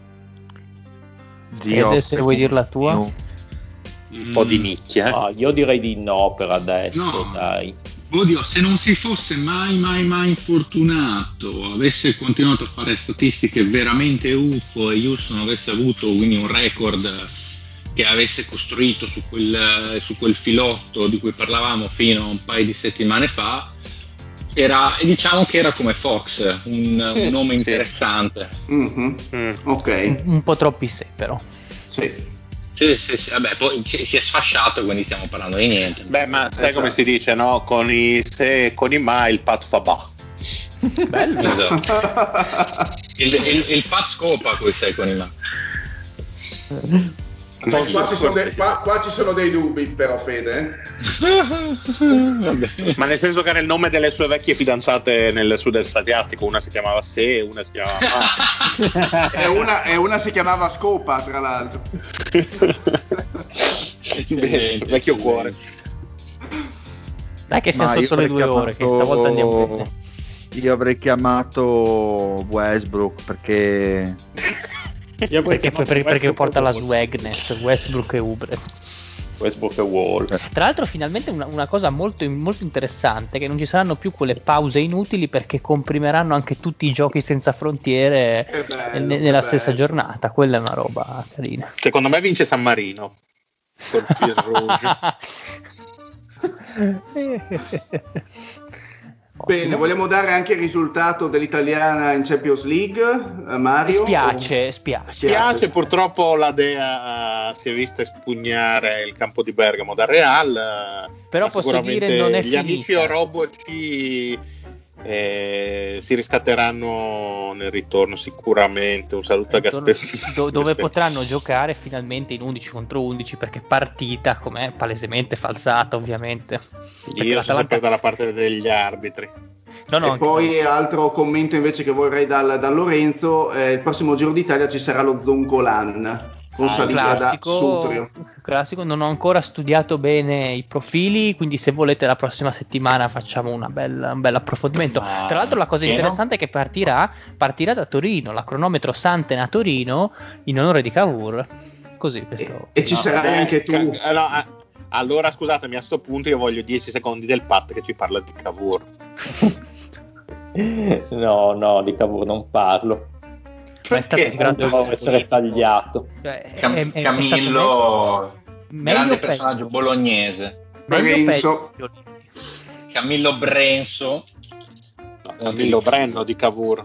Dio, se vuoi dir la tua? Un mm. po' di nicchia. Eh? Ah, io direi di no per adesso, no. dai. Oddio, se non si fosse mai mai mai infortunato, avesse continuato a fare statistiche veramente U F O e Houston avesse avuto quindi un record che avesse costruito su quel, su quel filotto di cui parlavamo fino a un paio di settimane fa, era, diciamo che era come Fox, un, sì, un nome sì. interessante. Mm-hmm. Mm. Ok. Un, un po' troppi sé però. Sì. Sì, sì, sì, vabbè, poi si, si è sfasciato, quindi stiamo parlando di niente. Beh, ma sai esatto. come si dice, no? Con i se con i ma il pat fa ba. Bello. Esatto. il, il, il pat scopa con i se con i ma. Qua, qua, ci sono dei, qua, qua ci sono dei dubbi però, Fede. Ma nel senso che era il nome delle sue vecchie fidanzate nel sud-est asiatico, una si chiamava Se, una si chiamava Ma. e, una, e una si chiamava Scopa, tra l'altro. Beh, vecchio cuore. Dai che siamo sotto le due chiamato... ore, che stavolta andiamo bene. Io avrei chiamato Westbrook perché... Io perché, perché, perché porta la swagness, Westbrook e Ubre. Westbrook e Wall. Tra l'altro finalmente una, una cosa molto, molto interessante, che non ci saranno più quelle pause inutili perché comprimeranno anche tutti i giochi senza frontiere bello, ne, nella stessa bello. giornata. Quella è una roba carina. Secondo me vince San Marino col fil rouge. Bene, vogliamo dare anche il risultato dell'italiana in Champions League, Mario? Spiace, spiace. Spiace, purtroppo la Dea si è vista espugnare il campo di Bergamo dal Real. Però posso dire non è gli finita. amici oroboci eh, si riscatteranno nel ritorno sicuramente. Un saluto a Gasperi. Do, dove potranno giocare finalmente in undici contro undici, perché partita com'è palesemente falsata ovviamente. Io sono sempre dalla parte degli arbitri. No, no, e poi no. Altro commento invece che vorrei dal, da Lorenzo, eh, il prossimo Giro d'Italia ci sarà lo Zoncolan con ah, salita classico, da Sutrio. Classico, non ho ancora studiato bene i profili, quindi se volete la prossima settimana facciamo una bella, un bel approfondimento. Ma tra l'altro la cosa interessante no? è che partirà, partirà da Torino, la cronometro Santen a Torino in onore di Cavour. Così questo... E, e ci no, sarai beh, anche tu. Ca- no, ah, allora scusatemi, a sto punto io voglio dieci secondi del Pat che ci parla di Cavour. No, no, di Cavour non parlo. Ma è stato di grande deve essere tagliato. Cioè, Cam- è, è, Camillo, è grande personaggio peggio. bolognese. Brenso. Camillo Brenso. No, Camillo Brenno di Cavour.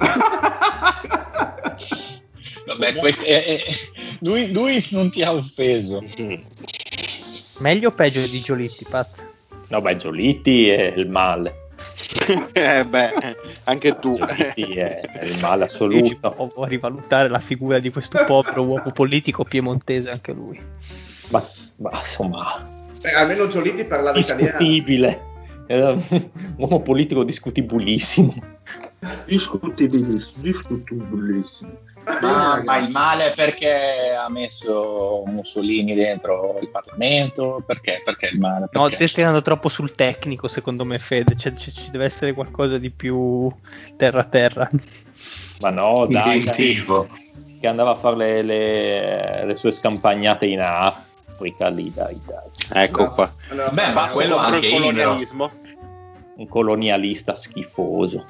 Vabbè, questo è, è, lui, lui non ti ha offeso. Meglio o peggio di Giolitti, Pat? No, beh, Giolitti è il male. eh beh, anche tu. Giolitti è, è il male assoluto. Ho, ho rivalutare la figura di questo povero uomo politico piemontese, anche lui. Ma, ma insomma, eh, almeno Giolitti parlava discutibile. italiano. Era un uomo politico discutibilissimo. Discutibilissimo, discutibilissimo. Ma, ma il male è perché ha messo Mussolini dentro il Parlamento? Perché? Perché il male? Perché? No, te stai andando troppo sul tecnico, secondo me, Fede. Cioè, c- ci deve essere qualcosa di più terra terra. Ma no, dai, dai, che andava a fare le, le, le sue scampagnate in Africa lì, dai, dai. Ecco no, qua. No, Beh, ma quello anche il colonialismo. Un colonialista schifoso.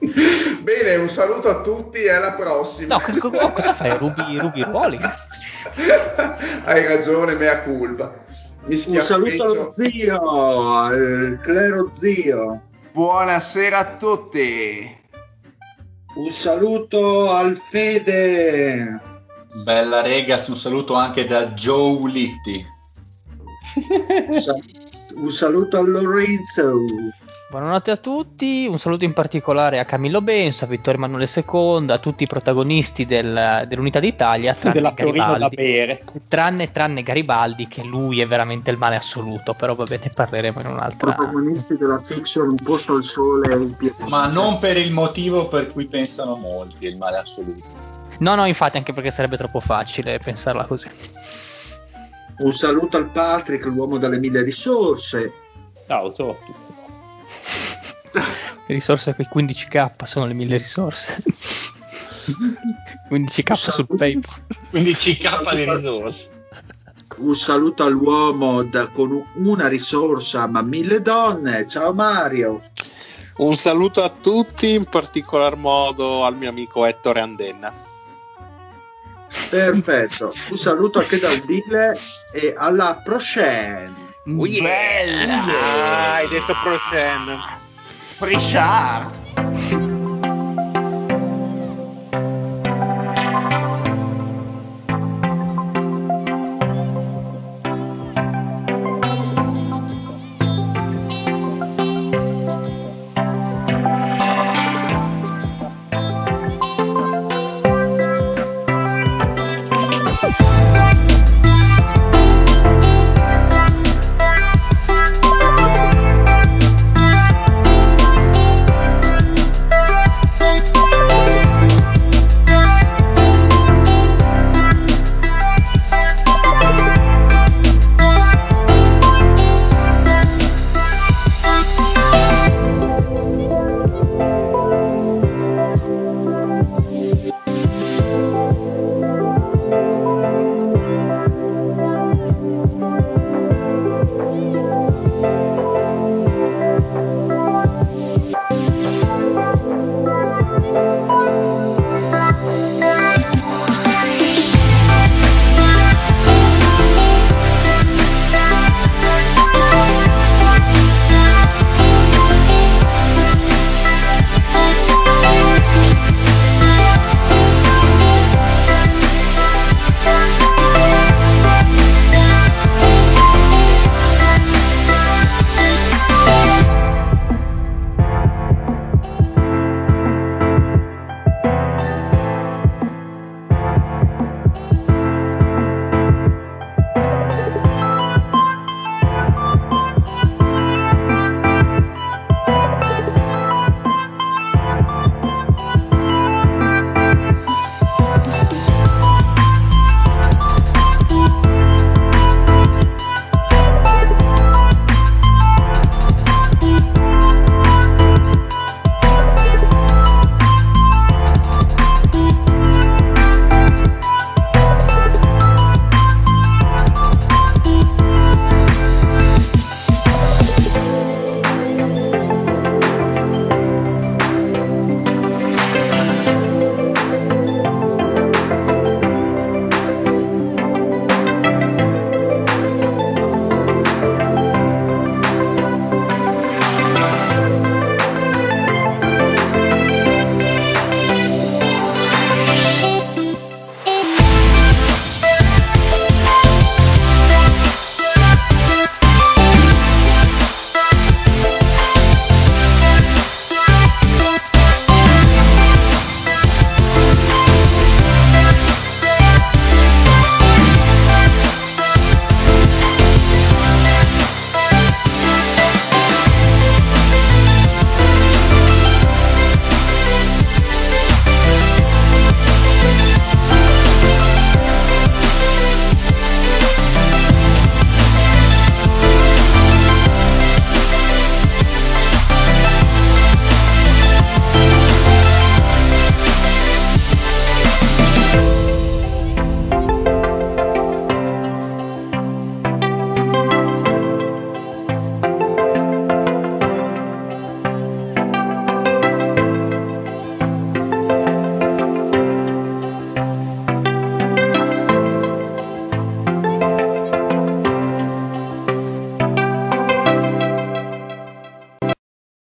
Bene, un saluto a tutti e alla prossima. No, co- co- cosa fai? Rubi, rubi ruoli? Hai ragione, mea culpa. Mi Un saluto allo zio, al clero zio. Buonasera a tutti. Un saluto al Fede. Bella Regas, un saluto anche da Joe Ulitti. Un saluto a Lorenzo. Buonanotte a tutti, un saluto in particolare a Camillo Benso, a Vittorio Emanuele secondo, a tutti i protagonisti del, dell'Unità d'Italia, tranne della Torino da Garibaldi. bere. Tranne, tranne Garibaldi, che lui è veramente il male assoluto, però vabbè, ne parleremo in un'altra. Protagonisti della fiction Un posto al sole in Piemonte. Ma non per il motivo per cui pensano molti, il male assoluto. No, no, infatti, anche perché sarebbe troppo facile pensarla così. Un saluto al Patrick, l'uomo dalle mille risorse. Ciao, ciao a tutti. Le risorse, quei quindici k sono le mille risorse. quindici k sul PayPal. quindici k di risorse. Un saluto all'uomo da, con una risorsa ma mille donne. Ciao Mario. Un saluto a tutti, in particolar modo al mio amico Ettore Andenna. Perfetto. Un saluto anche dal Dile e alla prochaine. Oh yeah. Bella! Ah, hai detto prochaine. Richard.